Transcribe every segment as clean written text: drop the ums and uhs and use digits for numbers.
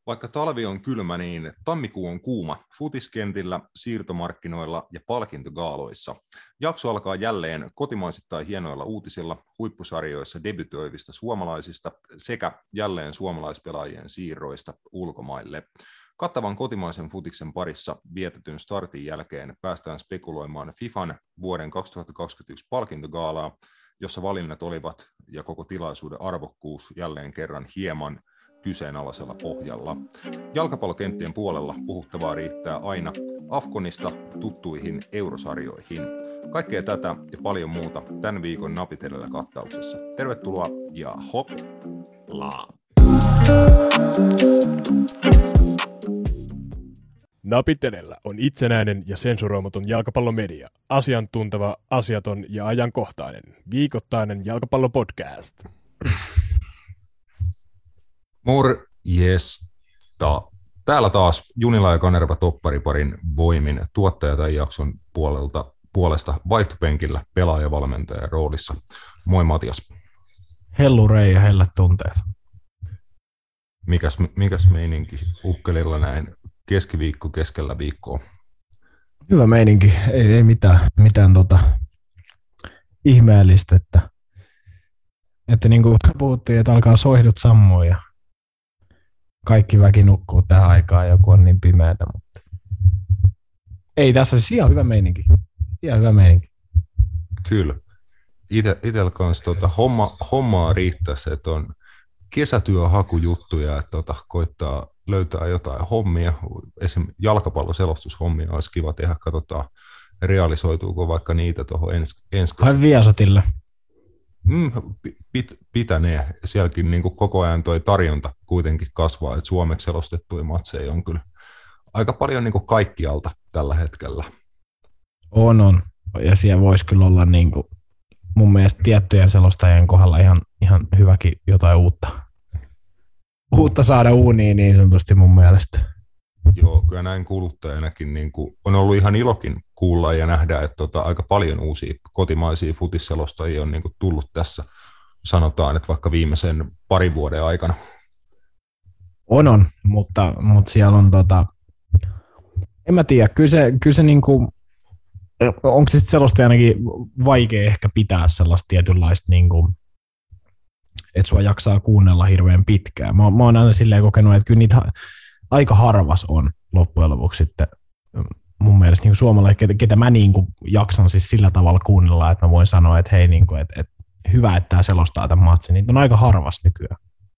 Vaikka talvi on kylmä, niin tammikuu on kuuma futiskentillä, siirtomarkkinoilla ja palkintogaaloissa. Jakso alkaa jälleen kotimaisittain hienoilla uutisilla, huippusarjoissa debytoivista suomalaisista sekä jälleen suomalaispelaajien siirroista ulkomaille. Kattavan kotimaisen futiksen parissa vietetyn startin jälkeen päästään spekuloimaan FIFAn vuoden 2021 palkintogaalaa, jossa valinnat olivat ja koko tilaisuuden arvokkuus jälleen kerran hieman kyseenalaisella pohjalla. Jalkapallokenttien puolella puhuttavaa riittää aina AFCONista tuttuihin eurosarjoihin. Kaikkea tätä ja paljon muuta tämän viikon Napitelellä kattauksessa. Tervetuloa ja hoppla! Napitelellä on itsenäinen ja sensuroimaton jalkapallomedia. Asiantunteva, asiaton ja ajankohtainen. Viikoittainen jalkapallopodcast. Morjesta. Täällä taas Junila ja Kanerva toppariparin voimin tuottaja tämän jakson puolesta vaihtopenkillä pelaajavalmentajan roolissa. Moi Matias. Hellurei ja hellät tunteet. Mikäs meininki ukkelilla näin keskiviikko keskellä viikkoa? Hyvä meininki, ei mitään ihmeellistä, että niin kuin puhuttiin, että alkaa soihdut sammua ja kaikki väki nukkuu tähän aikaan, joku on niin pimeätä, mutta ei tässä siis ihan hyvä meininki. Kyllä. Itellä kanssa hommaa riittäisi, että on kesätyöhakujuttuja, että koittaa löytää jotain hommia. Esimerkiksi jalkapalloselostushommia olisi kiva tehdä, katsotaan realisoituuko vaikka niitä tuohon ensi Hai Viasatille. Pitänee. Sielläkin niin kuin koko ajan tuo tarjonta kuitenkin kasvaa, että suomeksi selostettuja matseja on kyllä aika paljon niin kuin kaikkialta tällä hetkellä. On. Ja siellä voisi kyllä olla niin kuin, mun mielestä tiettyjen selostajien kohdalla ihan hyväkin jotain uutta saada uuniin niin sanotusti mun mielestä. Joo, kyllä näin kuluttajanakin niin kuin on ollut ihan ilokin kuulla ja nähdä, että aika paljon uusia kotimaisia futisselostajia on niin kuin tullut tässä, sanotaan, että vaikka viimeisen parin vuoden aikana. On, mutta siellä on en mä tiedä, kyllä se niin kuin, onko se selostajanakin vaikea ehkä pitää sellaista tietynlaista, niin kuin, että sua jaksaa kuunnella hirveän pitkään. Mä oon aina silleen kokenut, että kyllä niitä aika harvas on loppujen lopuksi sitten mun mielestä niin suomalaiset, ketä mä niin kuin jaksan siis sillä tavalla kuunnella, että mä voin sanoa, että hei, niin kuin, että hyvä, että tämä selostaa tämän matsin. Niitä on aika harvas nykyään.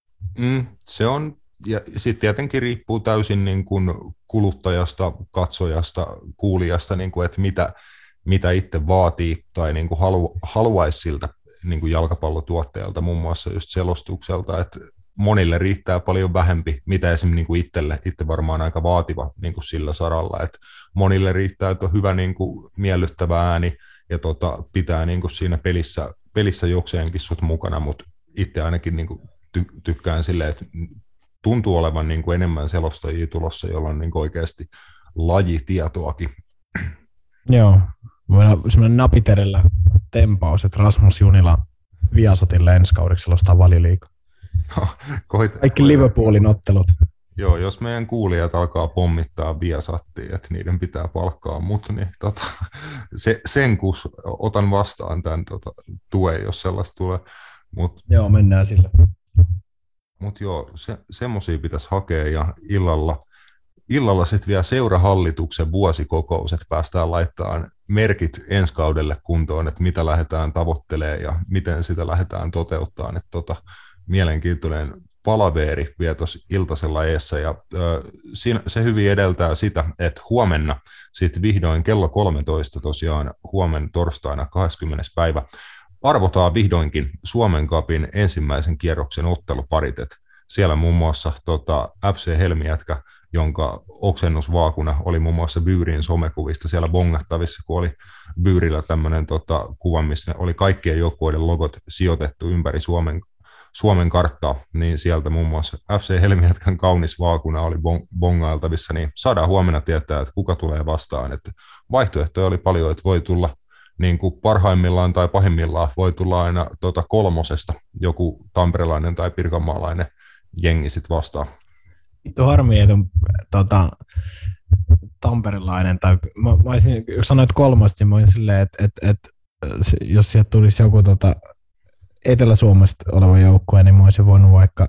Se on, ja sitten tietenkin riippuu täysin niin kuin kuluttajasta, katsojasta, kuulijasta, niin kuin, että mitä itse vaatii tai niin kuin haluaisi siltä niin kuin jalkapallotuottajalta, muun muassa just selostukselta, että monille riittää paljon vähempi, mitä esimerkiksi niin itse varmaan aika vaativa niin kuin sillä saralla, että monille riittää, että on hyvä niin kuin miellyttävä ääni ja pitää niin kuin siinä pelissä jokseenkin sut mukana, mutta itse ainakin niin kuin tykkään silleen, että tuntuu olevan niin kuin enemmän selostajia tulossa, jolla on niin kuin oikeasti lajitietoakin. Joo, voidaan semmoinen napiterellä tempaus, että Rasmus Junila Viasatille ensi kaudeksi selostaa Valioliigaa. Kaikki Liverpoolin ottelut. Joo, jos meidän kuulijat alkaa pommittaa Viasattia, että niiden pitää palkkaa mut, niin sen kun otan vastaan tämän tuen, jos sellaista tulee. Joo, mennään sillä. Mutta joo, semmoisia pitäisi hakea ja illalla sitten vielä seurahallituksen vuosikokous, että päästään laittamaan merkit ensi kaudelle kuntoon, että mitä lähdetään tavoittelemaan ja miten sitä lähdetään toteuttamaan. Että mielenkiintoinen palaveeri vielä tuossa iltasella eessä ja se hyvin edeltää sitä, että huomenna sitten vihdoin kello 13 tosiaan huomenna torstaina 20. päivä arvotaan vihdoinkin Suomen Cupin ensimmäisen kierroksen otteluparit. Et siellä muun muassa FC Helmi-jätkä, jonka oksennusvaakuna oli muun muassa Byyrin somekuvista siellä bongattavissa, kun oli Byyrillä tämmöinen kuva, missä oli kaikkien joukkueiden logot sijoitettu ympäri Suomen karttaa, niin sieltä muun muassa FC Helmi-jätkän kaunis vaakuna oli bongailtavissa, niin saadaan huomenna tietää, että kuka tulee vastaan. Että vaihtoehtoja oli paljon, että voi tulla niin kuin parhaimmillaan tai pahimmillaan, voi tulla aina kolmosesta joku tamperelainen tai pirkanmaalainen jengi sitten vastaan. Vittu harmi, että on tamperilainen, tai mä olisin, jos sanoit kolmosta, niin mä olisin silleen, että jos sieltä tulisi joku Etelä-Suomesta oleva joukkue, niin mä olisin voinut vaikka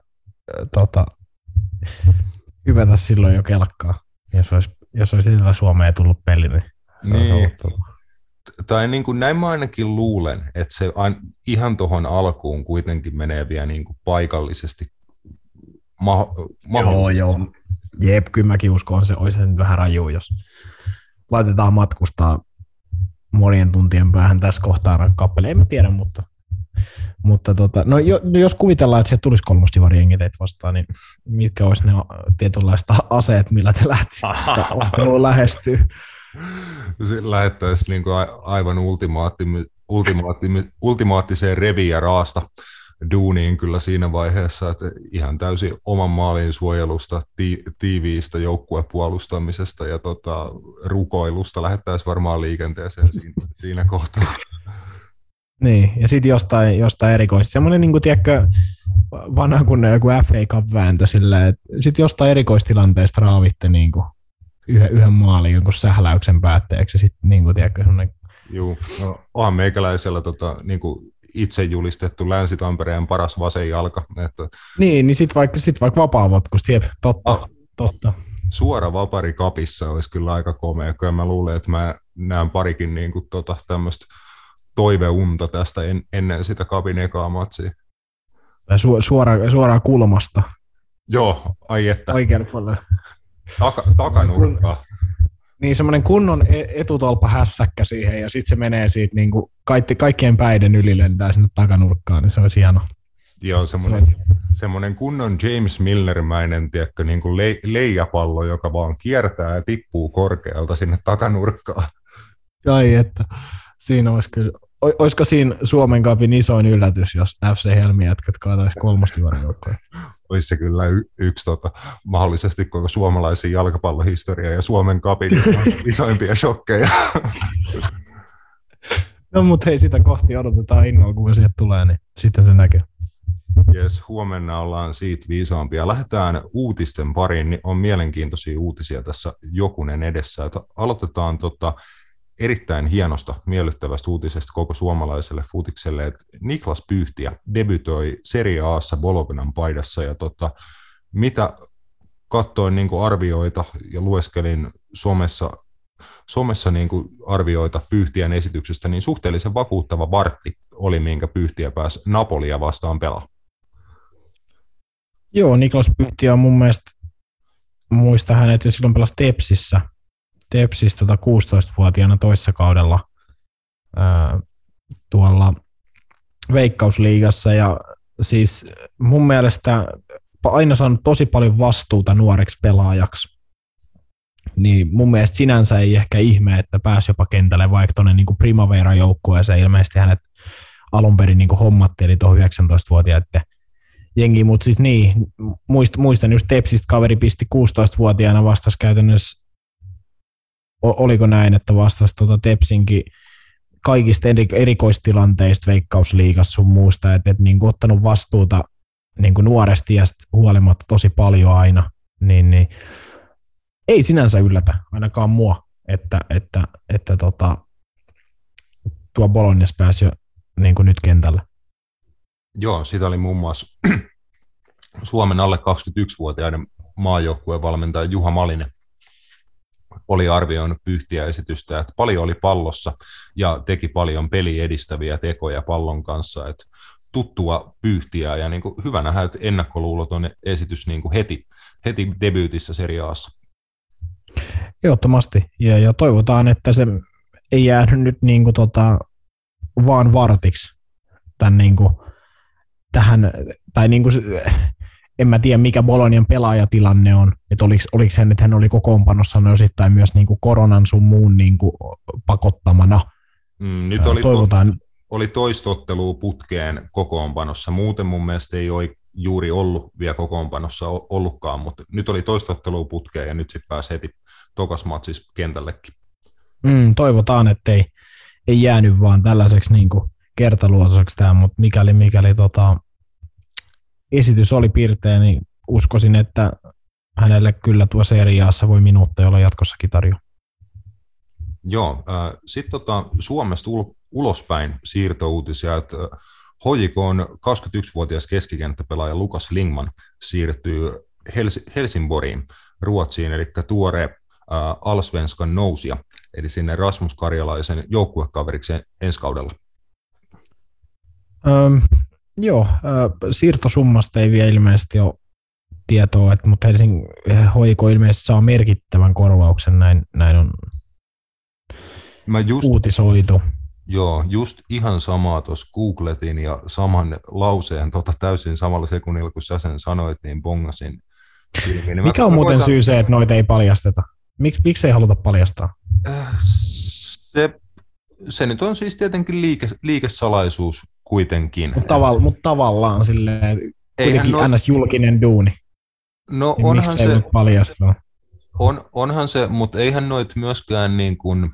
hypätä silloin jo kelkkaa, jos olisi Etelä-Suomeen tullut peli. Niin. Tai niin kuin näin mä ainakin luulen, että se ihan tuohon alkuun kuitenkin menee vielä niin kuin paikallisesti mahdollisesti. Joo. Jep, kyllä mäkin uskon, se olisi nyt vähän raju, jos laitetaan matkustaa monien tuntien päähän tässä kohtaa kappale. En mä tiedä, mutta no jos kuvitellaan, että sieltä tulisi kolmosdivari teitä vastaan, niin mitkä olisi ne tietynlaiset aseet, millä te lähtisitte otteluun lähestyy? Lähettäisiin niin kuin aivan ultimaattiseen revi- ja raasta duuniin kyllä siinä vaiheessa, että ihan täysin oman maalin suojelusta, tiiviistä joukkuepuolustamisesta ja rukoilusta lähettäisiin varmaan liikenteeseen siinä kohtaa. Niin, ja sitten jostain erikoista. Semmoinen, niin kuin, tiedätkö, vanha kunnon joku FA Cup-vääntö silleen, että sitten jostain erikoistilanteesta raavitte niin kuin yhden maalin jonkun sähläyksen päätteeksi, ja sitten niin kuin, tiedätkö, semmoinen... Joo, no, onhan meikäläisellä niin kuin itse julistettu Länsi-Tampereen paras vasen jalka. Että... Niin sit vaikka vapaa-matkusta, jep, totta. Suora vapari kapissa olisi kyllä aika komea, kyllä mä luulen, että mä näen parikin niin kuin, tämmöistä toiveunta tästä ennen sitä kapin ekaa matsia. Suoraan kulmasta. Joo, ai että. Oikein puolella. Takanurkkaa. Niin semmoinen kunnon etutolppa hässäkkä siihen, ja sitten se menee siitä niin kuin kaikkien päiden yli lentää sinne takanurkkaan, niin se olisi hieno. Joo, semmoinen kunnon James Milner-mäinen tiedätkö, niin kuin leijapallo, joka vaan kiertää ja tippuu korkealta sinne takanurkkaan. Ai että, siinä olisi kyllä. Olisiko siinä Suomen Cupin isoin yllätys, jos FC Helmi jätkät kaataisi kolmosdivarin joukkoja? Olisi se kyllä yksi mahdollisesti koko suomalaisen jalkapallohistoria ja Suomen Cupin isoimpia shokkeja. No mutta hei, sitä kohti odotetaan innolla, kun sieltä tulee, niin sitten se näkee. Jes, huomenna ollaan siitä viisaampia. Lähdetään uutisten pariin, niin on mielenkiintoisia uutisia tässä jokunen edessä. Että aloitetaan erittäin hienosta, miellyttävästä uutisesta koko suomalaiselle futikselle, että Niklas Pyhtiä debytoi Serie A:ssa Bolognan paidassa, ja mitä katsoin niin kuin arvioita ja lueskelin somessa niin kuin arvioita Pyhtiän esityksestä, niin suhteellisen vakuuttava vartti oli, minkä Pyhtiä pääsi Napolia vastaan pelaamaan. Joo, Niklas Pyhtiä on mun mielestä, muista hänet jo silloin pelasi Tepsissä 16-vuotiaana toissa kaudella tuolla Veikkausliigassa, ja siis mun mielestä aina saanut tosi paljon vastuuta nuoreksi pelaajaksi, niin mun mielestä sinänsä ei ehkä ihme, että pääsi jopa kentälle vaikka tuonne niin kuin Primavera-joukkueeseen, ilmeisesti hänet alun perin niin kuin hommattiin, eli tuohon 19-vuotiaiden jengi, mutta siis niin, muistan just Tepsistä kaveri pisti 16-vuotiaana vastasi käytännössä, oliko näin, että vastasi Tepsinkin kaikista erikoistilanteista Veikkausliigassa sun muusta, että niin kuin ottanut vastuuta niin kuin nuoresta iästä huolimatta tosi paljon aina, niin ei sinänsä yllätä ainakaan mua, että tuo Bolognas pääsi jo niin kuin nyt kentälle. Joo, siitä oli muun muassa Suomen alle 21-vuotiaiden maajoukkueen valmentaja Juha Malinen oli arvioinut Pyhtiä esitystä, että paljon oli pallossa ja teki paljon peliä edistäviä tekoja pallon kanssa, että tuttua Pyhtiä, ja niin kuin hyvä nähdä, että ennakkoluuloton esitys niin kuin heti debyytissä Serie A:ssa. Ehdottomasti, ja toivotaan, että se ei jäänyt nyt niin kuin vaan vartiksi tämän niin kuin tähän, tai niin kuin, en mä tiedä mikä Bolognan pelaajatilanne on, että oliko hän, että hän oli kokoonpanossa osittain myös niin kuin koronan sun muun niin kuin pakottamana. Nyt oli toistottelua putkeen kokoonpanossa, muuten mun mielestä ei ole juuri ollut vielä kokoonpanossa ollutkaan, mutta nyt oli toistottelua putkeen ja nyt sitten pääsi heti tokas matsissa kentällekin. Toivotaan, että ei jäänyt vaan tällaiseksi niin kuin kertaluotoiseksi tämä, mutta mikäli esitys oli pirteä, niin uskoisin, että hänelle kyllä tuo Serie A:ssa voi minuutteja olla jatkossakin tarjolla. Joo, sitten Suomesta ulospäin siirtouutisia, että HJK on 21-vuotias keskikenttäpelaaja Lukas Lingman siirtyy Helsingborgiin, Ruotsiin, eli tuore Allsvenskan nousija, eli sinne Rasmus Karjalaisen joukkuekaveriksi ensi kaudella. Siirtosummasta ei vielä ilmeisesti ole tietoa, mutta Helsingin HJK ilmeisesti saa merkittävän korvauksen, näin on uutisoitu. Joo, just ihan samaa tuossa googletin ja saman lauseen täysin samalla sekunnilla, kun sä sen sanoit, niin bongasin silmiin. Mikä on muuten syy se, että noita ei paljasteta? Miksi ei haluta paljastaa? Se nyt on siis tietenkin liikesalaisuus kuitenkin. Mutta tavallaan silleen, kuitenkin ns. Julkinen duuni. No niin onhan se, paljastaa? Onhan se, mutta eihän noit myöskään niin kuin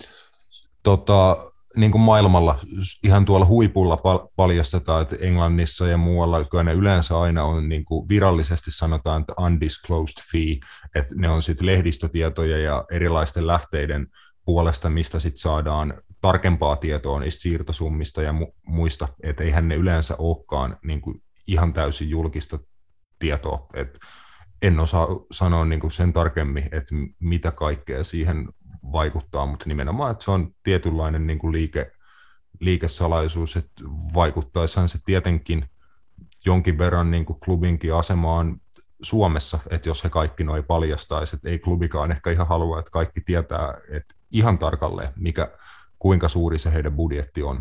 maailmalla ihan tuolla huipulla paljastetaan, että Englannissa ja muualla, kyllä ne yleensä aina on niin kuin virallisesti sanotaan, että undisclosed fee, että ne on sitten lehdistötietoja ja erilaisten lähteiden puolesta, mistä sitten saadaan tarkempaa tietoa niistä siirtosummista ja muista, että eihän ne yleensä olekaan niin kuin ihan täysin julkista tietoa, että en osaa sanoa niin kuin sen tarkemmin, että mitä kaikkea siihen vaikuttaa, mutta nimenomaan, että se on tietynlainen niin kuin liikesalaisuus, että vaikuttaisihan se tietenkin jonkin verran niin kuin klubinkin asemaan Suomessa, että jos he kaikki noi paljastaisi, että ei klubikaan ehkä ihan halua, että kaikki tietää, että ihan tarkalleen, kuinka suuri se heidän budjetti on.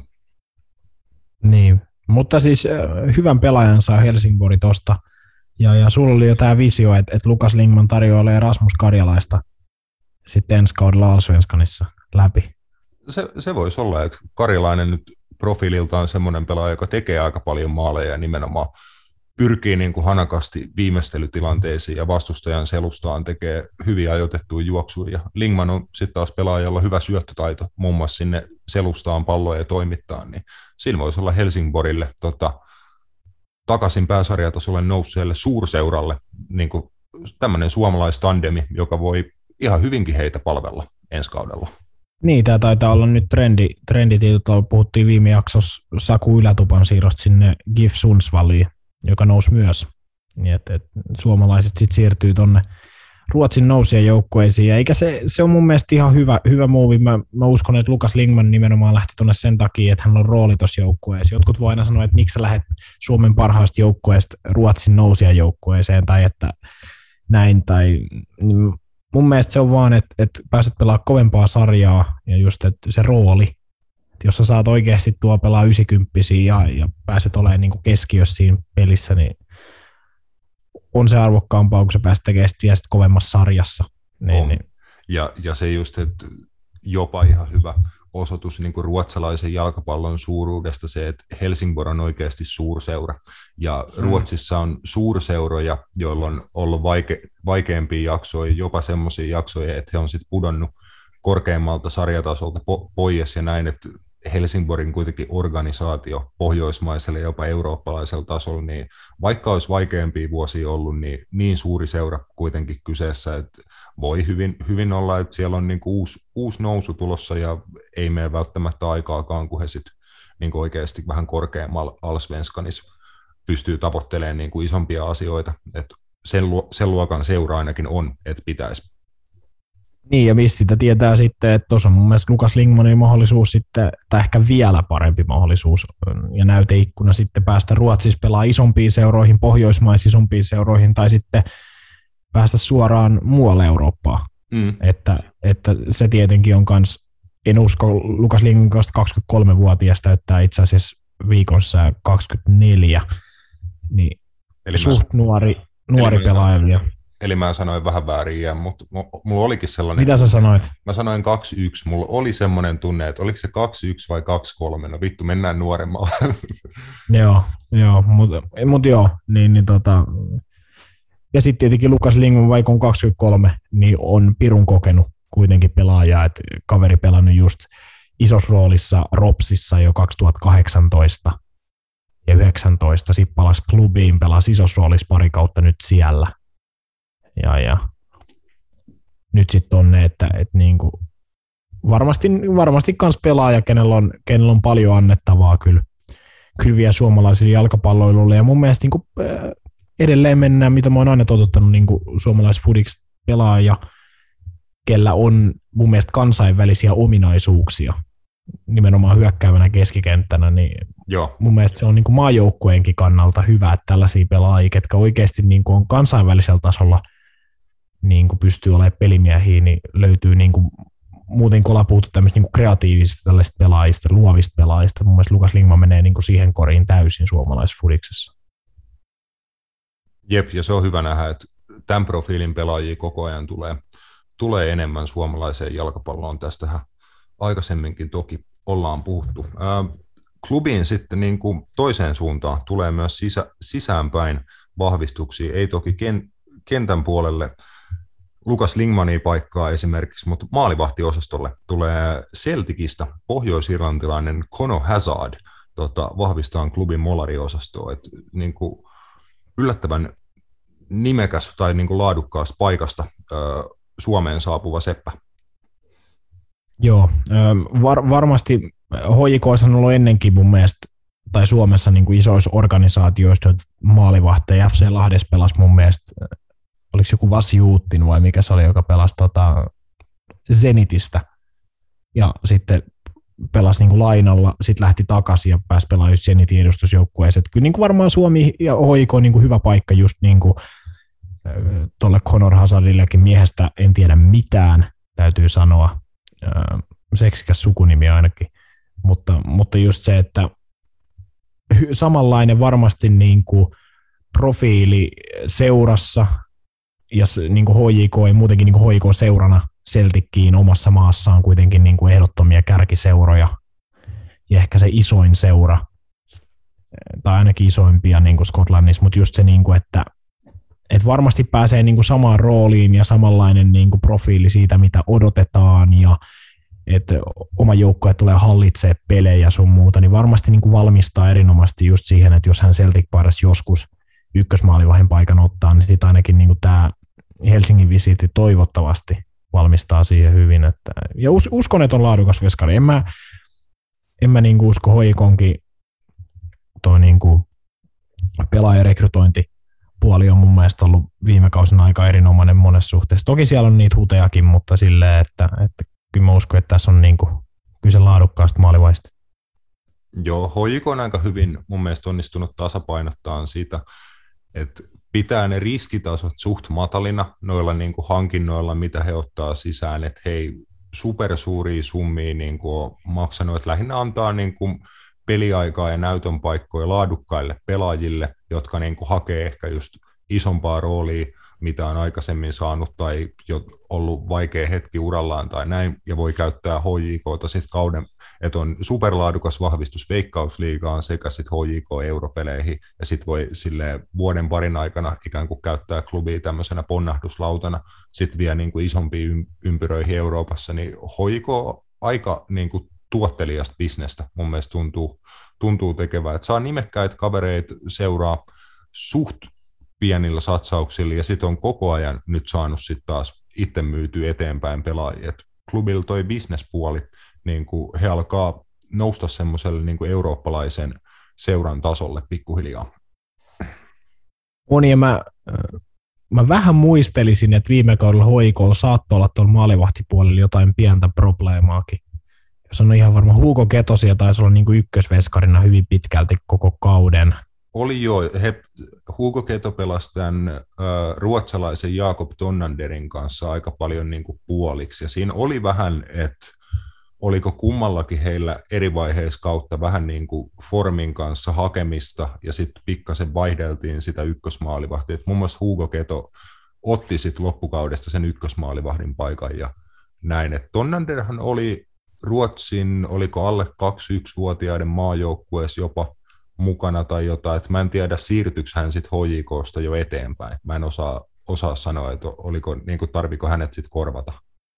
Niin, mutta siis hyvän pelaajan saa Helsingborg tosta, ja sulla oli jo tämä visio, että Lukas Lingman tarjoilee Rasmus Karjalaista sitten ensi kaudella Allsvenskanissa läpi. Se voisi olla, että Karjalainen nyt profiililtaan semmoinen pelaaja, joka tekee aika paljon maaleja ja nimenomaan pyrkii niin kuin hanakasti viimeistelytilanteisiin ja vastustajan selustaan tekee hyviä ajoitettuja juoksuja. Ja Lingman on sitten taas pelaaja, jolla on hyvä syöttötaito, muun muassa sinne selustaan palloja ja toimittaa, niin siinä voisi olla Helsingborgille takaisin pääsarjatasolle nousseelle suurseuralle niin kuin tämmöinen suomalaistandemi, joka voi ihan hyvinkin heitä palvella ensi kaudella. Niin, tämä taitaa olla nyt trenditietoa. Puhuttiin viime jaksossa Saku Ylätupan siirrosta sinne GIF Sundsvalliin, joka nousi myös. Niin, että suomalaiset sitten siirtyy tuonne Ruotsin nousijan joukkueisiin. Ja eikä se on mun mielestä ihan hyvä move. Mä uskon, että Lukas Lingman nimenomaan lähti tuonne sen takia, että hän on rooli tuossa joukkueessa. Jotkut voi aina sanoa, että miksi sä lähdet Suomen parhaasta joukkueesta Ruotsin nousijan joukkueeseen tai että näin. Mun mielestä se on vaan, että pääset pelaamaan kovempaa sarjaa ja just että se rooli, että jos sä saat oikeasti tuo pelaa 90 ja pääset olemaan niin kuin keskiössä siinä pelissä, niin on se arvokkaampaa, kun sä pääset tekemään sitä kovemmassa sarjassa. Niin. Ja se just, että jopa ihan hyvä osoitus niin kuin ruotsalaisen jalkapallon suuruudesta se, että Helsingborg on oikeasti suurseura. Ja Ruotsissa on suurseuroja, joilla on ollut vaikeampia jaksoja, jopa semmoisia jaksoja, että he on sitten pudonnut korkeammalta sarjatasolta pois ja näin, että Helsingborgin kuitenkin organisaatio pohjoismaisella ja jopa eurooppalaisella tasolla, niin vaikka olisi vaikeampia vuosia ollut, niin suuri seura kuitenkin kyseessä, että voi hyvin olla, että siellä on niin kuin uusi nousu tulossa ja ei mene välttämättä aikaakaan, kun he sitten niin kuin oikeasti vähän korkeammalla Allsvenskanissa pystyy tavoittelemaan niin kuin isompia asioita, että sen luokan seura ainakin on, että pitäisi. Niin, ja mistä sitä tietää sitten, että tuossa on mun mielestä Lukas Lingmanin mahdollisuus sitten, tai ehkä vielä parempi mahdollisuus ja näyteikkuna sitten päästä Ruotsissa pelaa isompiin seuroihin, pohjoismaisiin isompiin seuroihin, tai sitten päästä suoraan muualle Eurooppaan. Että se tietenkin on kans, en usko Lukas Lingman 23-vuotias täyttää itse asiassa viikossa 24, niin eli suht nuori pelaaja vielä. Eli mä sanoin vähän väärin, mutta mulla olikin sellainen... Mitä sä sanoit? Mä sanoin 2-1. Mulla oli semmoinen tunne, että oliko se 2-1 vai 2-3. No vittu, mennään nuoremmalla. Joo, mutta joo. Ja sitten tietenkin Lukas Lingman, vaikka on 23, niin on pirun kokenut kuitenkin pelaajaa, että kaveri pelannut just isossa roolissa Ropsissa jo 2018 ja 19. Sitten palasi klubiin, pelasi isossa roolissa pari kautta nyt siellä. ja nyt sitten on ne, että niinku varmasti kans pelaaja, kenellä on paljon annettavaa kyllä vielä suomalaisille jalkapalloilulle, ja mun mielestä niinku, edelleen mennään, mitä mä oon aina totuttanut niinku suomalaisfudiksi pelaaja, kellä on mun mielestä kansainvälisiä ominaisuuksia, nimenomaan hyökkäävänä keskikenttänä, niin Joo. mun mielestä se on niinku maajoukkueenkin kannalta hyvä, että tällaisia pelaajia, ketkä oikeasti niinku on kansainvälisellä tasolla niinku pystyy olemaan pelimiehiä, niin löytyy niinku, muuten kun ollaan puhuttu tämmöistä niinku kreatiivisista tällaisista pelaajista, luovista pelaajista, mun mielestä Lukas Lingman menee niinku siihen koriin täysin suomalaisfudiksessa. Jep, ja se on hyvä nähdä, että tämän profiilin pelaajia koko ajan tulee enemmän suomalaiseen jalkapalloon. Tästähän aikaisemminkin toki ollaan puhuttu. Klubiin sitten niin kuin toiseen suuntaan tulee myös sisäänpäin vahvistuksia, ei toki kentän puolelle Lukas Lingmania paikkaa esimerkiksi, mutta maalivahtiosastolle tulee Celticistä pohjois-irlantilainen Conor Hazard vahvistaa klubin molariosastoa. Et, niin kuin yllättävän nimekäs tai niin kuin laadukkaasta paikasta Suomeen saapuva seppä. Joo, varmasti HJK:ssa on ollut ennenkin mun mielestä, tai Suomessa niin kuin isoissa organisaatioissa maalivahteja. FC Lahdessa pelasi mun mielestä, oliko joku Vasi Uuttin vai mikä se oli, joka pelasi Zenitistä. Ja sitten pelasi niin kuin lainalla, sitten lähti takaisin ja pääsi pelaamaan Zenitin edustusjoukkueeseen. Kyllä niin kuin varmaan Suomi ja HJK on niin kuin hyvä paikka just niin kuin tuolle Conor Hazardillekin. Miehestä en tiedä mitään, täytyy sanoa. Seksikäs sukunimi ainakin. Mutta just se, että samanlainen varmasti niin kuin profiili seurassa ja niin kuin HJK ja muutenkin niin kuin HJK-seurana Celtickiin omassa maassaan kuitenkin niin kuin ehdottomia kärkiseuroja ja ehkä se isoin seura tai ainakin isoimpia niin kuin Skotlannissa, mutta just se, niin kuin, että varmasti pääsee niin kuin samaan rooliin ja samanlainen niin kuin profiili siitä, mitä odotetaan ja että oma joukkue tulee hallitsemaan pelejä sun muuta, niin varmasti niin kuin valmistaa erinomaisesti just siihen, että jos hän Celtic-paidassa joskus ykkösmaalivahdin paikan ottaa, niin sitten ainakin niin kuin tämä Helsingin visiitti toivottavasti valmistaa siihen hyvin. Ja uskon, että on laadukas veskari. En mä niin kuin usko HJK:nkin toi niin kuin pelaajarekrytointipuoli on mun mielestä ollut viime kausina aika erinomainen monessa suhteessa. Toki siellä on niitä hutejakin, mutta silleen, että kyllä mä uskon, että tässä on niin kuin kyse laadukkaasta maalivahdista. Joo, HJK on aika hyvin mun mielestä onnistunut tasapainottaa siitä, että pitää ne riskitasot suht matalina noilla niin kuin hankinnoilla, mitä he ottaa sisään, että he ei supersuuria summia niin kuin ole maksanut, että lähinnä antaa niin kuin peliaikaa ja näytön paikkoja laadukkaille pelaajille, jotka niin kuin hakee ehkä just isompaa roolia, mitä on aikaisemmin saanut tai jo ollut vaikea hetki urallaan tai näin, ja voi käyttää HJK:ta sitten kauden, että on superlaadukas vahvistus Veikkausliigaan sekä sitten HJK-europeleihin, ja sitten voi silleen vuoden parin aikana ikään kuin käyttää klubia tämmöisenä ponnahduslautana, sitten vielä niin kuin isompiin ympyröihin Euroopassa, niin HJK aika niin kuin tuottelijasta bisnestä mun mielestä tuntuu tekevää, että saa nimekkäitä kavereita seuraa suht pienillä satsauksilla, ja sitten on koko ajan nyt saanut sitten taas itse myytyä eteenpäin pelaajia. Et klubilla toi bisnespuoli, niin kuin he alkaa nousta semmoiselle niin kuin eurooppalaisen seuran tasolle pikkuhiljaa. On, ja mä vähän muistelisin, että viime kaudella HJK:lla saattoi olla tuolla maalivahtipuolella jotain pientä probleemaakin. Jos on ihan varma, Hugo Ketosia taisi olla niin kuin ykkösveskarina hyvin pitkälti koko kauden. Oli jo, Hugo Keto pelasi tämän ruotsalaisen Jakob Tonnanderin kanssa aika paljon niin kuin puoliksi, ja siinä oli vähän, että oliko kummallakin heillä eri vaiheissa kautta vähän niin kuin formin kanssa hakemista, ja sitten pikkasen vaihdeltiin sitä ykkösmaalivahtia. Muun muassa Hugo Keto otti sitten loppukaudesta sen ykkösmaalivahdin paikan, ja näin, että Tonnanderhan oli Ruotsin, oliko alle 21-vuotiaiden maajoukkueessa jopa mukana tai jotain, että mä en tiedä siirtyykö hän sitten HJK:sta jo eteenpäin. Mä en osaa sanoa, että niin tarviko hänet sitten korvata.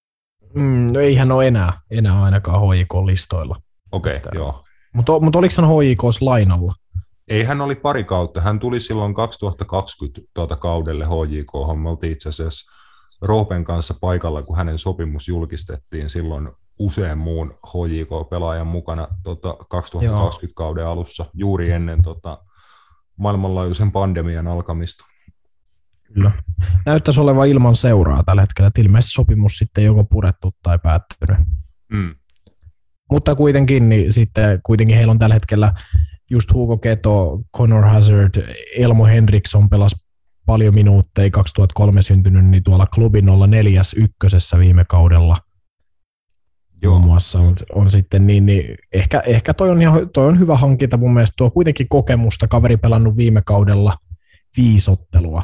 No ei hän ole enää ainakaan HJK-listoilla. Okei, joo. Mutta oliko hän HJK:ssa lainalla? Ei, hän oli pari kautta. Hän tuli silloin 2020 kaudelle HJK. Me oltiin itse asiassa Roopen kanssa paikalla, kun hänen sopimus julkistettiin silloin usean muun HJK-pelaajan mukana 2020 kauden alussa, juuri ennen maailmanlaajuisen pandemian alkamista. Kyllä. Näyttäisi olevan ilman seuraa tällä hetkellä, että ilmeisesti sopimus sitten joko purettu tai päättynyt. Mutta kuitenkin, niin sitten kuitenkin heillä on tällä hetkellä just Hugo Keto, Connor Hazard, Elmo Henriksson pelasi paljon minuutteja, 2003 syntynyt, niin tuolla klubin 04 ykkösessä viime kaudella. Joo. Muun muassa on sitten niin ehkä toi on hyvä hankinta mun mielestä, tuo kuitenkin kokemusta, kaveri pelannut viime kaudella 5 ottelua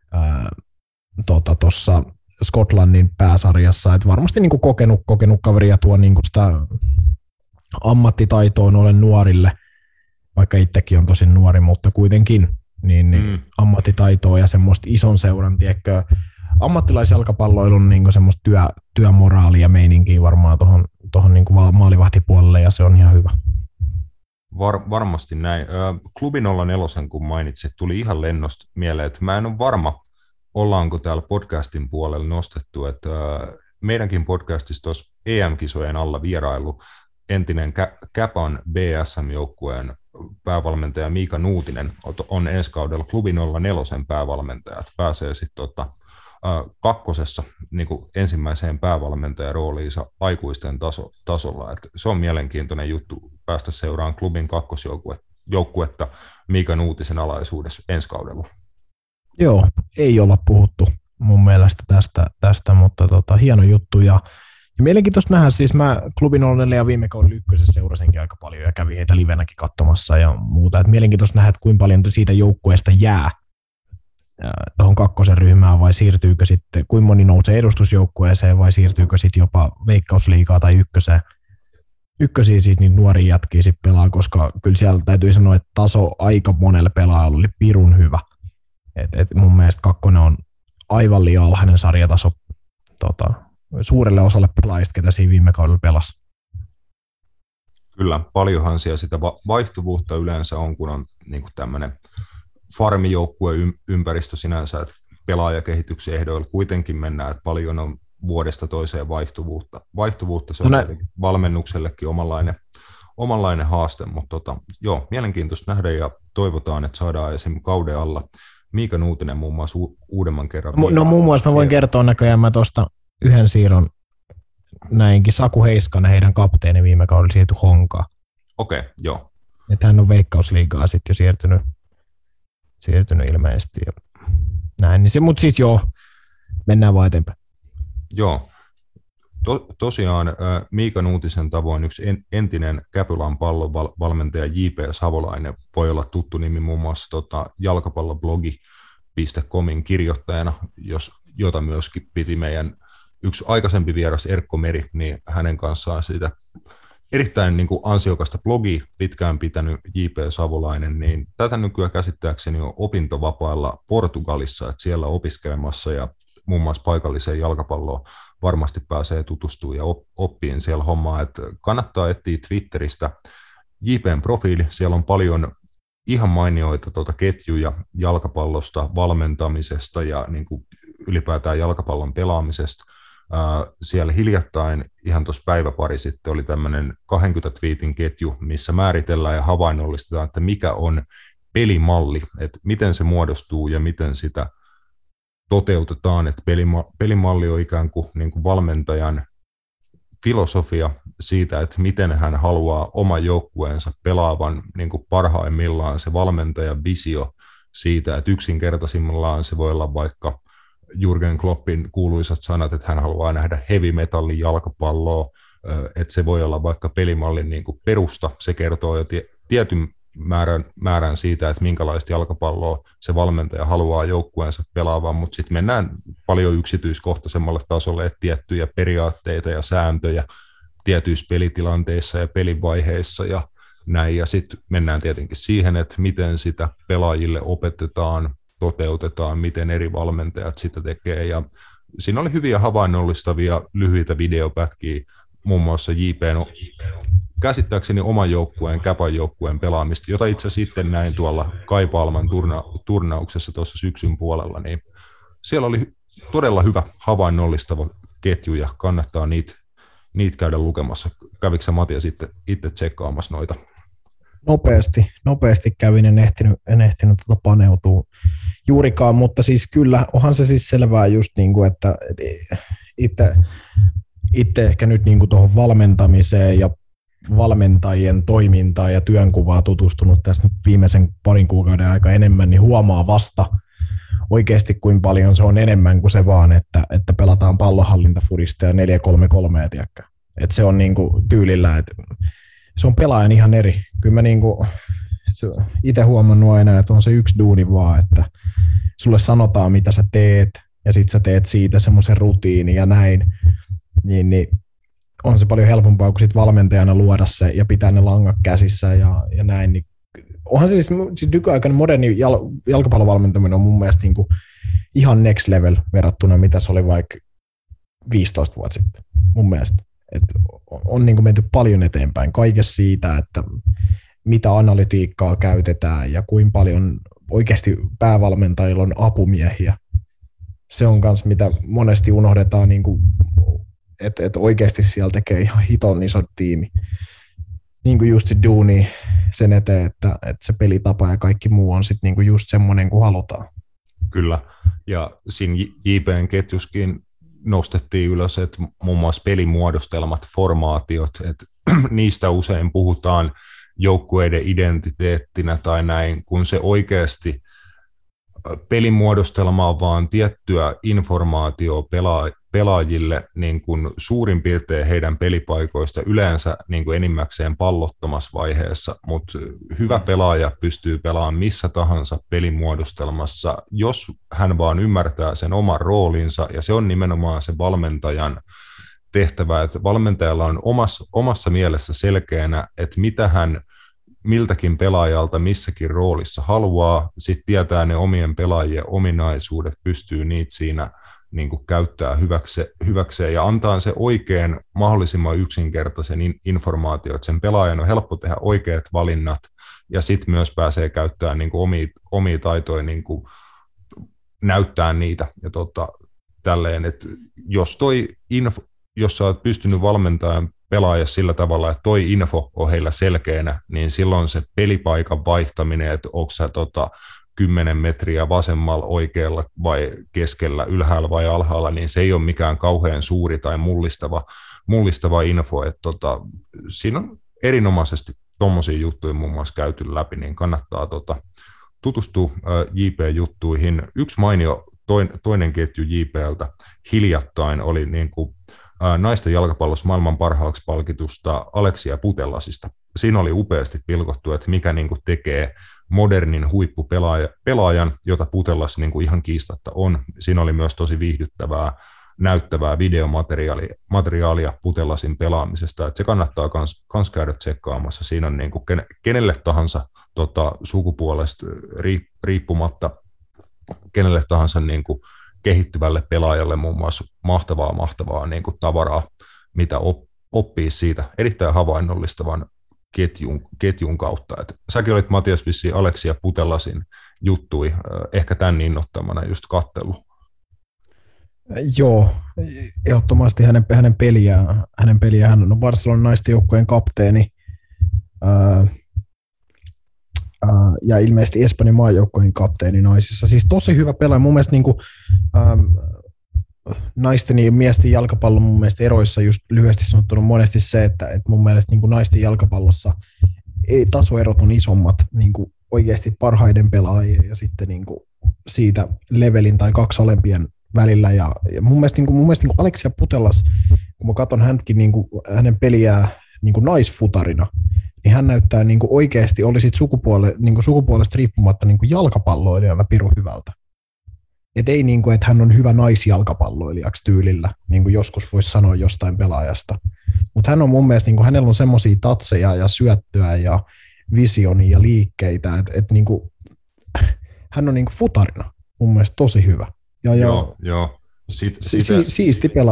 tuossa Skotlannin pääsarjassa, että varmasti niin kuin kokenut kaveri ja tuo niin kuin sitä ammattitaitoa noille nuorille, vaikka itsekin on tosin nuori, mutta kuitenkin niin ammattitaitoa ja semmoista ison seuran, tiedätkö, ammattilaisjalkapalloilun niin semmoista työmoraalia ja meininkiä varmaan tuohon niin maalivahtipuolelle, ja se on ihan hyvä. Varmasti näin. Klubi 04, kun mainitsit, tuli ihan lennosta mieleen, että mä en ole varma, ollaanko täällä podcastin puolella nostettu, että meidänkin podcastissa tuossa EM-kisojen alla vierailu entinen Käpan BSM-joukkueen päävalmentaja Miika Nuutinen on ensi kaudella Klubi 04 päävalmentaja, että pääsee sitten kakkosessa niin kuin ensimmäiseen päävalmentajan rooliinsa aikuisten tasolla. Että se on mielenkiintoinen juttu päästä seuraamaan klubin kakkosjoukkuetta Miika Nuutisen alaisuudessa ensi kaudella. Joo, ei olla puhuttu mun mielestä tästä mutta hieno juttu ja mielenkiintoista nähdä, siis mä Klubi 04 viime kauden ykkösessä seurasinkin aika paljon ja kävin heitä livenäkin katsomassa ja muuta, että mielenkiintoista nähdä, että kuinka paljon siitä joukkueesta jää tuohon kakkosen ryhmään vai siirtyykö sitten, kuinka moni nousee edustusjoukkueeseen vai siirtyykö sitten jopa Veikkausliigaa tai ykkösiä siis niin nuoria jätkiä sitten pelaa, koska kyllä siellä täytyy sanoa, että taso aika monelle pelaajalle oli pirun hyvä. Et mun mielestä kakkonen on aivan liian alhainen sarjataso suurelle osalle pelaajista, ketä siinä viime kaudella pelasi. Kyllä, paljonhan siellä sitä vaihtuvuutta yleensä on, kun on niin kuin tämmöinen farmijoukkue-ympäristö sinänsä, että pelaajakehityksen ehdoilla kuitenkin mennään, että paljon on vuodesta toiseen vaihtuvuutta se on valmennuksellekin omanlainen haaste, mutta joo, mielenkiintoista nähdä ja toivotaan, että saadaan esimerkiksi kauden alla Miika Nuutinen muun muassa uudemman kerran. No muun muassa mä voin kertoa näköjään, mä tuosta yhden siirron näinkin, Saku Heiskanen, heidän kapteeni viime kaudella siirtyi Honkaan. Okei, joo. Että hän on Veikkausliigaa sitten jo siirtynyt ilmeisesti ja näin, niin mutta siis joo, mennään vaan eteenpäin. Joo, tosiaan Miika Nuutisen tavoin yksi entinen Käpylän pallonvalmentaja J.P. Savolainen voi olla tuttu nimi muun muassa jalkapalloblogi.comin kirjoittajana, jota myöskin piti meidän yksi aikaisempi vieras Erkko Meri, niin hänen kanssaan siitä erittäin niin kuin ansiokasta blogia pitkään pitänyt J.P. Savolainen, niin tätä nykyään käsittääkseni on opintovapailla Portugalissa, että siellä opiskelemassa ja muun muassa paikalliseen jalkapalloon varmasti pääsee tutustumaan ja oppiin siellä hommaa, että kannattaa etsiä Twitteristä JP:n profiili, siellä on paljon ihan mainioita ketjuja jalkapallosta, valmentamisesta ja niin kuin ylipäätään jalkapallon pelaamisesta. Siellä hiljattain, ihan tuossa päiväpari sitten, oli tämmöinen 20 twiitin ketju, missä määritellään ja havainnollistetaan, että mikä on pelimalli, että miten se muodostuu ja miten sitä toteutetaan, että pelimalli on ikään kuin, valmentajan filosofia siitä, että miten hän haluaa oman joukkueensa pelaavan niin kuin parhaimmillaan, se valmentajan visio siitä, että yksinkertaisimmillaan se voi olla vaikka Jürgen Kloppin kuuluisat sanat, että hän haluaa nähdä heavy metallin jalkapalloa, että se voi olla vaikka pelimallin niin kuin perusta, se kertoo jo tietyn määrän siitä, että minkälaista jalkapalloa se valmentaja haluaa joukkueensa pelaavan, mutta sitten mennään paljon yksityiskohtaisemmalle tasolle, että tiettyjä periaatteita ja sääntöjä tietyissä pelitilanteissa ja pelivaiheissa ja näin, ja sitten mennään tietenkin siihen, että miten sitä pelaajille opetetaan, toteutetaan, miten eri valmentajat sitä tekee, ja siinä oli hyviä havainnollistavia lyhyitä videopätkiä muun muassa JPn käsittääkseni oman joukkueen, Käpan joukkueen pelaamista, jota itse sitten näin tuolla Kaipaalman turnauksessa tuossa syksyn puolella, niin siellä oli todella hyvä havainnollistava ketju ja kannattaa niitä käydä lukemassa. Kävikö sä Matias itse tsekkaamassa noita? Nopeasti kävin, en ehtinyt paneutua juurikaan, mutta siis kyllä, onhan se siis selvää just niin kuin, että itse ehkä nyt niin kuin tuohon valmentamiseen ja valmentajien toimintaan ja työnkuvaa tutustunut tässä nyt viimeisen parin kuukauden aika enemmän, niin huomaa vasta oikeasti kuinka paljon se on enemmän kuin se vaan, että pelataan pallonhallintafudista ja 4-3-3, tiedäkö. Että se on niin kuin tyylillä, että se on pelaajan ihan eri. Kyllä mä niin kuin itse huomannut aina, että on se yksi duuni vaan, että sulle sanotaan mitä sä teet ja sit sä teet siitä semmoisen rutiinin ja näin, niin on se paljon helpompaa kuin sit valmentajana luoda se ja pitää ne langat käsissä ja näin. Niin onhan se siis nykyaikainen moderni jalkapallovalmentaminen on mun mielestä niin kuin ihan next level verrattuna mitä se oli vaikka 15 vuotta sitten mun mielestä. Et on niin kuin menty paljon eteenpäin kaikessa siitä, että mitä analytiikkaa käytetään ja kuinka paljon oikeasti päävalmentajilla on apumiehiä. Se on myös mitä monesti unohdetaan, niin kuin, että oikeasti siellä tekee ihan hiton iso tiimi. Niin kuin just se duuni sen eteen, että se pelitapa ja kaikki muu on sitten niin kuin just semmoinen kuin halutaan. Kyllä, ja siinä JPn ketjuskin nostettiin ylös, että muun muassa pelimuodostelmat, formaatiot, että niistä usein puhutaan joukkueiden identiteettinä tai näin, kun se oikeasti pelimuodostelma on vaan tiettyä informaatiota pelaajille niin kuin suurin piirtein heidän pelipaikoista yleensä niin kuin enimmäkseen pallottomassa vaiheessa, mutta hyvä pelaaja pystyy pelaamaan missä tahansa pelimuodostelmassa, jos hän vaan ymmärtää sen oman roolinsa, ja se on nimenomaan se valmentajan tehtävä, että valmentajalla on omassa mielessä selkeänä, että mitä hän miltäkin pelaajalta missäkin roolissa haluaa, sitten tietää ne omien pelaajien ominaisuudet, pystyy niitä siinä niin kuin käyttää hyväkseen ja antaa se oikein mahdollisimman yksinkertaisen informaatio, että sen pelaajan on helppo tehdä oikeat valinnat ja sitten myös pääsee käyttämään niin kuin omia taitoja niin kuin näyttää niitä ja tälleen, että jos sä oot pystynyt valmentamaan pelaaja sillä tavalla, että toi info on heillä selkeänä, niin silloin se pelipaikan vaihtaminen, että onko sä 10 metriä vasemmalla, oikealla vai keskellä, ylhäällä vai alhaalla, niin se ei ole mikään kauhean suuri tai mullistava info. Että siinä on erinomaisesti tuommoisia juttuja muun muassa käyty läpi, niin kannattaa tutustua JP-juttuihin. Yksi mainio toinen ketju JP:ltä hiljattain oli niin kuin naisten jalkapallossa maailman parhaaksi palkitusta Aleksia Putellasista. Siinä oli upeasti pilkottu, että mikä niin kuin tekee modernin huippupelaajan, jota Putellas niin kuin ihan kiistatta on. Siinä oli myös tosi viihdyttävää, näyttävää videomateriaalia Putellasin pelaamisesta. Että se kannattaa kans käydä tsekkaamassa. Siinä on niin kuin kenelle tahansa sukupuolesta riippumatta, kenelle tahansa niin kuin kehittyvälle pelaajalle muun muassa mahtavaa niin kuin tavaraa, mitä oppii siitä erittäin havainnollistavan ketjun kautta. Et säkin olit Matias vissiin Aleksia Putellasin juttui, ehkä tämän innoittamana just katsellut. Joo, ehdottomasti hänen peliään. Hän on Barcelonan naisten joukkueen kapteeni ja ilmeisesti Espanjan maajoukkueen kapteeni naisissa. Siis tosi hyvä pelaaja. Mun mielestä niin kuin, naisten ja miesten jalkapallon mun mielestä eroissa just lyhyesti sanottuna monesti se, että mun mielestä niin kuin naisten jalkapallossa tasoerot on isommat niin kuin oikeasti parhaiden pelaajien ja sitten niin kuin siitä levelin tai kaksi alempien välillä. Ja mun mielestä, niin kuin Aleksia Putellas, kun mä katson häntäkin niin kuin hänen peliään niin kuin naisfutarina, niin hän näyttää niin kuin oikeasti, oli sit sukupuolesta riippumatta niin kuin jalkapalloilijana pirun hyvältä. Et ei niin kuin, että hän on hyvä naisjalkapalloilijaksi tyylillä, niin kuin joskus voisi sanoa jostain pelaajasta. Mutta hän on mun mielestä, niin kuin, hänellä on semmoisia tatseja ja syöttöä ja visionia ja liikkeitä, että niin kuin, hän on niin kuin futarina mun mielestä tosi hyvä. Joo. Siisti pelaaja.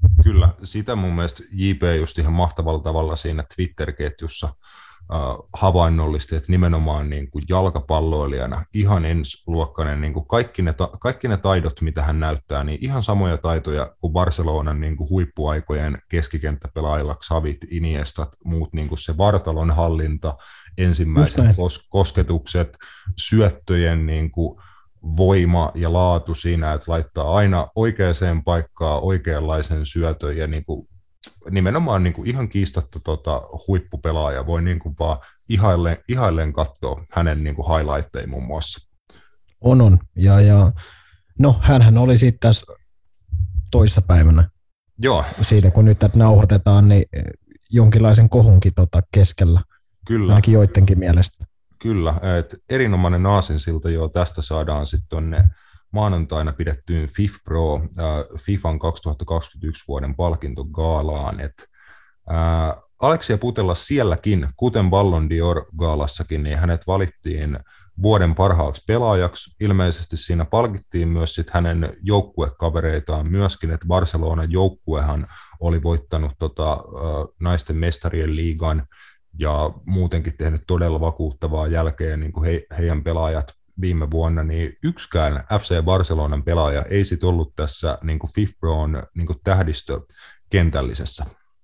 Kyllä, sitä mun mielestä JP just ihan mahtavalla tavalla siinä Twitter-ketjussa havainnollisti, että nimenomaan niin kuin jalkapalloilijana ihan ensiluokkainen, niin kuin kaikki ne taidot, mitä hän näyttää, niin ihan samoja taitoja kuin Barcelonan niin kuin huippuaikojen keskikenttäpelaajilla, Xavit, Iniestat, muut, niin kuin se vartalon hallinta, ensimmäiset kosketukset, syöttöjen niin kuin voima ja laatu siinä, että laittaa aina oikeaan paikkaan oikeanlaisen syötön ja niin kuin nimenomaan niin kuin ihan kiistatta huippupelaaja voi niin kuin vaan ihailleen katsoa hänen niin kuin highlightteja muun muassa. On. Ja no, hänhän oli sitten tässä toissapäivänä. Joo. Siitä kun nyt tätä nauhoitetaan, niin jonkinlaisen kohunkin keskellä. Kyllä. Ainakin joidenkin mielestä. Kyllä, että erinomainen aasinsilta jo tästä saadaan sitten tuonne maanantaina pidettyyn FIFPro, FIFAn 2021 vuoden palkintogaalaan. Alexia Putellas sielläkin, kuten Ballon d'Or-gaalassakin, niin hänet valittiin vuoden parhaaksi pelaajaksi. Ilmeisesti siinä palkittiin myös sit hänen joukkuekavereitaan myöskin, että Barcelonan joukkuehan oli voittanut naisten mestarien liigan ja muutenkin tehnyt todella vakuuttavaa jälkeä niin kuin heidän pelaajat viime vuonna, niin yksikään FC Barcelonan pelaaja ei sit ollut tässä niin kuin FIFPron niin kuin tähdistökentällisessä.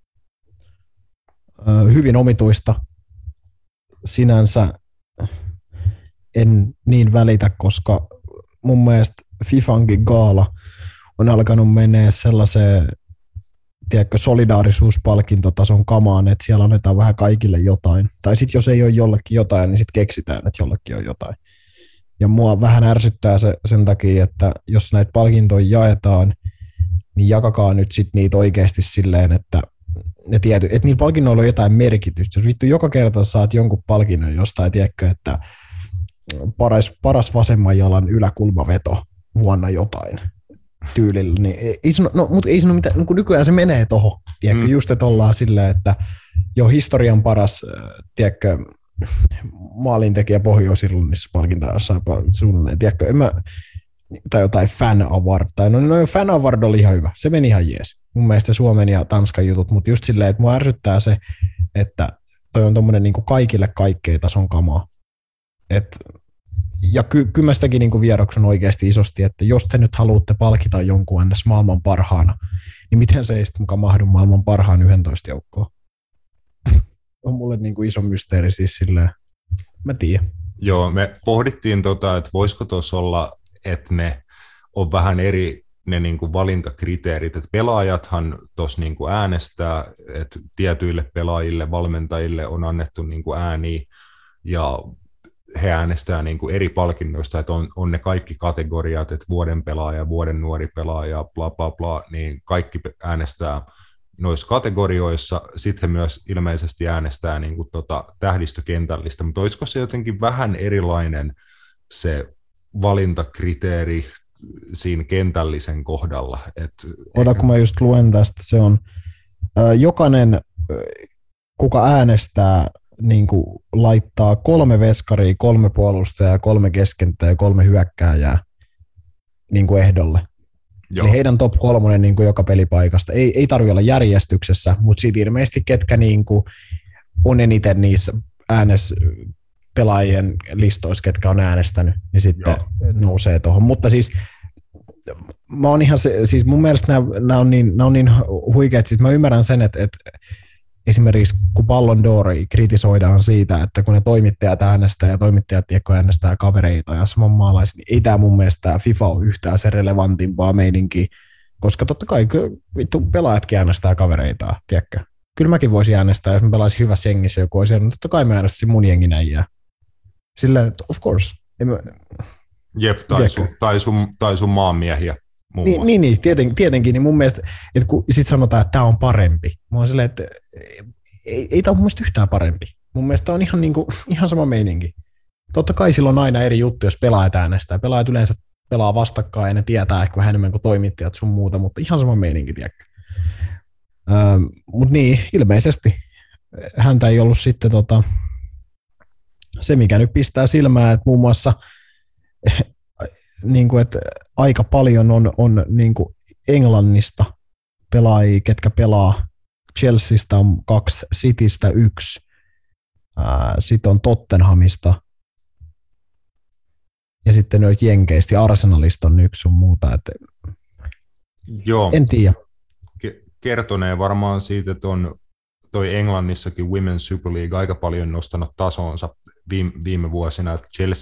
Hyvin omituista. Sinänsä en niin välitä, koska mun mielestä FIFAnkin gaala on alkanut menee sellaiseen, tiedätkö, solidaarisuuspalkintotason kamaan, että siellä annetaan vähän kaikille jotain. Tai sitten jos ei ole jollekin jotain, niin sitten keksitään, että jollekin on jotain. Ja mua vähän ärsyttää se sen takia, että jos näitä palkintoja jaetaan, niin jakakaa nyt sitten niitä oikeasti silleen, että että niillä palkinnoilla on jotain merkitystä. Jos vittu joka kerta saat jonkun palkinnon jostain, tiedätkö, että paras vasemman jalan yläkulmaveto vuonna jotain tyylillä, niin mutta ei sano mitään, kun nykyään se menee tohon, tiedätkö, just että ollaan silleen, että jo historian paras, tiedätkö, maalintekijä Pohjois-Irlannissa palkintaa jossain suunnilleen, tiedätkö, tai jotain fan award, tai no fan award oli ihan hyvä, se meni ihan jees, mun mielestä Suomen ja Tanskan jutut, mutta just silleen, että mua ärsyttää se, että toi on tommonen niin kuin kaikille kaikkea tason kamaa, ja kyllä mä sitäkin niin vieroksun oikeasti isosti, että jos te nyt haluatte palkita jonkun ennäs maailman parhaana, niin miten se ei sitten mukaan mahdu maailman parhaan 11 joukkoon? On mulle niin kuin iso mysteeri siis silleen, mä tiedän. Joo, me pohdittiin, että voisiko tuossa olla, että ne on vähän eri ne niin kuin valintakriteerit, että pelaajathan tuossa niin kuin äänestää, että tietyille pelaajille, valmentajille on annettu niin kuin ääniä, ja he äänestää niin kuin eri palkinnoista, että on ne kaikki kategoriat, että vuoden pelaaja, vuoden nuori pelaaja, bla bla bla, niin kaikki äänestää noissa kategorioissa. Sitten he myös ilmeisesti äänestää niin kuin tähdistökentällistä, mutta olisiko se jotenkin vähän erilainen se valintakriteeri siinä kentällisen kohdalla? Ota, kun mä just luen tästä, se on jokainen, kuka äänestää, niin kuin laittaa 3 veskaria, 3 puolustajaa, 3 keskentä ja 3 hyökkääjää niin kuin ehdolle. Joo. Eli heidän top 3 niin kuin joka pelipaikasta. Ei tarvitse olla järjestyksessä, mutta siitä ilmeisesti ketkä niin kuin on eniten niissä pelaajien listoissa, ketkä on äänestänyt, niin sitten nousee tuohon. Mutta siis mä oon ihan siis mun mielestä nämä on niin huikeat, siis mä ymmärrän sen, että esimerkiksi kun Ballon d'Or kritisoidaan siitä, että kun ne toimittajat äänestää ja toimittajat äänestää kavereita ja samanmaalaisia, niin ei tämä mun mielestä FIFA ole yhtään se relevantimpaa meininkiä, koska totta kai vittu pelaajatkin äänestää kavereitaan, tiedätkö? Kyllä mäkin voisin äänestää, jos mä pelaisin hyvässä jengissä joku olisi, mutta totta kai mä äänestäisin mun jengin äijää. Silleen, of course. Jep, tai sun maanmiehiä. Niin, tietenkin, niin mun mielestä, että kun sit sanotaan, että tämä on parempi, mä oon silleen, että ei tämä ole mun mielestä yhtään parempi. Mun mielestä tämä on ihan sama meininki. Totta kai sillä on aina eri juttu, jos pelaajat äänestää. Pelaajat yleensä pelaa vastakkain ja ne tietää ehkä vähän enemmän kuin toimittajat sun muuta, mutta ihan sama meininki, tiedätkö. Mutta niin, ilmeisesti häntä ei ollut sitten se, mikä nyt pistää silmään, että muun muassa niin kuin, että aika paljon on niin kuin Englannista pelaajia, ketkä pelaa. Chelseasta on 2, Citystä 1, sitten on Tottenhamista, ja sitten noita jenkeistä, ja Arsenalista on 1 sun muuta. Joo. En tiedä. Kertonee varmaan siitä, että on toi Englannissakin Women's Super League aika paljon nostanut tasonsa viime vuosina.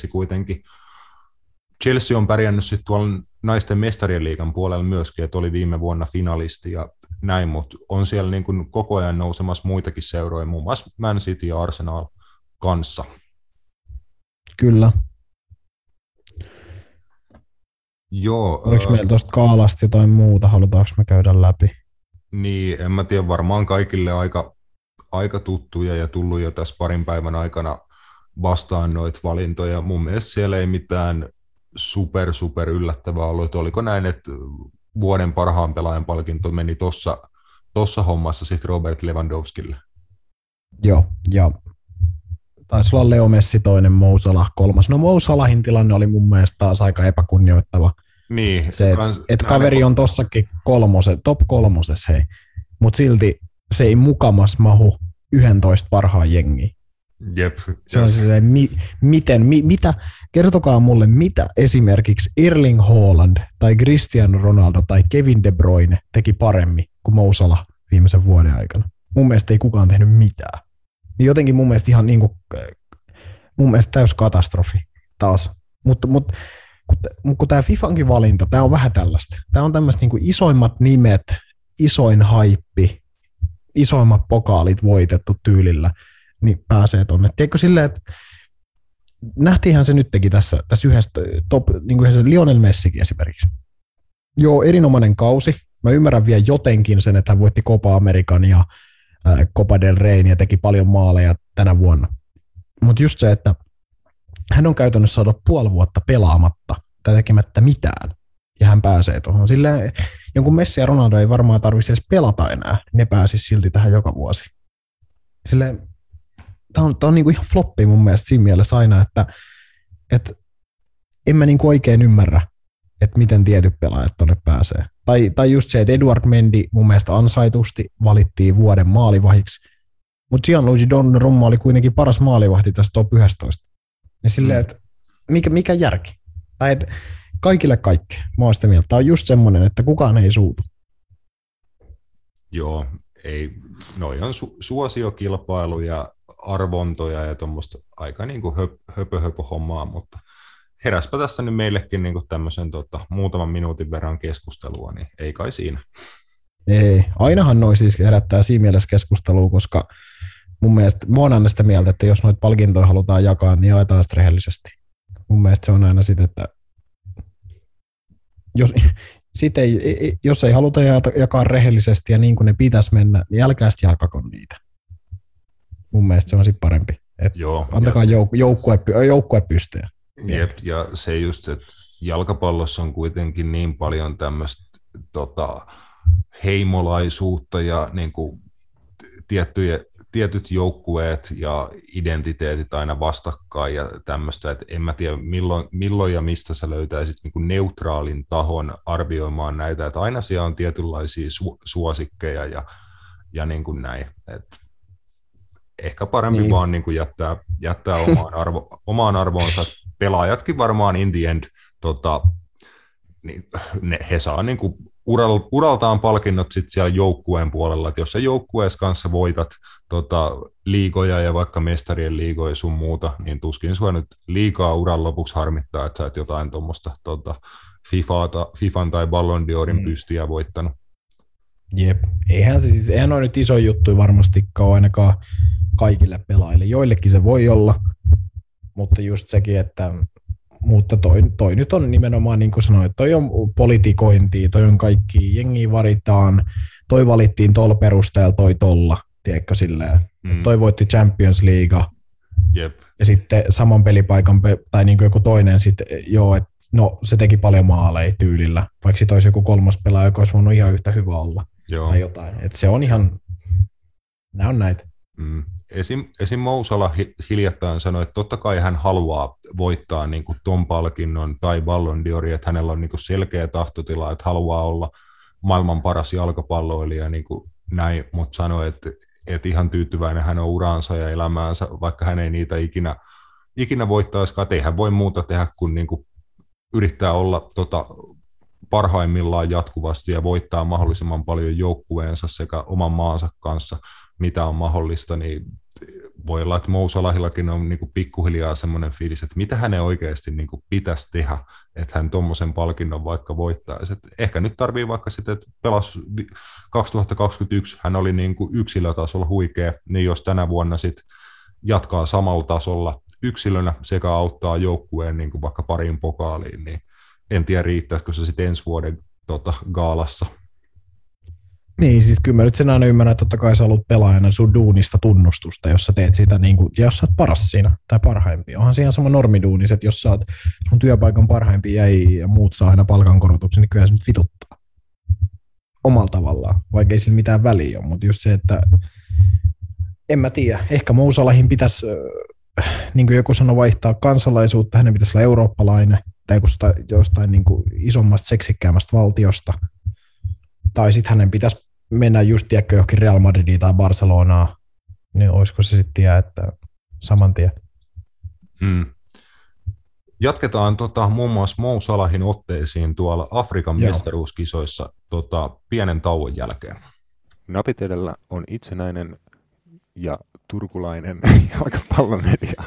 Chelsea on pärjännyt sitten tuolla naisten mestarien liigan puolella myöskin, että oli viime vuonna finalisti ja näin, mutta on siellä niin kuin koko ajan nousemassa muitakin seuroja, muun muassa Man City ja Arsenal kanssa. Kyllä. Joo. Oliko meillä tuosta Kaalasta jotain muuta, halutaanko me käydä läpi? Niin, en mä tiedä, varmaan kaikille aika tuttuja ja tullut jo tässä parin päivän aikana vastaan noita valintoja. Mun mielestä siellä ei mitään super yllättävää ollut, että oliko näin, että vuoden parhaan pelaajan palkinto meni tossa hommassa sitten Robert Lewandowskille. Joo, ja taisi olla Leo Messi toinen, Mo Salah 3. No Mo Salahin tilanne oli mun mielestä taas aika epäkunnioittava. Niin. Se, että kaveri on tossakin top 3, hei. Mutta silti se ei mukamas mahu 11 parhaan jengiin. Jep. Se on silleen, mitä, kertokaa mulle, mitä esimerkiksi Erling Haaland tai Cristiano Ronaldo tai Kevin De Bruyne teki paremmin kuin Mo Salah viimeisen vuoden aikana. Mun mielestä ei kukaan tehnyt mitään. Niin jotenkin mun mielestä ihan niinku, mun mielestä täys katastrofi taas. Mutta kun tämä FIFAnkin valinta, tämä on vähän tällaista. Tämä on tämmöistä niinku isoimmat nimet, isoin haippi, isoimmat pokaalit voitettu tyylillä, niin pääsee tonne. Tiedätkö silleen, että nähtiinhän se nytkin tässä yhdessä niin kuin se Lionel Messikin esimerkiksi. Joo, erinomainen kausi. Mä ymmärrän vielä jotenkin sen, että hän voitti Copa American ja Copa del Reyn ja teki paljon maaleja tänä vuonna. Mutta just se, että hän on käytännössä ollut puoli vuotta pelaamatta tai tekemättä mitään, ja hän pääsee tuohon. Silleen, jonkun Messi ja Ronaldo ei varmaan tarvitse edes pelata enää, ne pääsisi silti tähän joka vuosi. Silleen, tämä on niinku ihan floppi mun mielestä siinä mielessä aina, että en mä niinku oikein ymmärrä, että miten tietyt pelaajat tuonne pääsee. Tai just se, että Edward Mendy mun mielestä ansaitusti valittiin vuoden maalivahiksi, mutta Gianluigi Donnarumma oli kuitenkin paras maalivahti tässä top 11. Ja silleen, että mikä järki? Tai että kaikille kaikki. Mä oon sitä mieltä. Tämä on just semmoinen, että kukaan ei suutu. Joo, ei. Noi on suosiokilpailu ja arvontoja ja tuommoista aika niin kuin höpö hommaa, mutta heräspä tässä nyt meillekin niin kuin tämmöisen muutaman minuutin verran keskustelua, niin ei kai siinä. Ei, ainahan noi siis herättää siinä mielessä keskustelua, koska mun mielestä, mä oon aina sitä mieltä, että jos noita palkintoja halutaan jakaa, niin jaetaan sitä rehellisesti. Mun mielestä se on aina sitä, että jos ei haluta jakaa rehellisesti ja niin kuin ne pitäisi mennä, niin älkää sitten jakako niitä. Mun mielestä se on sitten parempi. Joo, antakaa joukkue pystyä. Jep, ja se just, että jalkapallossa on kuitenkin niin paljon tämmöistä heimolaisuutta ja niin kuin tietyt joukkueet ja identiteetit aina vastakkain ja tämmöistä, että en mä tiedä milloin ja mistä sä löytäisit niin kuin neutraalin tahon arvioimaan näitä, että aina siellä on tietynlaisia suosikkeja ja niin kuin näin. Et ehkä parempi niin. Vaan niin kuin jättää omaan arvoonsa. Pelaajatkin varmaan in the end, niin he saa niin kuin uraltaan palkinnot sit siellä joukkueen puolella, että jos sä joukkueessa kanssa voitat liigoja ja vaikka mestarien liigoja sun muuta, niin tuskin sua nyt liikaa uran lopuksi harmittaa, että sä et jotain tuommoista FIFAn tai Ballon d'Orin pystiä voittanut. Jep, eihän ole nyt iso juttu varmastikaan ole ainakaan kaikille pelaajille. Joillekin se voi olla, mutta just sekin, että mutta toi nyt on nimenomaan, niin kuin sanoin, toi on politikointia, toi on kaikki, jengiä varitaan, toi valittiin tuolla perusteella, toi tolla, tiedätkö silleen. Toi voitti Champions League, Jep. Ja sitten saman pelipaikan, tai niin kuin joku toinen, sitten, joo, että no se teki paljon maaleja tyylillä, vaikka sitten olisi joku kolmas pelaaja, joka olisi voinut ihan yhtä hyvä olla, joo. Tai jotain. Että se on ihan, nämä on näitä. Esim. Mo Salah hiljattain sanoi, että totta kai hän haluaa voittaa niin kuin ton palkinnon tai Ballon d'Orin, että hänellä on niin kuin selkeä tahtotila, että haluaa olla maailman paras jalkapalloilija niin kuin näin, mutta sanoi, että ihan tyytyväinen hän on uraansa ja elämäänsä, vaikka hän ei niitä ikinä voittaisikaan, että ei hän voi muuta tehdä kuin, yrittää olla parhaimmillaan jatkuvasti ja voittaa mahdollisimman paljon joukkueensa sekä oman maansa kanssa, mitä on mahdollista, niin voi olla, että Mo Salahillakin on pikkuhiljaa semmoinen fiilis, että mitä hänen oikeasti pitäisi tehdä, että hän tuommoisen palkinnon vaikka voittaisi. Et ehkä nyt tarvii vaikka sitten, että pelasi 2021, hän oli yksilötasolla huikea, niin jos tänä vuonna sitten jatkaa samalla tasolla yksilönä sekä auttaa joukkueen vaikka pariin pokaaliin, niin en tiedä riittäisikö se sitten ensi vuoden gaalassa. Niin, siis kyllä mä nyt sen aina ymmärrän, että totta kai sä haluat pelaajana sun duunista tunnustusta, jos sä teet sitä, ja jos sä oot paras siinä, tai parhaimpia. Onhan se ihan sama normiduunis, että jos sä oot sun työpaikan parhaimpia ja muut saa aina palkankorotuksen, niin kyllä se nyt vituttaa. Omalla tavallaan, vaikka ei sillä mitään väliä ole, mutta just se, että en mä tiedä, ehkä Mo Salahin pitäisi, niin kuin joku sanoi, vaihtaa kansalaisuutta, hänen pitäisi olla eurooppalainen, tai jostain niin kuin isommasta, seksikkäämästä valtiosta, tai sitten hänen pitäisi mennä just tiedäkö johonkin Real Madridiin tai Barcelonaan, niin olisiko se sitten että saman tien. Jatketaan muun muassa Mo Salahin otteisiin tuolla Afrikan mestaruuskisoissa pienen tauon jälkeen. Napit edellä on itsenäinen ja turkulainen jalkapallomedia.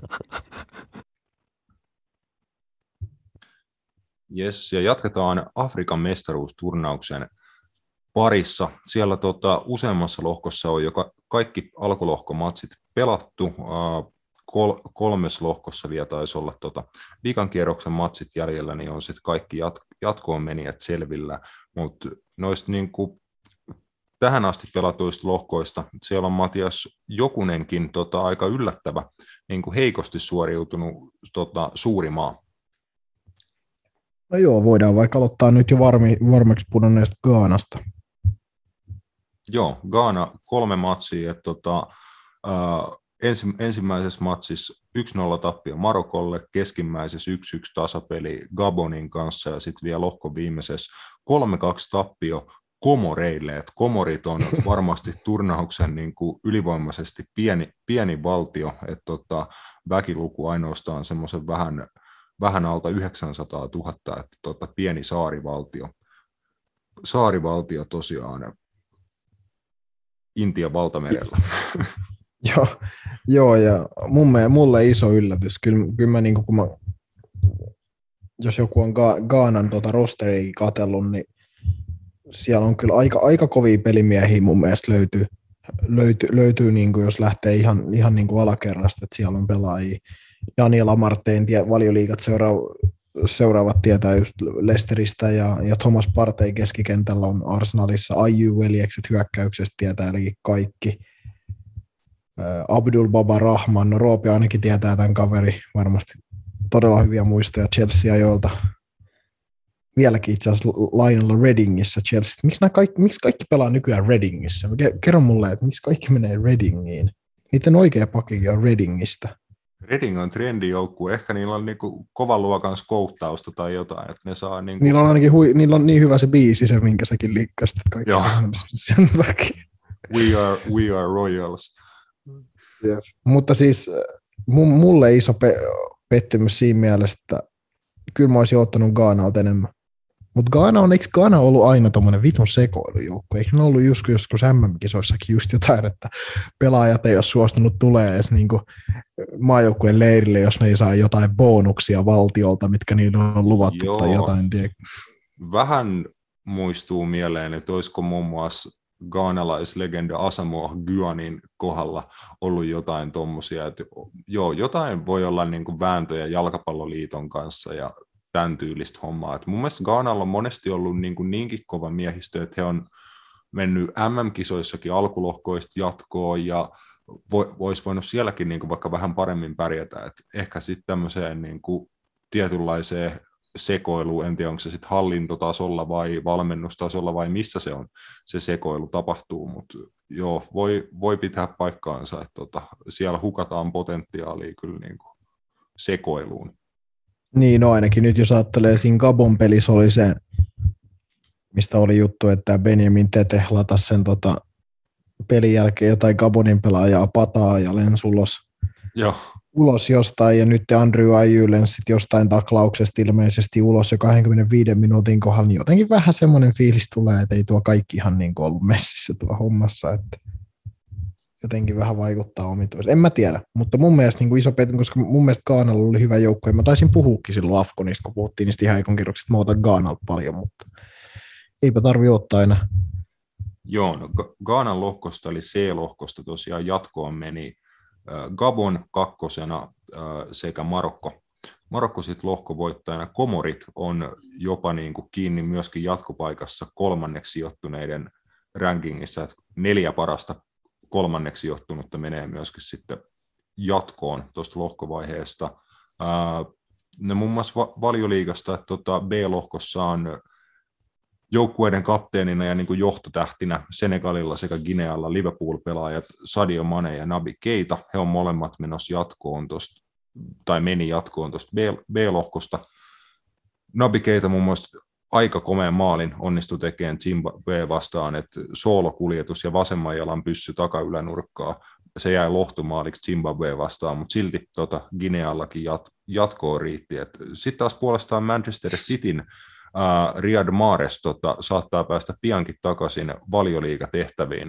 Yes, ja jatketaan Afrikan mestaruusturnauksen parissa. Siellä useammassa lohkossa on joka kaikki alkulohkomatsit pelattu. Kolmes lohkossa vielä taisi olla viikan kierroksen matsit jäljellä, niin on sitten kaikki jatkoon menijät selvillä. Mutta noista tähän asti pelatuista lohkoista siellä on Matias Jokunenkin aika yllättävä, heikosti suoriutunut suuri maa. No joo, voidaan vaikka aloittaa nyt jo varmaksi pudonneesta Ghanasta. Joo, Ghana 3 matsia, että ensimmäisessä matsissa 1-0 tappio Marokolle, keskimmäisessä 1-1 tasapeli Gabonin kanssa ja sitten vielä lohkon viimeisessä 3-2 tappio Komoreille, että Komorit on varmasti turnauksen ylivoimaisesti pieni valtio, että väkiluku ainoastaan semmoisen vähän alta 900 000, että pieni saarivaltio. Saarivaltio tosiaan Intian valtamerellä. Joo, ja mulle iso yllätys. Kyllä mä, jos joku on Ghanan rosteria katsellut, niin siellä on kyllä aika kovia pelimiehiä mun mielestä löytyy jos lähtee ihan alakerrasta, että siellä on pelaajia. Daniel Amartein Valioliigat seuraavat tietää just Leicesteristä ja Thomas Partey keskikentällä on Arsenalissa, Ayew-veljekset hyökkäyksestä tietää eli kaikki. Abdul Baba Rahman, no Roope ainakin tietää tämän kaveri, varmasti todella hyviä muistoja Chelsea-ajoilta. Vieläkin itse asiassa lainalla Readingissä Chelsea. Miksi kaikki pelaa nykyään Readingissä? Kerro mulle, että miksi kaikki menee Readingiin? Niiden oikea pakikin on Readingistä. Reading on trendijoukkue. Ehkä niillä on kovan luokan skouttausta tai jotain. Että ne saa Niillä on ainakin niillä on niin hyvä se biisi, se minkä säkin liikkasit. Joo. Sen takia. We are royals. Yeah. Mutta siis mulle iso pettymys siinä mielessä, että kyllä mä olisin ottanut Ghanalta enemmän. Mutta eikö Ghana ollut aina tommonen vitun sekoilujoukkue? Eikö ne ollut joskus MM-kisoissakin just jotain, että pelaajat ei ole suostunut tulee edes maajoukkueen leirille, jos ne ei saa jotain bonuksia valtiolta, mitkä niillä on luvattu. Joo, tai jotain. Vähän muistuu mieleen, että olisiko muun muassa ghanalaislegenda Asamoah Gyanin kohdalla ollut jotain tommosia, että joo, jotain voi olla vääntöjä jalkapalloliiton kanssa ja tämän tyylistä hommaa. Et mun mielestä Ghanalla on monesti ollut niinkin kova miehistö, että he on mennyt MM-kisoissakin alkulohkoista jatkoon ja vois voinut sielläkin vaikka vähän paremmin pärjätä. Et ehkä sitten tämmöiseen tietynlaiseen sekoiluun, en tiedä onko se sitten hallintotasolla vai valmennustasolla vai missä se sekoilu tapahtuu, mutta joo, voi pitää paikkaansa, että siellä hukataan potentiaalia kyllä sekoiluun. Niin, no ainakin nyt jos ajattelee, siinä Gabon pelissä oli se mistä oli juttu, että Benjamin Tete latasi sen pelin jälkeen jotain Gabonin pelaajaa pataa ja lensi ulos jostain, ja nyt Andrew Ayew lensi jostain taklauksesta ilmeisesti ulos jo 25 minuutin kohdalla, niin jotenkin vähän semmoinen fiilis tulee, että ei tuo kaikki ihan niin kuin ollut messissä tuo hommassa, että jotenkin vähän vaikuttaa omituisesti. En mä tiedä, mutta mun mielestä niin kuin iso pettymys, koska mun mielestä Ghanalla oli hyvä joukko, ja mä taisin puhuukin silloin Afconista, kun puhuttiin niistä ihan ekonkerroksista, mä otan Ghanalta paljon, mutta eipä tarvitse ottaa enää. Joo, no Ghanan lohkosta eli C-lohkosta tosiaan jatkoon meni Gabon kakkosena sekä Marokko. Marokko sitten lohkovoittajana. Komorit on jopa niin kuin kiinni myöskin jatkopaikassa kolmanneksi sijoittuneiden rankingissa. Että 4 parasta kolmanneksi sijoittunutta menee myöskin sitten jatkoon tuosta lohkovaiheesta. Ne muun muassa Valioliigasta, että B-lohkossa on joukkueiden kapteenina ja niin kuin johtotähtinä Senegalilla sekä Ginealla Liverpool-pelaajat Sadio Mane ja Naby Keita. He on molemmat menossa jatkoon meni jatkoon tuosta B-lohkosta. Naby Keita muun muassa aika komean maalin onnistui tekemään Zimbabwe vastaan, että soolokuljetus ja vasemman jalan pyssy takaylänurkkaa. Se jäi lohtumaaliksi Zimbabwe vastaan, mutta silti Gineallakin jatkoon riitti. Sitten taas puolestaan Manchester Cityn Riyad Mahrez saattaa päästä piankin takaisin Valioliigatehtäviin.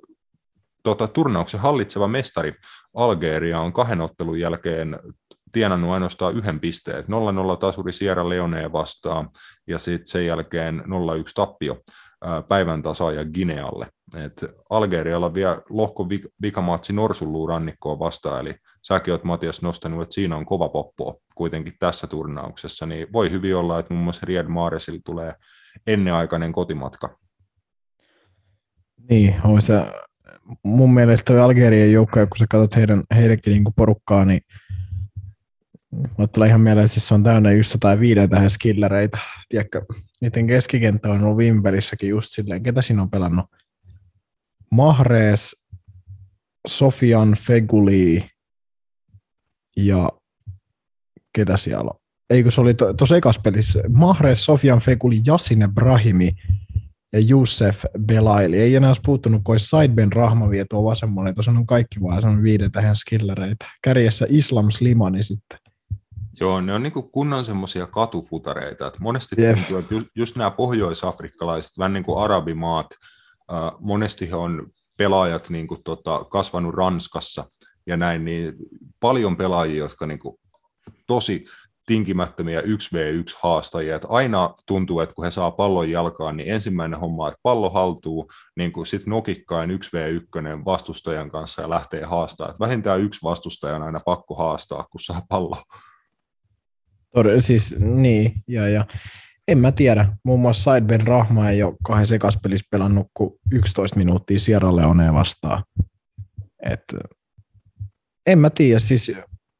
Turnauksen hallitseva mestari Algeria on 2 ottelun jälkeen tienannut ainoastaan 1 pisteen. 0-0 tasuri Sierra Leonea vastaan ja sitten sen jälkeen 0-1 tappio päivän tasaaja Ginealle. Algerialla on vielä lohkon vikamatsi Norsunluurannikkoa vastaan, eli säkin olet Matias nostanut, että siinä on kova poppo kuitenkin tässä turnauksessa, niin voi hyvin olla, että muun muassa Riyad Mahrezilla tulee ennenaikainen kotimatka. Niin, on se mun mielestä toi Algerian joukko, kun sä katsot heidänkin niinku porukkaa, niin mulle tulee ihan mieleen, että siis se on täynnä just jotain 5 tähän skillereitä. Tiedätkö, niiden keskikenttä on ollut viime pelissäkin just silleen, ketä siinä on pelannut? Mahrez, Sofian Feguli ja ketä siellä on? Eikö se oli tuossa ekas pelissä? Mahrez, Sofian Feguli, Yassine Brahimi ja Youssef Belaili. Ei enää olisi puuttunut, kun olisi Said Rahmavi tuo vasemmalle. Tuossa on kaikki vaan sanon 5 tähän skillereitä. Kärjessä Islam Slimani sitten. Joo, ne on niin kuin kunnon semmoisia katufutareita. Että monesti tuntuu, että just nämä pohjois-afrikkalaiset, vähän niin kuin arabimaat, monesti he on pelaajat niin kuin kasvanut Ranskassa ja näin, niin paljon pelaajia, jotka niin kuin tosi tinkimättömiä 1v1-haastajia. Että aina tuntuu, että kun he saa pallon jalkaan, niin ensimmäinen homma, että pallo haltuu, niin kuin sitten nokikkain 1v1 vastustajan kanssa ja lähtee haastamaan. Että vähintään 1 vastustaja on aina pakko haastaa, kun saa pallo. Siis niin, ja en mä tiedä. Muun muassa Said Rahma ei ole 2 sekaspelissä pelannut kuin 11 minuuttia Sierra Leonea vastaan. En mä tiedä, siis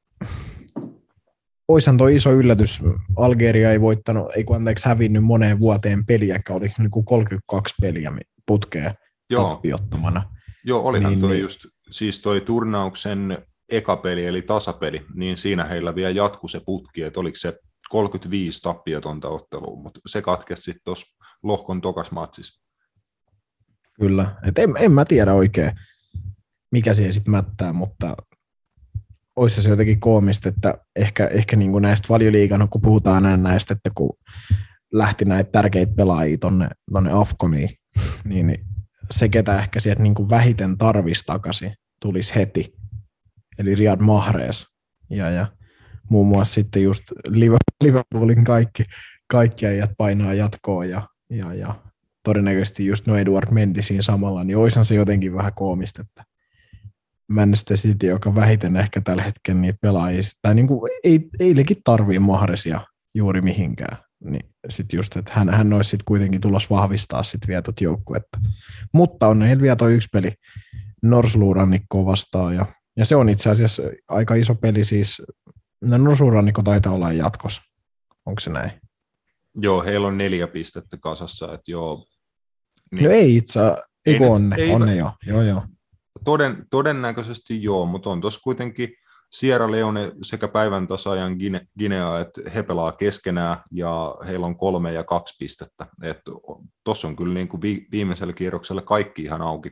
oishan toi iso yllätys. Algeria ei voittanut, hävinnyt moneen vuoteen peliäkään, oliko niin kuin 32 peliä putkeen tappiottomana. Joo, olihan toi just, siis toi turnauksen eka peli eli tasapeli, niin siinä heillä vielä jatkui se putki, että oliko se 35 tappiotonta ottelua, mutta se katkesi sitten tuossa lohkon tokasmatsissa. Kyllä, että en mä tiedä oikein, mikä siihen sitten mättää, mutta olisi se jotenkin koomista, että ehkä niin kuin näistä Valioliigan, kun puhutaan aina näistä, että kun lähti näitä tärkeitä pelaajia tonne Afconiin, niin se, ketä ehkä sieltä niin kuin vähiten tarvisi takaisin, tulisi heti. Eli Riyad Mahrez ja muun muassa sitten just Liverpoolin kaikki ajat painaa jatkoon ja todennäköisesti just Edouard Mendy siinä samalla, niin olisihan se jotenkin vähän koomista, että Manchester City, joka vähiten ehkä tällä hetkellä niitä pelaajia, tai niin kuin eilenkin tarvii Mahrezia juuri mihinkään, niin sitten just, että hän olisi sitten kuitenkin tulos vahvistaa sitten vielä tuota joukkuetta. Mutta on heillä vielä toi 1 peli Norsunluurannikkoa vastaan, ja se on itse asiassa aika iso peli siis. Norsunluurannikko taitaa olla jatkossa. Onko se näin? Joo, heillä on 4 pistettä kasassa. Että joo, niin. No ei itse asiassa. Onne joo. Todennäköisesti joo, mutta on tuossa kuitenkin Sierra Leone sekä päivän tasaajan Guinea, että he pelaa keskenään ja heillä on 3 ja 2 pistettä. Tuossa on kyllä niin kuin viimeisellä kierroksella kaikki ihan auki.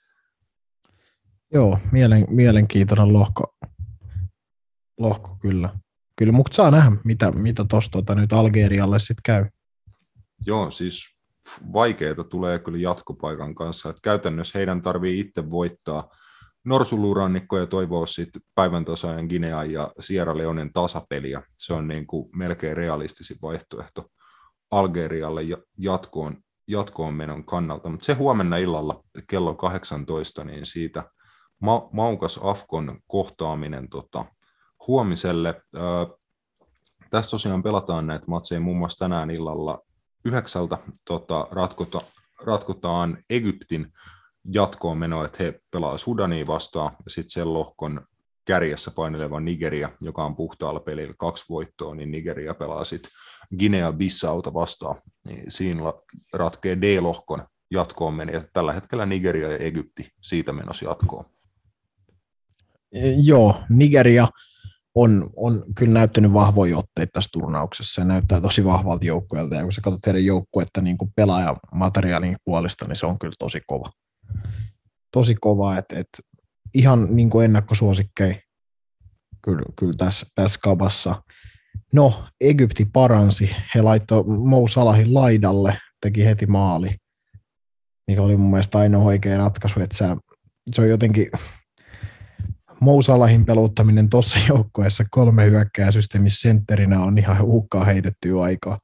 Joo, mielenkiintoinen lohko kyllä. Kyllä, mutta saa nähdä, mitä tuosta nyt Algerialle sitten käy. Joo, siis vaikeita tulee kyllä jatkopaikan kanssa. Että käytännössä heidän tarvii itse voittaa Norsulurannikko ja toivoa sitten päivän tasaajan Guinean ja Sierra Leonen tasapeliä. Se on niin kuin melkein realistisin vaihtoehto Algerialle jatkoon menon kannalta. Mutta se huomenna illalla kello 18, niin siitä maukas Afkon kohtaaminen huomiselle. Tässä tosiaan pelataan näitä matseja muun muassa tänään illalla 9 ratkotaan Egyptin jatkoon meno, että he pelaa Sudania vastaan ja sitten sen lohkon kärjessä paineleva Nigeria, joka on puhtaalla pelillä 2 voittoa, niin Nigeria pelaa sitten Guinea-Bissauta vastaan. Niin siinä ratkee D-lohkon jatkoon meni, ja tällä hetkellä Nigeria ja Egypti siitä menossa jatkoon. Joo, Nigeria on kyllä näyttänyt vahvoja otteita tässä turnauksessa. Se näyttää tosi vahvalta joukkueelta, ja kun sä katsot heidän joukkuetta niin kuin pelaajamateriaalin puolesta, niin se on kyllä tosi kova. Tosi kova, että ihan niin kuin ennakkosuosikkeja kyllä tässä kabassa. No, Egypti paransi. He laittoi Mo Salahin laidalle, teki heti maali, mikä oli mun mielestä ainoa oikea ratkaisu, että se on jotenkin Mo Salahin peluttaminen tuossa joukkueessa 3 hyökkääjäsysteemissä sentterinä on ihan hukkaan heitettyä aikaa.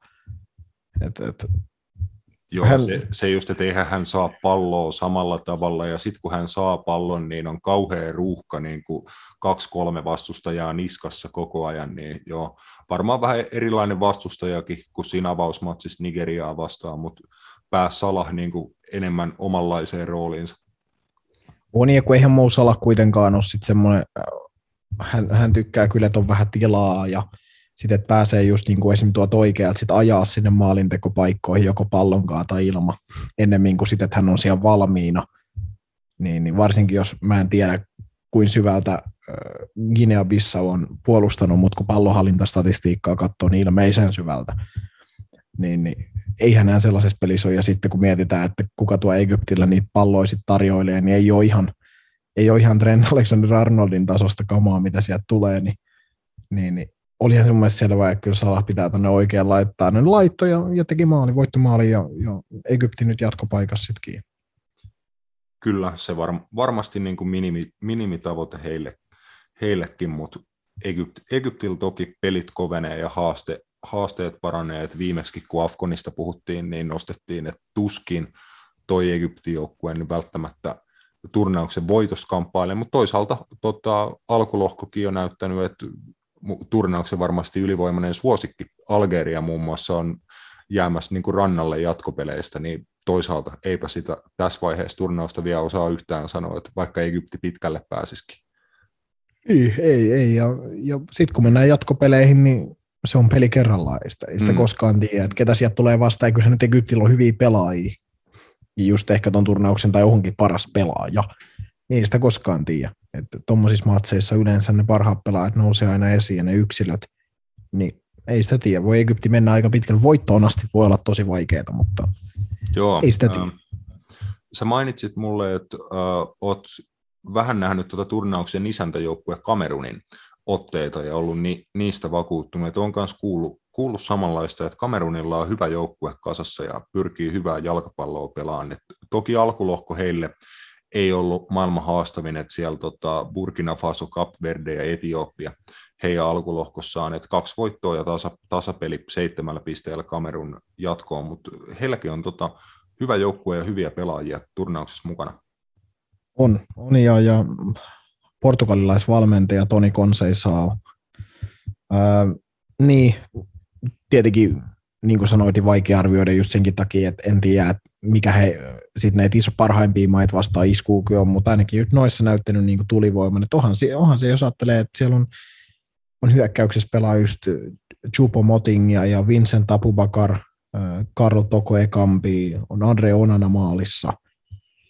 Joo, se just, että eihän hän saa palloa samalla tavalla, ja sitten kun hän saa pallon, niin on kauhea ruuhka, niin kuin 2-3 vastustajaa niskassa koko ajan, niin joo, varmaan vähän erilainen vastustajakin kuin siinä avausmatsissa Nigeriaa vastaan, mutta pääsi Salah niin kuin enemmän omanlaiseen rooliinsa. On, ja kun eihän Mo Salah kuitenkaan ole sitten semmoinen, hän tykkää kyllä, että on vähän tilaa, ja sitten, että pääsee just niin kuin esimerkiksi tuolta oikealta sit ajaa sinne maalintekopaikkoihin joko pallonkaan tai ilma, ennemmin kuin sitten, että hän on siellä valmiina. Niin varsinkin, jos mä en tiedä, kuin syvältä Guinea-Bissau on puolustanut, mutta kun pallonhallintastatistiikkaa katsoo, niin ilmeisen syvältä. Niin eihän nämä sellaisessa pelissä ole. Ja sitten kun mietitään, että kuka tuo Egyptillä niitä palloja sitten tarjoilee, niin ei ole ihan Trent Alexander-Arnoldin tasosta kamaa, mitä sieltä tulee, niin olihan se mun mielestä selvää, että kyllä Salah pitää tänne oikein laittaa. Ne laittoi ja teki maali, voittomaali ja Egypti nyt jatkopaikassa sitkin. Kyllä, se varmasti niin kuin minimitavoite heillekin, mutta Egyptillä toki pelit kovenee ja haasteet paranee. Et viimeksi kun Afkonista puhuttiin, niin nostettiin, että tuskin toi Egyptin joukkue niin välttämättä turnauksen voitosta kamppailee, mutta toisaalta alkulohkokin on näyttänyt, että turnauksen varmasti ylivoimainen suosikki Algeria muun muassa on jäämässä niin kuin rannalle jatkopeleistä, niin toisaalta eipä sitä tässä vaiheessa turnausta vielä osaa yhtään sanoa, että vaikka Egypti pitkälle pääsisikin. Ei. Ja sitten kun mennään jatkopeleihin, niin se on peli kerrallaan. Ei sitä koskaan tiedä, että ketä sieltä tulee vastaan. Ja kyllähän nyt Egyptillä on hyviä pelaajia. Just ehkä ton turnauksen tai johonkin paras pelaaja. Ei sitä koskaan tiedä. Tuommoisissa matseissa yleensä ne parhaat pelaajat nousee aina esiin ja ne yksilöt. Niin ei sitä tiedä. Voi Egypti mennä aika pitkälle. Voittoon asti voi olla tosi vaikeaa, mutta joo, ei sitä tiedä. Sä mainitsit mulle, että oot vähän nähnyt turnauksen isäntäjoukkue Kamerunin otteita ja ollut niistä vakuuttunut. Että on myös kuullut samanlaista, että Kamerunilla on hyvä joukkue kasassa ja pyrkii hyvää jalkapalloa pelaan. Et toki alkulohko heille ei ollut maailman haastavin, että siellä Burkina Faso, Cap Verde ja Etiopia heidän alkulohkossaan, että 2 voittoa ja tasapeli 7 pisteellä Kamerun jatkoon, mutta heilläkin on hyvä joukkue ja hyviä pelaajia turnauksessa mukana. On ja portugalilaisvalmentaja Toni Conceição. Niin, tietenkin, niin kuin sanoit, niin vaikea arvioida just senkin takia, että en tiedä, että mikä sitten näitä parhaimpia maita vastaan iskuukin on, mutta ainakin nyt noissa näyttänyt niin kuin tulivoiman. Onhan se, jos ajattelee, että siellä on hyökkäyksessä pelaa just Choupo-Moting ja Vincent Aboubakar, Karl Toko Ekambi, on Andre Onana maalissa.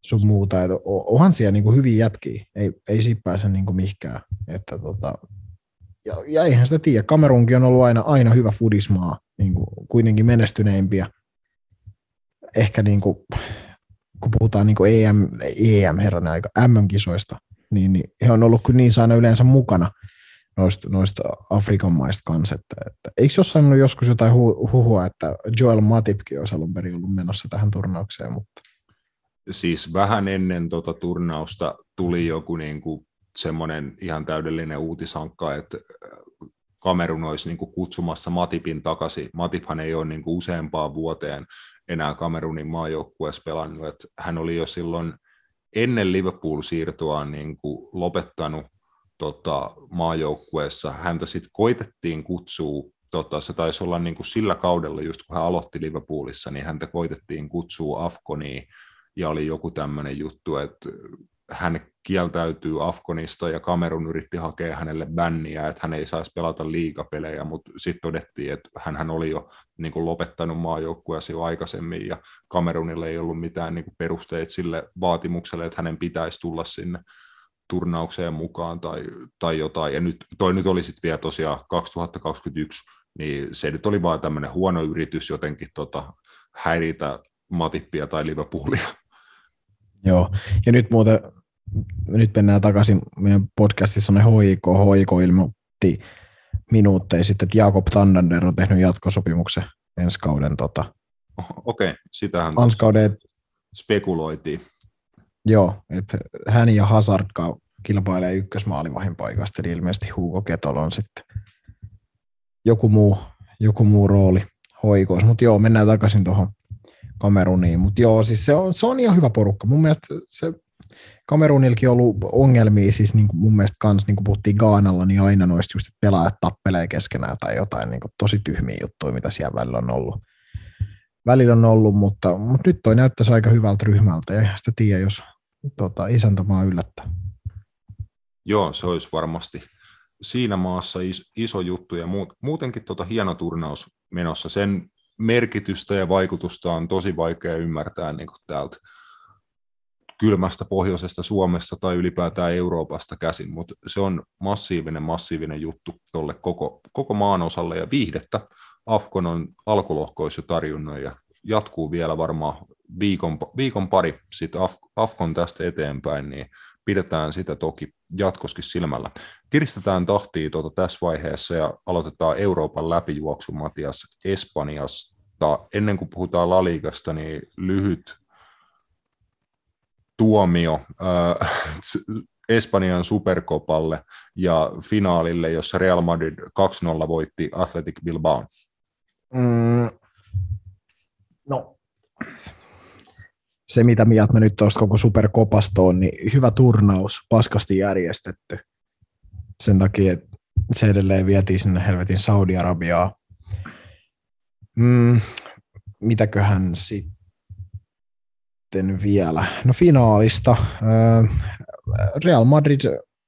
sun muuta. Et onhan siellä niin kuin hyviä jätkiä, ei siitä pääse niin kuin mihinkään. Että ja eihän sitä tiedä, Kamerunkin on ollut aina hyvä fudismaa, niin kuin kuitenkin menestyneimpiä. Ehkä niin kuin, kun puhutaan niin kuin herranen aika, MM-kisoista, niin he on ollut kyllä niin aina yleensä mukana noista Afrikan maista kanssa. Että eikö jossain ollut joskus jotain huhua, että Joel Matipkin olisi alun perin ollut menossa tähän turnaukseen? Mutta siis vähän ennen turnausta tuli joku niinku semmoinen ihan täydellinen uutishankka, että Kamerun olisi niinku kutsumassa Matipin takaisin. Matiphan ei ole niinku useampaan vuoteen enää Kamerunin maajoukkueessa pelannut. Että hän oli jo silloin ennen Liverpool-siirtoaan niinku lopettanut maajoukkueessa. Häntä sitten koitettiin kutsua, se taisi olla niinku sillä kaudella, just kun hän aloitti Liverpoolissa, niin häntä koitettiin kutsua Afconiin, ja oli joku tämmöinen juttu, että hän kieltäytyy Afconista, ja Kamerun yritti hakea hänelle bänniä, että hän ei saisi pelata liigapelejä, mutta sitten todettiin, että hän oli jo niin kuin lopettanut maajoukkueessa jo aikaisemmin, ja Kamerunilla ei ollut mitään niin kuin perusteita sille vaatimukselle, että hänen pitäisi tulla sinne turnaukseen mukaan tai jotain. Ja toi nyt oli sitten vielä tosiaan 2021, niin se nyt oli vaan tämmöinen huono yritys jotenkin häiritä Matippia tai Liverpoolia. joo, ja nyt mennään takaisin meidän podcastissa on HIK ilmoitti minuutteja sitten, että Jakob Tandander on tehnyt jatkosopimuksen ensi kauden. Okei, sitähän spekuloitiin. Joo, että hän ja Hazard kilpailee ykkösmaalivahin paikasta, eli ilmeisesti Hugo Ketol on sitten joku muu rooli hoikoissa. Mutta joo, mennään takaisin tuohon Kameruniin. Mutta joo, siis se on ihan hyvä porukka. Mun mielestä se Kamerunilkin on ollut ongelmia, siis niin kuin mun mielestä kans, niin kuin puhuttiin Ghanalla, niin aina noista just, että pelaajat tappelee keskenään tai jotain niin kuin tosi tyhmiä juttuja, mitä siellä välillä on ollut, mutta nyt toi näyttäisi aika hyvältä ryhmältä, ja eihän sitä tiedä, jos isäntämaa yllättää. Joo, se olisi varmasti siinä maassa iso juttu, ja muutenkin hieno turnaus menossa. Sen merkitystä ja vaikutusta on tosi vaikea ymmärtää niin kuin täältä kylmästä pohjoisesta Suomesta tai ylipäätään Euroopasta käsin, mutta se on massiivinen juttu tuolle koko maan osalle, ja viihdettä Afcon on alkulohkoissa jo tarjunnut, ja jatkuu vielä varmaan viikon pari sitten Afcon tästä eteenpäin, niin pidetään sitä toki jatkoskin silmällä. Kiristetään tahtia tässä vaiheessa ja aloitetaan Euroopan läpijuoksu, Matias, Espanjasta. Ennen kuin puhutaan La Ligasta, niin lyhyt tuomio Espanjan Supercopalle ja finaalille, jossa Real Madrid 2-0 voitti Athletic Bilbao. No, se mitä mieltä mä nyt tuosta koko Supercopasta on, niin hyvä turnaus, paskasti järjestetty. Sen takia, että se edelleen vietiin sinne helvetin Saudi-Arabiaa. Mitäköhän sitten vielä? No finaalista. Real Madrid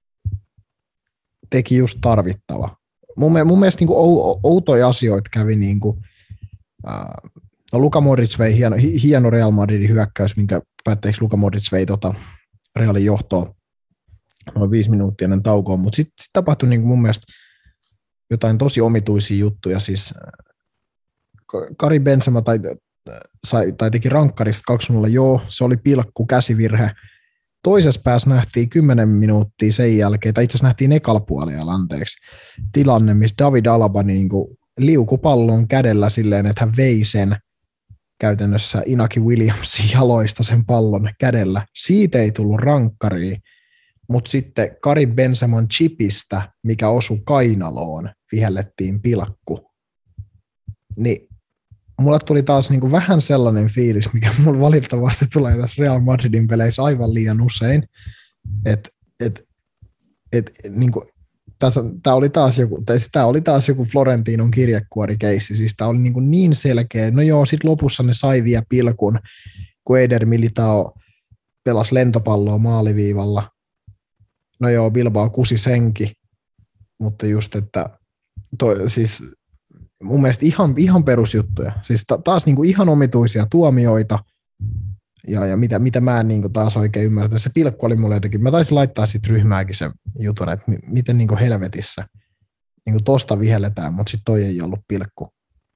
teki just tarvittava. Mun mielestä niin kuin outoja asioita kävi niin kuin, Luka Modric vei hieno Real Madridin hyökkäys, minkä päätteeksi Luka Modric vei Realin johtoa noin 5 minuuttia ennen taukoa, mutta sitten tapahtui niin kuin mun mielestä jotain tosi omituisia juttuja, siis Karim Benzema tai teki rankkarista 2-0, joo, se oli pilkku käsivirhe. Toisessa päässä nähtiin 10 minuuttia sen jälkeen, tai itse asiassa nähtiin ekalla puolella, tilanne, missä David Alaba niin kuin liuku pallon kädellä silleen, että hän vei sen käytännössä Inaki Williamsin jaloista sen pallon kädellä. Siitä ei tullut rankkaria, mutta sitten Karim Benzeman chipistä, mikä osui kainaloon, vihellettiin pilkku. Niin mulle tuli taas niinku vähän sellainen fiilis, mikä mulle valitettavasti tulee tässä Real Madridin peleissä aivan liian usein, että niinku tämä oli taas joku Florentinon kirjekuorikeissi, siis tämä oli niin selkeä. No joo, sitten lopussa ne sai vielä pilkun, kun Eder Militao pelasi lentopalloa maaliviivalla. No joo, Bilbao kusi senkin, mutta just, että siis mun mielestä ihan perusjuttuja. Siis taas ihan omituisia tuomioita, Ja mitä mä en niin taas oikein ymmärtänyt. Se pilkku oli mulle jotenkin, mä taisin laittaa sit ryhmääkin sen jutun, että miten niin helvetissä niin tosta vihelletään, mutta sitten toi ei ollut pilkku.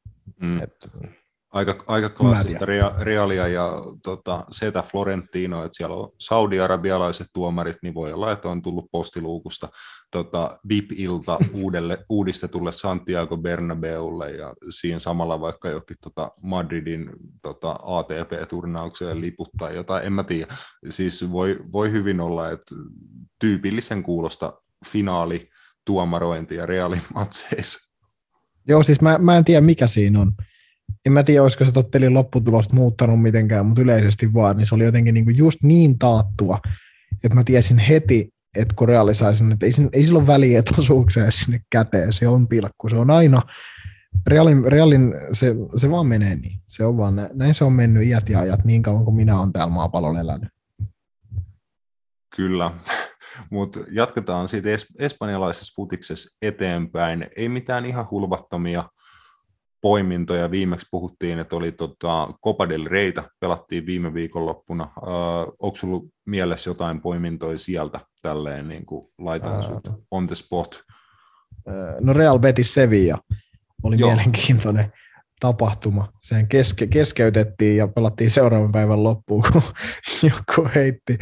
Aika klassista Realia ja Zeta Florentino, että siellä on saudi-arabialaiset tuomarit, niin voi olla, että on tullut postiluukusta VIP-ilta uudistetulle Santiago Bernabeulle ja siinä samalla vaikka jokin Madridin ATP-turnaukseen liput tai jotain, en mä tiedä. Siis voi hyvin olla, että tyypillisen kuulosta finaalituomarointia Realin matseissa. Joo, siis mä en tiedä mikä siinä on. En mä tiedä, olisiko se pelin lopputulosta muuttanut mitenkään, mutta yleisesti vaan, niin se oli jotenkin niinku just niin taattua, että mä tiesin heti, että kun realisaisin, että ei sillä ole väliä, että osuukseen sinne käteen, se on pilkku, se on aina, Realin se vaan menee niin, se on vaan, näin se on mennyt iät ja ajat niin kauan kuin minä olen täällä maapallolla elänyt. Kyllä, mutta jatketaan siitä espanjalaisessa futiksessa eteenpäin, ei mitään ihan hulvattomia poimintoja. Viimeksi puhuttiin, että oli Copa del Reytä, pelattiin viime viikonloppuna. Onko sinulla mielessä jotain poimintoja sieltä tälleen, niin kuin laitan sut on the spot? No Real Betis Sevilla oli mielenkiintoinen tapahtuma. Sen keskeytettiin ja pelattiin seuraavan päivän loppuun, kun joku heitti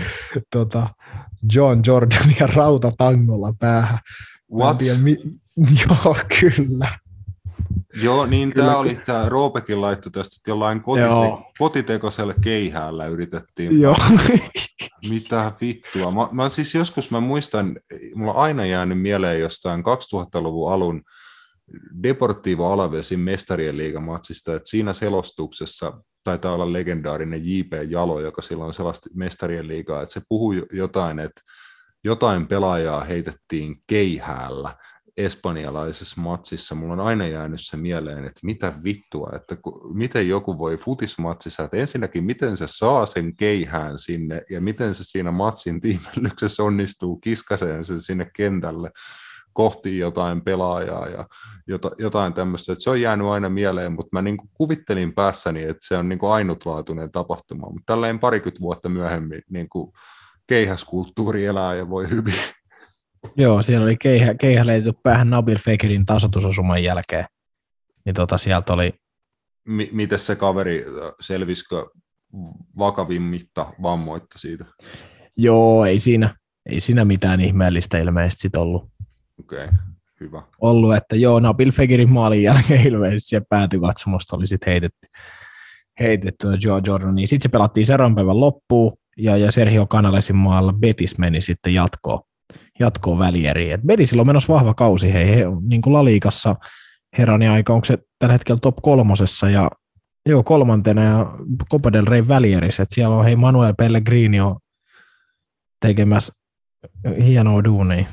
John Jordania rautatangolla päähän. What? Joo, kyllä. Joo, niin tämä oli tämä Roopekin laitto tästä, että jollain kotitekoisella keihäällä yritettiin. Joo. Mitä vittua. Mä siis joskus mä muistan, mulla on aina jäänyt mieleen jostain 2000-luvun alun Deportivo Alavesin mestarien liigamatsista, että siinä selostuksessa taitaa olla legendaarinen J.P. Jalo, joka silloin selasti mestarien liigaa, että se puhui jotain, että jotain pelaajaa heitettiin keihäällä espanjalaisessa matsissa. Mulla on aina jäänyt se mieleen, että mitä vittua, että miten joku voi futismatsissa, että ensinnäkin miten se saa sen keihään sinne ja miten se siinä matsin tiimellyksessä onnistuu kiskaseen sen sinne kentälle kohti jotain pelaajaa ja jotain tämmöistä, että se on jäänyt aina mieleen, mutta mä niin kuin kuvittelin päässäni, että se on niin kuin ainutlaatuinen tapahtuma, mutta tälleen parikymmentä vuotta myöhemmin niin kuin keihäskulttuuri elää ja voi hyvin. Joo, siellä oli keihä leitetty päähän Nabil Fekirin tasoitusosuman jälkeen, niin sieltä oli... Miten se kaveri, selvisikö vakavimmitta vammoitta siitä? Joo, ei siinä mitään ihmeellistä ilmeisesti sit ollut. Okei, hyvä. Ollut, että joo, Nabil Fekirin maalin jälkeen ilmeisesti se päätykatsomusta oli sitten heitetty Joe Jordaniin. Sitten se pelattiin seuraavan päivän loppuun, ja Sergio Canalesin maalla Betis meni sitten jatkoon välieriin. Et Betisillä on menossa vahva kausi, niin kuin La Ligassa herranin aika, onko se tällä hetkellä top 3 ja joo, 3. ja Copa del Rey välierissä, että siellä on Manuel Pellegrini tekemässä hienoa duunia.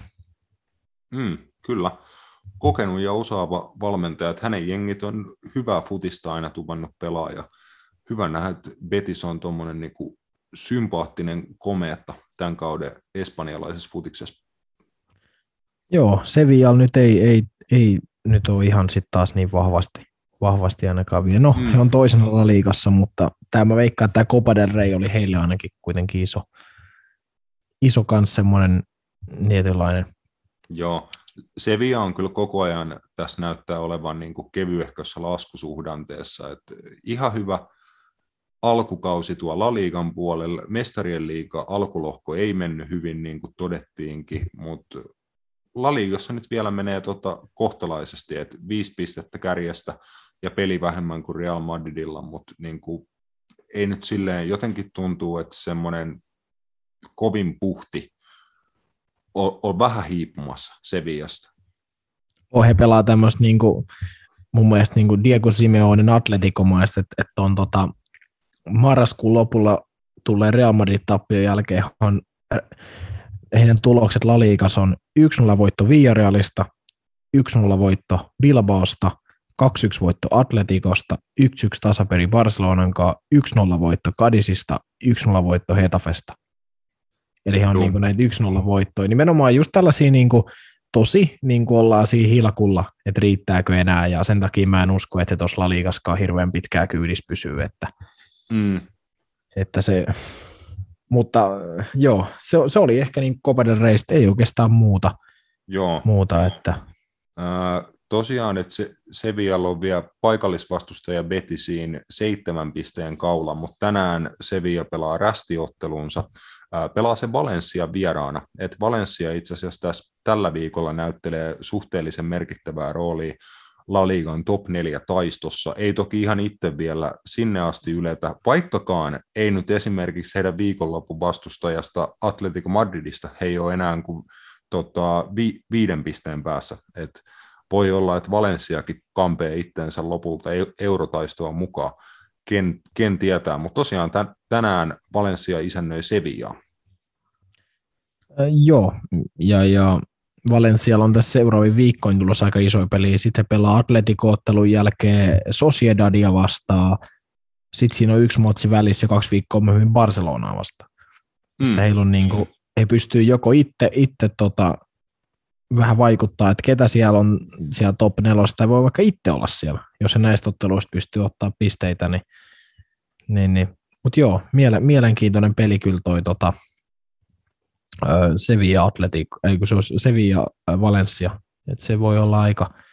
Kyllä, kokenut ja osaava valmentaja, että hänen jengit on hyvää futista aina tuvannut pelaaja. Hyvä nähdä, että Betis on tuommoinen niinku sympaattinen komeetta tämän kauden espanjalaisessa futiksessa. Joo, Sevilla nyt ei nyt ole ihan sitten taas niin vahvasti ainakaan vielä. No, he on toisena La Ligassa, mutta mä veikkaan, että tämä Copa del Rey oli heille ainakin kuitenkin iso kans semmoinen tietynlainen. Joo, Sevilla on kyllä koko ajan tässä näyttää olevan niin kuin kevyehkössä laskusuhdanteessa, että ihan hyvä alkukausi tuo La Ligan puolella. Mestarien liiga alkulohko ei mennyt hyvin, niin kuin todettiinkin, mutta La Ligassa nyt vielä menee kohtalaisesti, että 5 pistettä kärjestä ja peli vähemmän kuin Real Madridilla, mutta niin kuin, ei nyt silleen, jotenkin tuntuu, että semmoinen kovin puhti on vähän hiipumassa Sevillasta. He pelaa tämmöistä niin kuin, mun mielestä niin kuin Diego Simeonen Atletico-maista, että on marraskuun lopulla tulee Real Madrid-tappion jälkeen heidän tulokset La Ligassa on 1-0 voitto Villarrealista, 1-0 voitto Bilbaosta, 2-1 voitto Atleticosta, 1-1 tasaperi Barcelonan kanssa, 1-0 voitto Cadizista, 1-0 voitto Hetafesta. Eli ihan niin kuin näitä 1-0 voittoja. Nimenomaan just tällaisia niin kuin, tosi niin kuin ollaan siinä hilkulla, että riittääkö enää, ja sen takia mä en usko, että tuossa La Ligaskaan hirveän pitkää kyydissä pysyy. Että. Että se, mutta joo, se oli ehkä niin Copa del Reystä, ei oikeastaan muuta että Tosiaan, että Sevillalla on vielä paikallisvastustaja Betisiin 7 pisteen kaula, mutta tänään Sevilla pelaa rästiottelunsa. Pelaa se Valencia vieraana. Et Valencia itse asiassa tällä viikolla näyttelee suhteellisen merkittävää roolia La Ligan top 4 taistossa. Ei toki ihan itse vielä sinne asti yletä, vaikkakaan ei nyt esimerkiksi heidän viikonlopun vastustajasta Atletico Madridista he ei ole enää kuin 5 pisteen päässä. Et voi olla, että Valenciakin kampee itteensä lopulta eurotaistoa mukaan. Ken tietää, mutta tosiaan tänään Valencia isännöi Sevillaa. Joo, ja Valencialla on tässä seuraavin viikkoin tulossa aika isoja peliä. Sitten pelaa Atletico-ottelun jälkeen Sociedadia vastaan. Sitten siinä on 1 matsi välissä ja 2 viikkoa myöhemmin Barcelonaa vastaan. Heillä on niinku, he pystyy joko itse vähän vaikuttaa, että ketä siellä on siellä top 4, tai voi vaikka itse olla siellä, jos se näistä otteluista pystyy ottaa pisteitä. Niin. Mutta joo, mielenkiintoinen peli kyllä toi Sevilla Atletico, eikö se olisi Sevilla Valencia, että se voi olla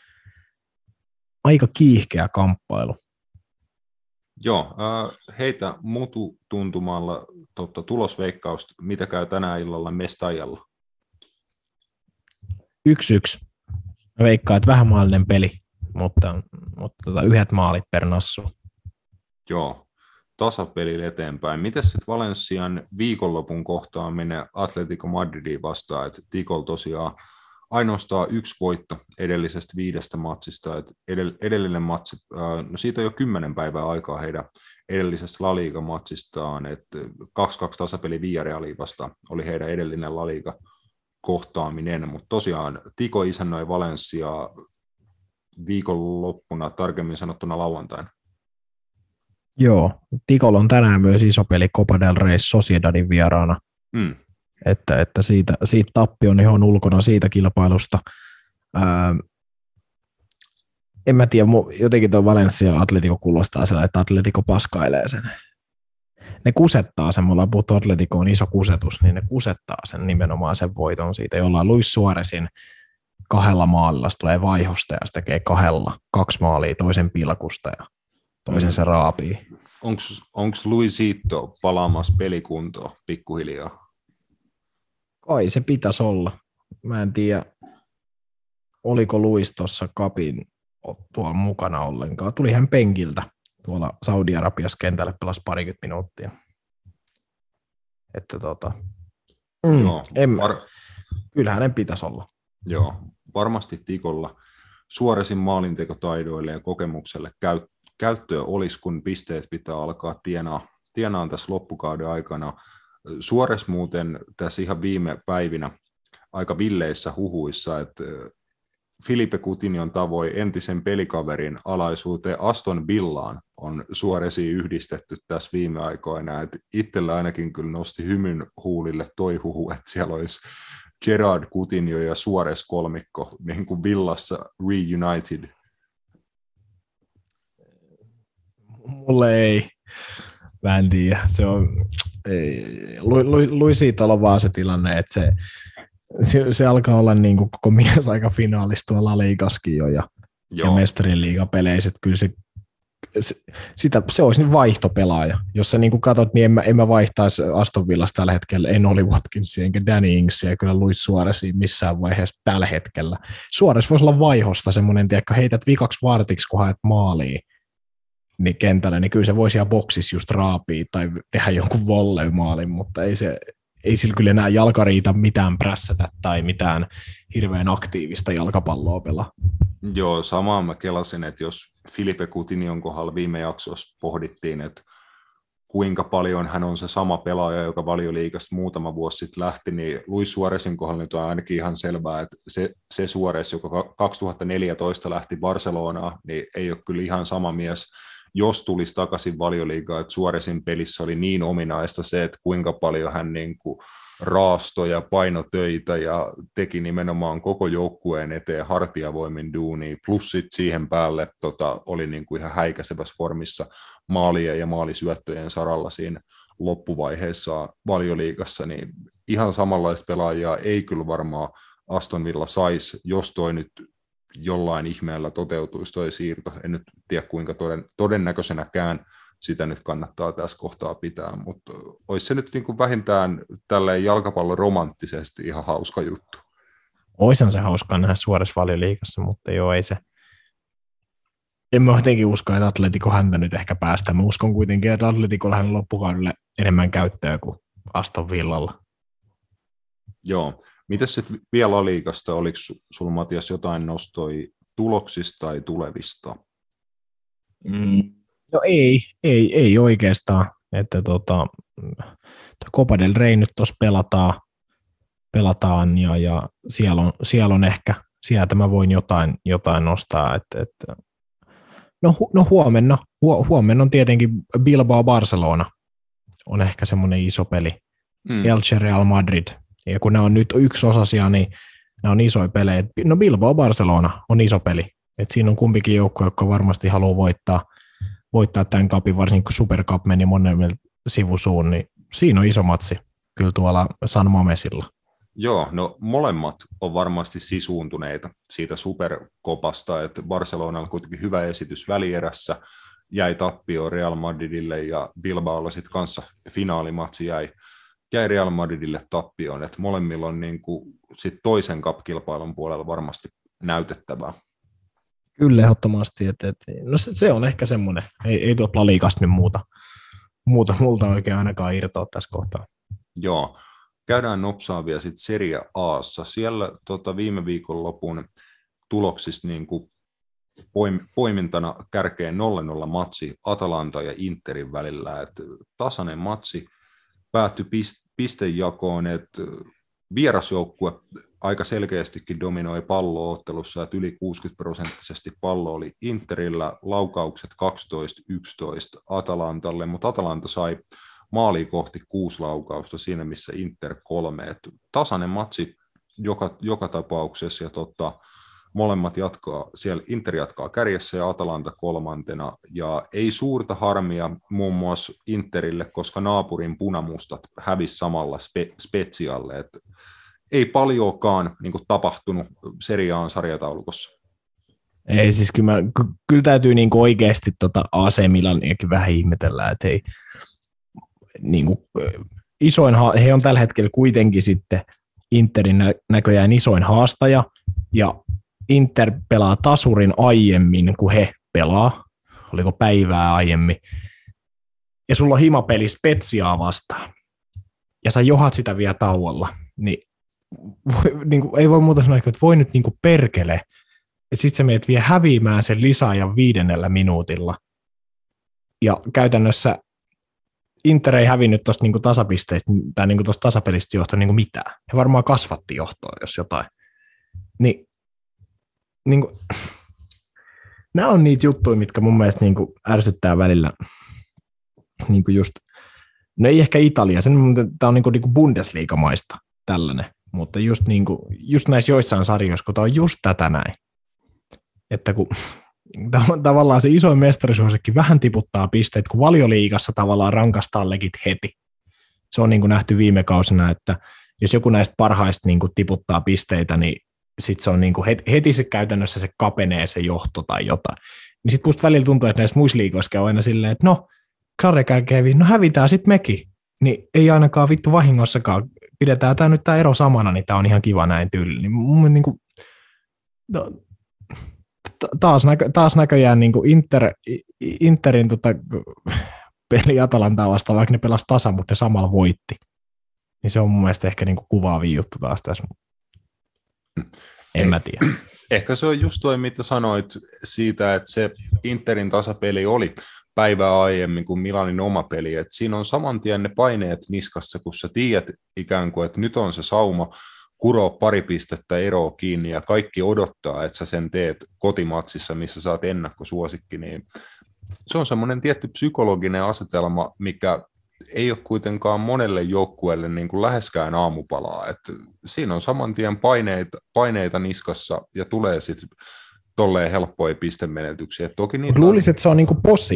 aika kiihkeä kamppailu. Joo, heitä mutu-tuntumalla tulosveikkausta, mitä käy tänään illalla Mestajalla? 1-1. Veikkaan, että vähämaallinen peli, mutta 1 maalit per nassu. Joo, tasapelillä eteenpäin. Miten sitten Valencian viikonlopun kohtaaminen Atletico Madridiin vastaan, että Tikol tosiaan ainoastaan 1 voitto edellisestä 5 matsista, että edellinen matsi, no siitä on jo 10 päivää aikaa heidän edellisestä La Liga-matsistaan, että 2-2 tasapeli Villarrealia vastaan oli heidän edellinen La Liga kohtaaminen, mutta tosiaan Tiko isännöi Valenciaa viikonloppuna, tarkemmin sanottuna lauantaina. Joo, Tikol on tänään myös iso peli Copa del Rey Sociedadin vieraana, että siitä tappio on ihan ulkona siitä kilpailusta. En mä tiedä, jotenkin tuo Valencia Atletico kuulostaa sellainen, että Atletico paskailee sen. Ne kusettaa sen, me ollaan puhuttu Atletico on iso kusetus, niin ne kusettaa sen nimenomaan sen voiton siitä, jolla Luis Suarezin 2 maalilla se tulee vaihosta ja se tekee 2 maalia toisen pilkusta ja toisen se raapii. Onko Luisito palaamassa pelikuntoon pikkuhiljaa? Kai se pitäisi olla. Mä en tiedä, oliko Luis tuossa kapin tuolla mukana ollenkaan. Tuli hän penkiltä tuolla Saudi-Arabiassa kentälle, pelasi 20 minuuttia. Että Joo, kyllähän hänen pitäisi olla. Joo, varmasti Tikolla Suarezin maalinteko-taidoille ja kokemukselle käyttöä olisi, kun pisteet pitää alkaa tienaan tässä loppukauden aikana. Suarez muuten tässä ihan viime päivinä aika villeissä huhuissa, että Filipe Coutinhon tavoin entisen pelikaverin alaisuuteen Aston Villaan on Suarezia yhdistetty tässä viime aikoina. Et itsellä ainakin kyllä nosti hymyn huulille toi huhu, että siellä olisi Gerard Coutinho ja Suarez kolmikko niin kuin Villassa reunited. Mulle ei. Mä en tiedä. Se on Luisitolla on vaan se tilanne, että se alkaa olla niin kuin koko mies aika finaalistua La Ligaskin jo ja Mestarin liigapeleissä. Kyllä se olisi niin vaihtopelaaja. Jos sä niin kuin katsot, niin en mä vaihtaisi Aston Villasta tällä hetkellä. En Oli Watkinsia enkä Danny Ingsia ja kyllä Luis Suarezia missään vaiheessa tällä hetkellä. Suarez voisi olla vaihosta semmoinen, tiedätkö, heität vikaksi vartiksi, kun haet maaliin niin kentällä, niin kyllä se voisi ihan boksissa just raapia tai tehdä jonkun volley-maalin, mutta ei sillä kyllä enää jalka riitä mitään prässätä tai mitään hirveän aktiivista jalkapalloa pelaa. Joo, samaan mä kelasin, että jos Filipe Coutinhon kohdalla viime jaksossa pohdittiin, että kuinka paljon hän on se sama pelaaja, joka Valioliigasta muutama vuosi sitten lähti, niin Luis Suarezin kohdalla nyt on ainakin ihan selvää, että se Suarez, joka 2014 lähti Barcelonaan, niin ei ole kyllä ihan sama mies, jos tulisi takaisin Valioliigaan, että Suarezin pelissä oli niin ominaista se, että kuinka paljon hän niin kuin raastoi ja painotöitä ja teki nimenomaan koko joukkueen eteen hartiavoimin duunia, plus sitten siihen päälle oli niin kuin ihan häikäisevässä formissa maalien ja maalisyöttöjen saralla siinä loppuvaiheessa Valioliigassa, niin ihan samanlaista pelaajaa ei kyllä varmaan Aston Villa saisi, jos toi nyt jollain ihmeellä toteutuisi toi siirto. En nyt tiedä kuinka todennäköisenäkään sitä nyt kannattaa tässä kohtaa pitää, mutta olisi se nyt niin kuin vähintään tälleen jalkapallon romanttisesti ihan hauska juttu. Oishan se hauskaa nähdä suorassa Valioliigassa, mutta joo, ei se. En mä jotenkin usko, että Atletico häntä nyt ehkä päästä. Mä uskon kuitenkin, että Atleticolla hän loppukaudelle enemmän käyttöä kuin Aston Villalla. Joo. Mitäs sitten vielä liigasta? Oliko sulla, Matias, jotain nostoi tuloksista tai tulevista? No ei oikeastaan. Että Copa del Rey nyt tuossa pelataan ja siellä on ehkä, sieltä mä voin jotain nostaa. No huomenna on tietenkin Bilbao-Barcelona on ehkä semmoinen iso peli. Elche Real Madrid. Ja kun nämä on nyt yksiosaisia, niin nämä on isoja pelejä. No Bilbao-Barcelona on iso peli. Et siinä on kumpikin joukko, joka varmasti haluaa voittaa tämän cupin, varsinkin kun Super Cup meni monelle sivusuun, niin siinä on iso matsi kyllä tuolla San Mamesilla. Joo, no molemmat on varmasti sisuuntuneita siitä Superkopasta, että Barcelonalla kuitenkin hyvä esitys välierässä, jäi tappio Real Madridille ja Bilbaolla sitten kanssa finaalimatsi jäi Real Madridille tappioon, että molemmilla on niin kuin sit toisen cup-kilpailun puolella varmasti näytettävää. Kyllä ehdottomasti, no se on ehkä semmoinen, ei tuolta Liigasta nyt muuta multa oikein ainakaan irtoa tässä kohtaa. Joo, käydään nopsaan vielä sitten Serie A:ssa. Siellä viime viikonlopun tuloksista niin kuin poimintana kärkeen 0-0 matsi Atalanta ja Interin välillä, että tasainen matsi päättyi pistejakoon, että vierasjoukkue aika selkeästikin dominoi pallo-ottelussa, että yli 60% pallo oli Interillä, laukaukset 12-11 Atalantalle, mutta Atalanta sai maaliin kohti 6 laukausta siinä, missä Inter 3. Että tasainen matsi joka tapauksessa, ja molemmat jatkaa, siellä Inter jatkaa kärjessä ja Atalanta kolmantena, ja ei suurta harmia muun muassa Interille, koska naapurin punamustat hävisi samalla Spezialle, että ei paljoakaan niin kuin tapahtunut Serie A:n sarjataulukossa. Ei siis kyllä täytyy niin kuin oikeasti AC Milaniakin vähän ihmetellä, että hei, niin kuin, he on tällä hetkellä kuitenkin sitten Interin näköjään isoin haastaja, ja Inter pelaa tasurin aiemmin kuin he pelaa, oliko päivää aiemmin, ja sulla on himapeli Speziaa vastaan, ja sä johat sitä vielä tauolla, niin ei voi muuta sanoa, että voi nyt niin kuin perkele, että sit sä meet vielä häviämään sen lisaajan 5. minuutilla, ja käytännössä Inter ei hävinnyt tuosta niin kuin tasapisteistä, tai niin kuin tuosta tasapelistä johtaa niin kuin mitään. He varmaan kasvatti johtoa, jos jotain. Niin kuin, nämä on niitä juttuja, mitkä mun mielestä niin kuin ärsyttää välillä. Niin kuin just, no ei ehkä Italia, tämä on niin kuin Bundesliga-maista tällainen, mutta just näissä joissain sarjoissa, kun tämä on just tätä näin. Että kun tavallaan se isoin mestarisuosikki vähän tiputtaa pisteet, kun Valioliigassa tavallaan rankastaa legit heti. Se on niin kuin nähty viime kausina, että jos joku näistä parhaista niin kuin tiputtaa pisteitä, niin sitten se on niin kuin heti se käytännössä se kapenee se johto tai jotain. Niin sitten musta välillä tuntuu, että näissä muissa liigoissa on aina silleen, että no, sarjakärkeviin, no hävitään sitten mekin. Niin ei ainakaan vittu vahingossakaan. Pidetään tämä ero samana, niin tämä on ihan kiva näin tyyli. Niin mun niin kuin, taas näköjään niin kuin Interin peli Atalantaa vastaan, vaikka ne pelasi tasan, mutta ne samalla voitti. Niin se on mun mielestä ehkä niin kuin kuvaavin juttu taas tässä. En mä tiedä. Ehkä se on just toi, mitä sanoit siitä, että se Interin tasapeli oli päivää aiemmin kuin Milanin oma peli. Et siinä on saman tien ne paineet niskassa, kun sä tiedät ikään kuin, että nyt on se sauma, kuroa pari pistettä eroa kiinni ja kaikki odottaa, että sä sen teet kotimatsissa, missä sä oot ennakkosuosikki, niin se on semmoinen tietty psykologinen asetelma, mikä ei ole kuitenkaan monelle joukkueelle niin kuin läheskään aamupalaa. Et siinä on saman tien paineita niskassa ja tulee sitten tolleen helppoja pistemenetyksiä. Toki niitä luulisin, että se on niin kuin posi.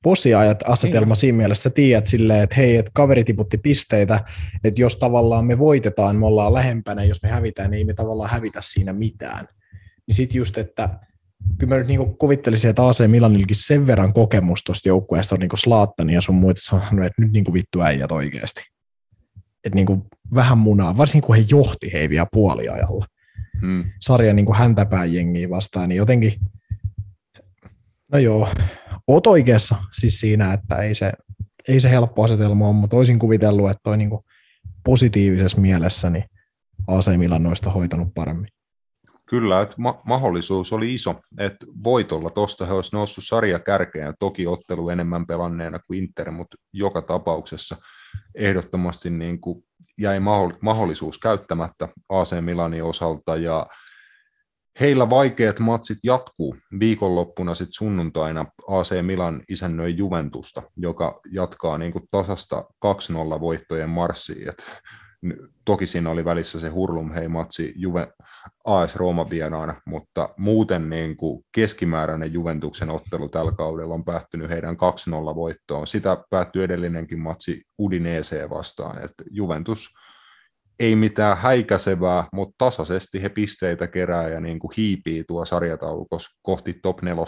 asetelma siinä mielessä, sä tiedät silleen, että hei, että kaveri tiputti pisteitä, että jos tavallaan me voitetaan, me ollaan lähempänä, jos me hävitään, niin ei me tavallaan hävitä siinä mitään. Niin sit just, että kyllä mä nyt niinku kuvittelisin, että AC Milanillekin sen verran kokemus tuosta joukkueesta on niinku Zlatan ja sun muut, että nyt niinku vittu äijät oikeasti. Että niinku vähän munaa, varsinkin kun he johti heitä vielä puoliajalla. Sarjan niinku häntäpään jengiä vastaan, niin jotenkin, no joo, oot oikeassa siis siinä, että ei se helppo asetelma ole, mutta olisin kuvitellut, että toi niinku positiivisessa mielessä niin AC Milan noista hoitanut paremmin. Kyllä, että mahdollisuus oli iso, että voitolla tuosta he olisi noussut sarjakärkeen, toki ottelu enemmän pelanneena kuin Inter, mutta joka tapauksessa ehdottomasti niin kuin jäi mahdollisuus käyttämättä AC Milanin osalta, ja heillä vaikeat matsit jatkuu. Viikonloppuna sitten sunnuntaina AC Milan isännöi Juventusta, joka jatkaa niin kuin tasasta 2-0 voittojen marssiin. Toki siinä oli välissä se Hurlumhei-matsi AS Rooma vieraana, mutta muuten niin kuin keskimääräinen Juventuksen ottelu tällä kaudella on päättynyt heidän 2-0 voittoon. Sitä päättyi edellinenkin matsi Udinese vastaan. Että Juventus ei mitään häikäisevää, mutta tasaisesti he pisteitä kerää ja niin kuin hiipii tuo sarjataulukossa kohti top 4.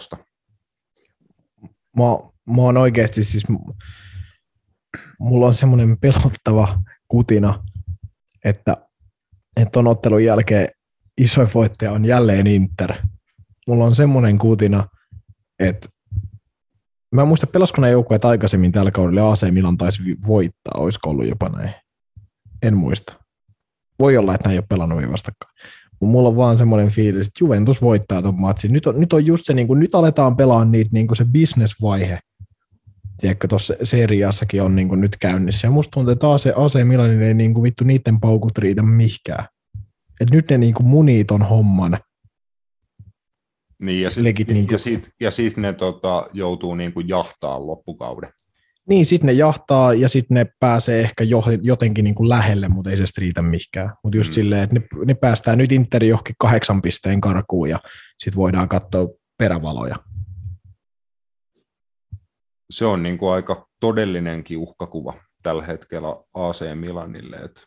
Mä oon oikeasti siis, mulla on semmoinen pelottava kutina, että ton ottelun jälkeen isoin voittaja on jälleen Inter. Mulla on semmoinen kutina, että mä en muista, pelasko nämä joukkueet aikaisemmin tällä kaudella AC Milan taisi voittaa, olisiko ollut jopa näin. En muista. Voi olla, että nämä ei ole pelannut vastakkain. Mulla on vaan semmoinen fiilis, että Juventus voittaa ton matsin. Nyt on just se, niin kun nyt aletaan pelaa niitä, niin se business-vaihe. Tiedätkö, tuossa seriassakin on niin nyt käynnissä. Ja musta tuntuu, että AC Milanin ei niin vittu niiden paukut riitä mihinkään. Et nyt ne niin munii ton homman. Niin, ja sit ne joutuu niin jahtaa loppukauden. Niin, sitten ne jahtaa ja sitten ne pääsee ehkä jotenkin niin kuin lähelle, mutta ei se riitä mihinkään. Mutta just silleen, että ne päästään nyt Interin johonkin 8 pisteen karkuun ja sitten voidaan katsoa perävaloja. Se on niin kuin aika todellinenkin uhkakuva tällä hetkellä AC Milanille. Että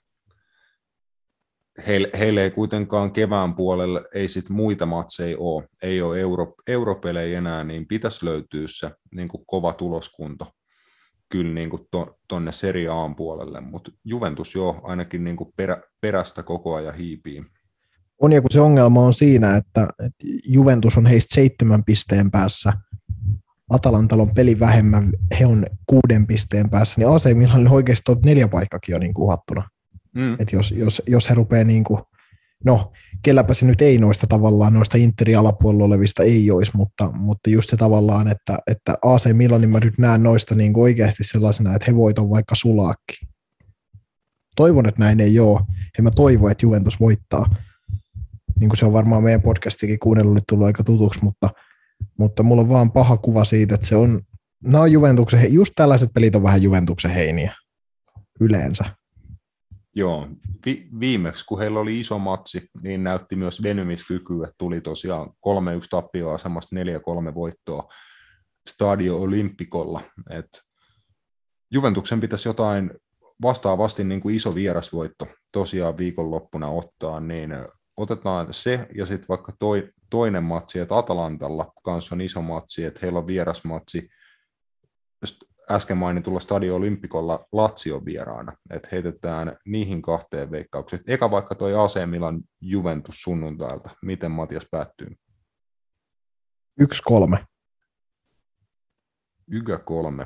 heille ei kuitenkaan kevään puolelle ei sit muita matseja ole. Ei ole europelejä enää, niin pitäisi löytyä se niin kuin kova tuloskunto kyllä niin kuin tonne Serie A:n puolelle, mutta Juventus jo ainakin niin kuin perästä koko ajan hiipii. On, ja kun se ongelma on siinä, että Juventus on heistä 7 pisteen päässä, Atalantalla on peli vähemmän, he on 6 pisteen päässä, niin AC Milanilla oikeasti top 4 paikkakin on niin kuin uhattuna. Että jos he rupeaa niin kuin, no, kelläpä se nyt ei noista tavallaan, noista Interin alapuolella olevista ei olisi, mutta just se tavallaan, että AC Milanin mä nyt näen noista niin kuin oikeasti sellaisena, että he voiton vaikka sulaakin. Toivon, että näin ei ole, ja mä toivon, että Juventus voittaa. Niin kuin se on varmaan meidän podcastikin kuunnellut tullut aika tutuksi, mutta mulla on vaan paha kuva siitä, että se on, nämä on Juventuksen, just tällaiset pelit on vähän Juventuksen heiniä yleensä. Joo, viimeksi kun heillä oli iso matsi, niin näytti myös venymiskykyä, että tuli tosiaan 3-1 tappioasemasta 4-3 voittoa Stadio Olimpicolla. Et Juventuksen pitäisi jotain vastaavasti niin kuin iso vierasvoitto tosiaan viikonloppuna ottaa, niin otetaan se ja sitten vaikka toinen matsi, että Atalantalla kanssa on iso matsi, että heillä on vierasmatsi äsken mainitulla Stadio Olimpicolla Lazio vieraana, että heitetään niihin 2 veikkaukseen. Eka vaikka toi AC Milan Juventus sunnuntailta. Miten Matias päättyy? 1-3. 1-3.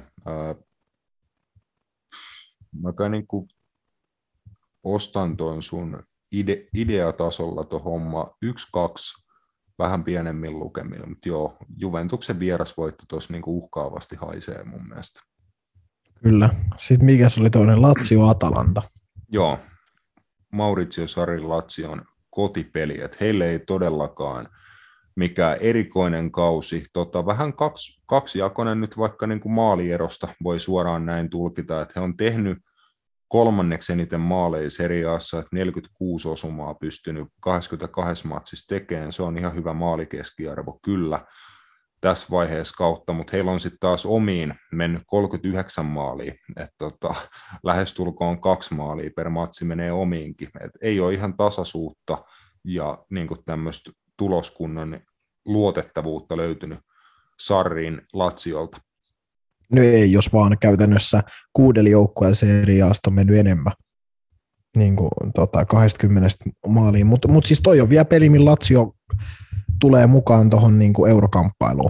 Mä kai niin kuin ostan tuon sun ideatasolla tuon homma 1-2 vähän pienemmin lukemilla, mutta joo, Juventuksen vierasvoitto tuossa niin kuin uhkaavasti haisee mun mielestä. Kyllä. Sitten mikä se oli toinen? Lazio Atalanta. Joo, Maurizio Sarrin Lazion kotipeli, että heille ei todellakaan mikään erikoinen kausi. Vähän kaksijakoinen nyt vaikka niin kuin maalierosta voi suoraan näin tulkita, että he on tehnyt 3. eniten maaleja Serie A:ssa, että 46 osumaa pystynyt 22 matsissa tekemään. Se on ihan hyvä maalikeskiarvo, kyllä. tässä vaiheessa kautta, mutta heillä on sitten taas omiin mennyt 39 maalia, että lähestulkoon 2 maalia per matsi menee omiinkin, et ei ole ihan tasaisuutta ja niin tämmöistä tuloskunnan luotettavuutta löytynyt Sarriin Laziolta. No ei, jos vaan käytännössä 6 joukkueella seriaasta on mennyt enemmän niin kuin, 20 maaliin, mutta siis toi on vielä peli, millä Lazio tulee mukaan tuohon niin eurokamppailuun.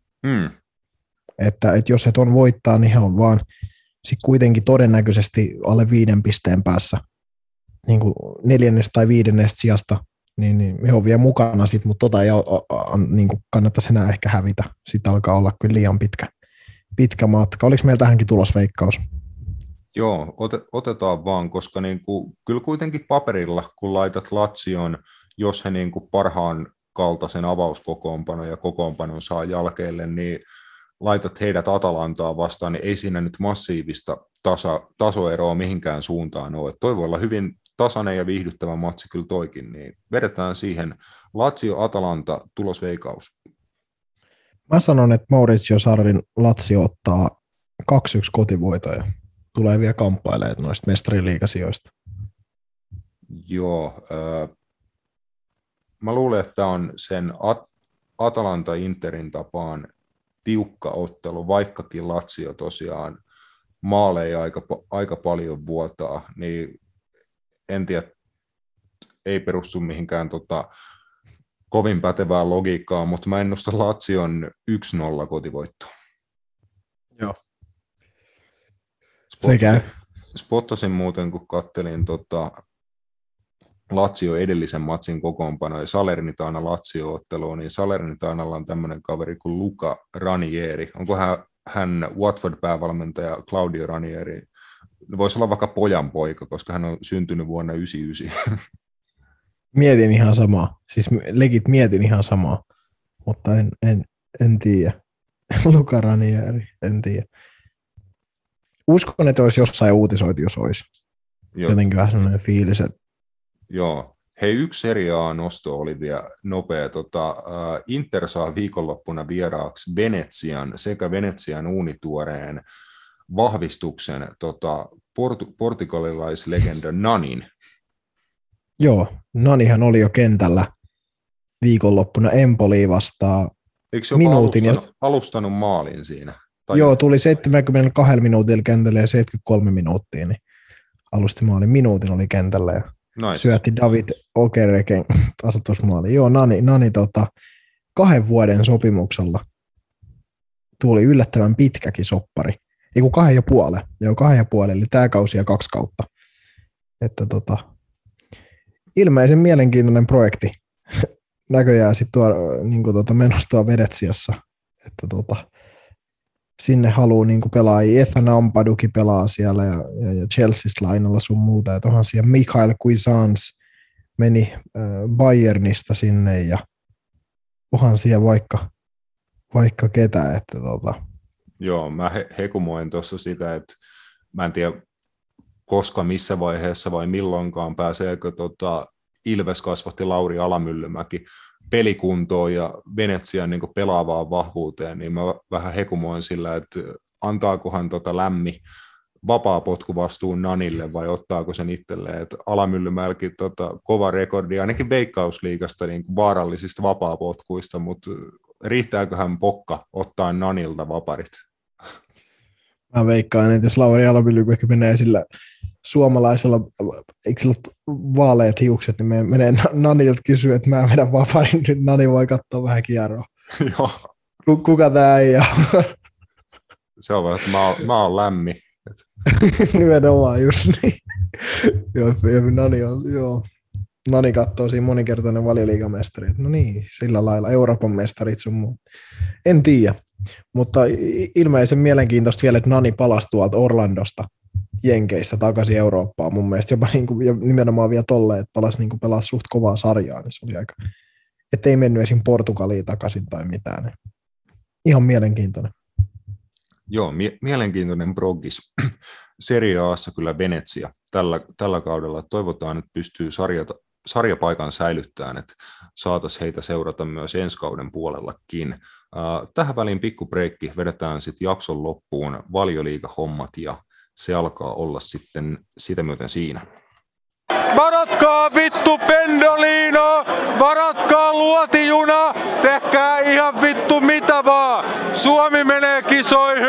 Että jos et on voittaa, niin he on vaan sit kuitenkin todennäköisesti alle 5 pisteen päässä niin kuin 4. tai 5. sijasta, niin he on vielä mukana sit, mutta ei niin kannattaisi enää ehkä hävitä. Sitten alkaa olla kyllä liian pitkä matka. Oliko meillä tähänkin tulosveikkaus? Joo, otetaan vaan, koska kyllä kuitenkin paperilla, kun laitat Lazioon, jos he parhaan kaltaisen avauskokoonpanon ja kokoonpanon saa jälkeelle, niin laitat heidät Atalantaa vastaan, niin ei siinä nyt massiivista tasoeroa mihinkään suuntaan ole. Toi voi olla hyvin tasainen ja viihdyttävä matsi kyllä toikin, niin vedetään siihen Lazio-Atalanta tulosveikaus. Mä sanon, että Maurizio Sarrin Lazio ottaa 2-1 kotivoitoja. Tulee vielä kamppailemaan noista mestariliigasijoista. Joo, mä luulen, että on sen Atalanta-Interin tapaan tiukka ottelu, vaikkakin Lazio tosiaan maaleja aika paljon vuotaa, niin en tiedä, ei perustu mihinkään kovin pätevää logiikkaa, mutta mä ennustan Lazion 1-0 kotivoittoa. Joo. Se käy. Spottasin muuten, kun kattelin Lazio edellisen matsin kokoonpano ja Salernitana Lazio-ottelua, niin Salernitanalla on tämmöinen kaveri kuin Luca Ranieri. Onko hän Watford-päävalmentaja Claudio Ranieri? Voisi olla vaikka pojan poika, koska hän on syntynyt vuonna 1999. Mietin ihan samaa. Siis mietin ihan samaa, mutta en tiedä. Luca Ranieri, en tiedä. Uskon, että olisi jossain uutisoitu, jos olisi. Jotenkin vähän sellainen fiilis, että... Joo. Hei, yksi Serie A-nosto oli vielä nopea. Inter saa viikonloppuna vieraaksi Venetsian sekä Venetsian uunituoreen vahvistuksen portugalilaislegenda Nanin. Joo, Nanihan oli jo kentällä viikonloppuna Empoliin vastaan. Eikö se jopa alustanut maalin siinä? Joo, tuli 72 minuutilla kentälle ja 73 minuuttia, niin alusti maalin. Minuutin oli kentällä ja syötti David Okereken tasoitusmaali. Joo, Nani 2 vuoden sopimuksella tuli yllättävän pitkäkin soppari. Ei kun 2,5. Joo, 2,5, eli tämä kausi ja 2 kautta. Että ilmeisen mielenkiintoinen projekti. Näköjään sitten menostoa Venetsiassa. Että sinne haluaa niinku pelaajia. Ethan Ampaduki pelaa siellä ja Chelseasta lainalla sun muuta. Ja tuohon siellä Mikhail Cuisance meni Bayernista sinne ja onhan siellä vaikka ketä. Että Joo, mä hekumoin tuossa sitä, että mä en tiedä koska, missä vaiheessa vai milloinkaan pääseekö Ilves kasvatti Lauri Alamyllymäki pelikuntoon ja Venetsian niin pelaavaan vahvuuteen, niin mä vähän hekumoin sillä, että antaakohan lämmi vapaa-potkuvastuun Nanille vai ottaako sen itselleen, että Alamyllymäki kova rekordi ainakin Veikkausliigasta niin vaarallisista vapaa-potkuista, mutta riittääköhän pokka ottaa Nanilta vaparit? Mä veikkaan, että jos Lauri Alamyllymäki menee sillä suomalaisella, eikö sillä ole vaaleat hiukset, niin menee Nanilta kysyä, että mä vedän vaparin, nyt Nani voi katsoa vähän kierroa. Joo. Kuka tää ei ole? Se on vähän, että mä oon lämmin. Nimenomaan just niin. Nani katsoo siinä monikertainen Valioliigamestari. No niin, sillä lailla Euroopan mestarit sun muu. En tiedä, mutta ilmeisen mielenkiintoista vielä, että Nani palasi tuolta Orlandosta Jenkeistä takaisin Eurooppaan mun mielestä. Jopa ja nimenomaan vielä tolleen, että palasi pelaa suht kovaa sarjaa, niin se oli aika, että ei mennyt esim. Portugaliin takaisin tai mitään. Niin ihan mielenkiintoinen. Joo, mielenkiintoinen proggis. Serie A:ssa kyllä Venetsia tällä kaudella. Toivotaan, että pystyy sarjapaikan säilyttämään, että saataisiin heitä seurata myös ensi kauden puolellakin. Tähän väliin pikku breikki, vedetään sitten jakson loppuun Valioliiga-hommat ja se alkaa olla sitten sitä myöten siinä. Varatkaa vittu Pendolino, varatkaa luotijuna, tehkää ihan vittu mitä vaan. Suomi menee kisoihin!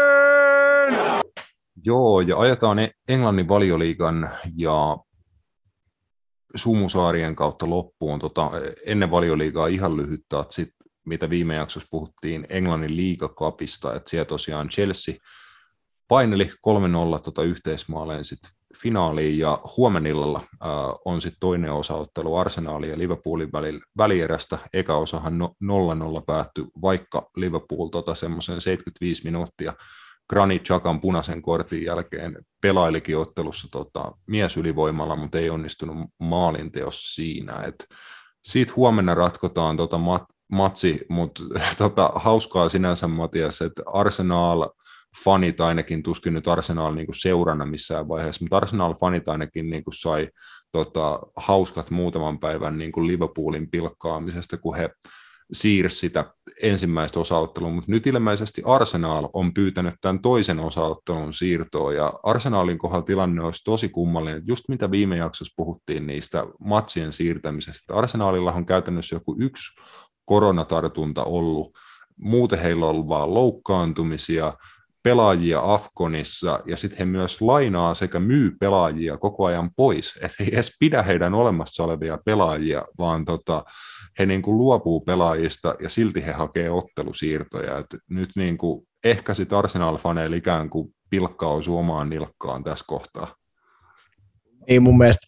Joo, ja ajetaan Englannin Valioliigan ja Sumusaarien kautta loppuun. Ennen Valioliigaa ihan lyhyt tatsi, mitä viime jaksossa puhuttiin Englannin liigacupista, että siellä tosiaan Chelsea paineli 3-0 yhteismaaleen sitten finaaliin, ja huomenillalla on sitten toinen osaottelu Arsenalin ja Liverpoolin välierästä. Eka osahan 0-0 päättyi, vaikka Liverpool semmoisen 75 minuuttia Granit Xhakan punaisen kortin jälkeen pelailikin ottelussa miesylivoimalla, mutta ei onnistunut maalinteossa siinä. Siitä huomenna ratkotaan matsi, mutta hauskaa sinänsä, Matias, että Arsenal-fanit ainakin, tuskin nyt Arsenal niinku seurana missään vaiheessa, mutta Arsenal-fanit ainakin niinku sai hauskat muutaman päivän niinku Liverpoolin pilkkaamisesta, kun he siirsi sitä ensimmäistä osaottelua, mutta nyt ilmeisesti Arsenal on pyytänyt tämän toisen osaottelun siirtoa, ja Arsenalin kohdalla tilanne olisi tosi kummallinen, just mitä viime jaksossa puhuttiin niistä matsien siirtämisestä. Arsenalilla on käytännössä joku yksi koronatartunta ollut, muuten heillä on ollut vaan loukkaantumisia, pelaajia Afkonissa, ja sitten he myös lainaa sekä myy pelaajia koko ajan pois, että he edes pidä heidän olemassa olevia pelaajia, vaan he niin kuin luopuu pelaajista, ja silti he hakee ottelusiirtoja. Et nyt niin kuin ehkä sitten Arsenal-faneilla ikään kuin pilkka osuu omaan nilkkaan tässä kohtaa. Ei mun mielestä,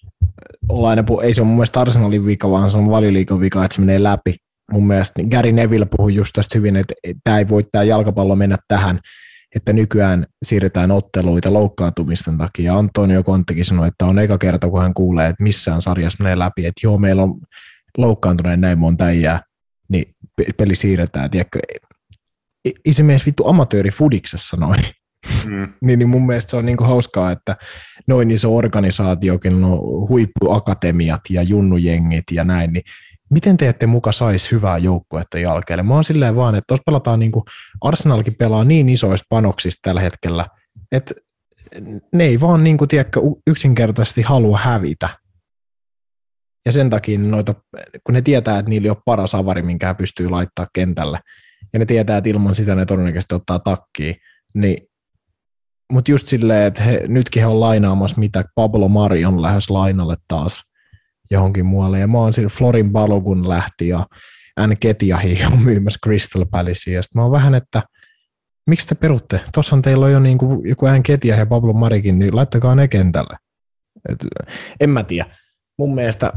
ei se ole mun mielestä Arsenalin vika, vaan se on Valioliigan vika, että se menee läpi. Mun mielestä Gary Neville puhui just tästä hyvin, että tämä ei voi tämä jalkapallo mennä tähän, että nykyään siirretään otteluita loukkaantumisten takia. Antonio Contekin sanoi, että on eka kerta, kun hän kuulee, että missään sarjassa menee läpi, että joo, meillä on loukkaantuneen näin monta äijää, niin peli siirretään. Tiedätkö, ei se mies vittu amatöörifudiksessa noin. niin mun mielestä se on niinku hauskaa, että noin iso organisaatiokin, no huippuakatemiat ja junnujengit ja näin, niin miten te ette muka saisi hyvää joukkuetta jalkeelle? Mä oon silleen vaan, että tuossa pelataan niinku, Arsenalkin pelaa niin isoista panoksista tällä hetkellä, että ne ei vaan niinku, tiedätkö, yksinkertaisesti halua hävitä. Ja sen takia kun ne tietää, että niillä ei ole paras avari, minkä pystyy laittaa kentälle, ja ne tietää, että ilman sitä ne todennäköisesti ottaa takkiin, niin mutta just silleen, että nytkin he on lainaamassa, mitä Pablo Mari on lähes lainalle taas johonkin muualle, ja mä oon siinä Florin Balogun lähti, ja Nketiahi on myymässä Crystal Palacea, ja sitten mä oon vähän, että miksi te perutte? Tossahan teillä on jo niinku joku Nketiahi ja Pablo Marikin, niin laittakaa ne kentälle. En mä tiedä. Mun mielestä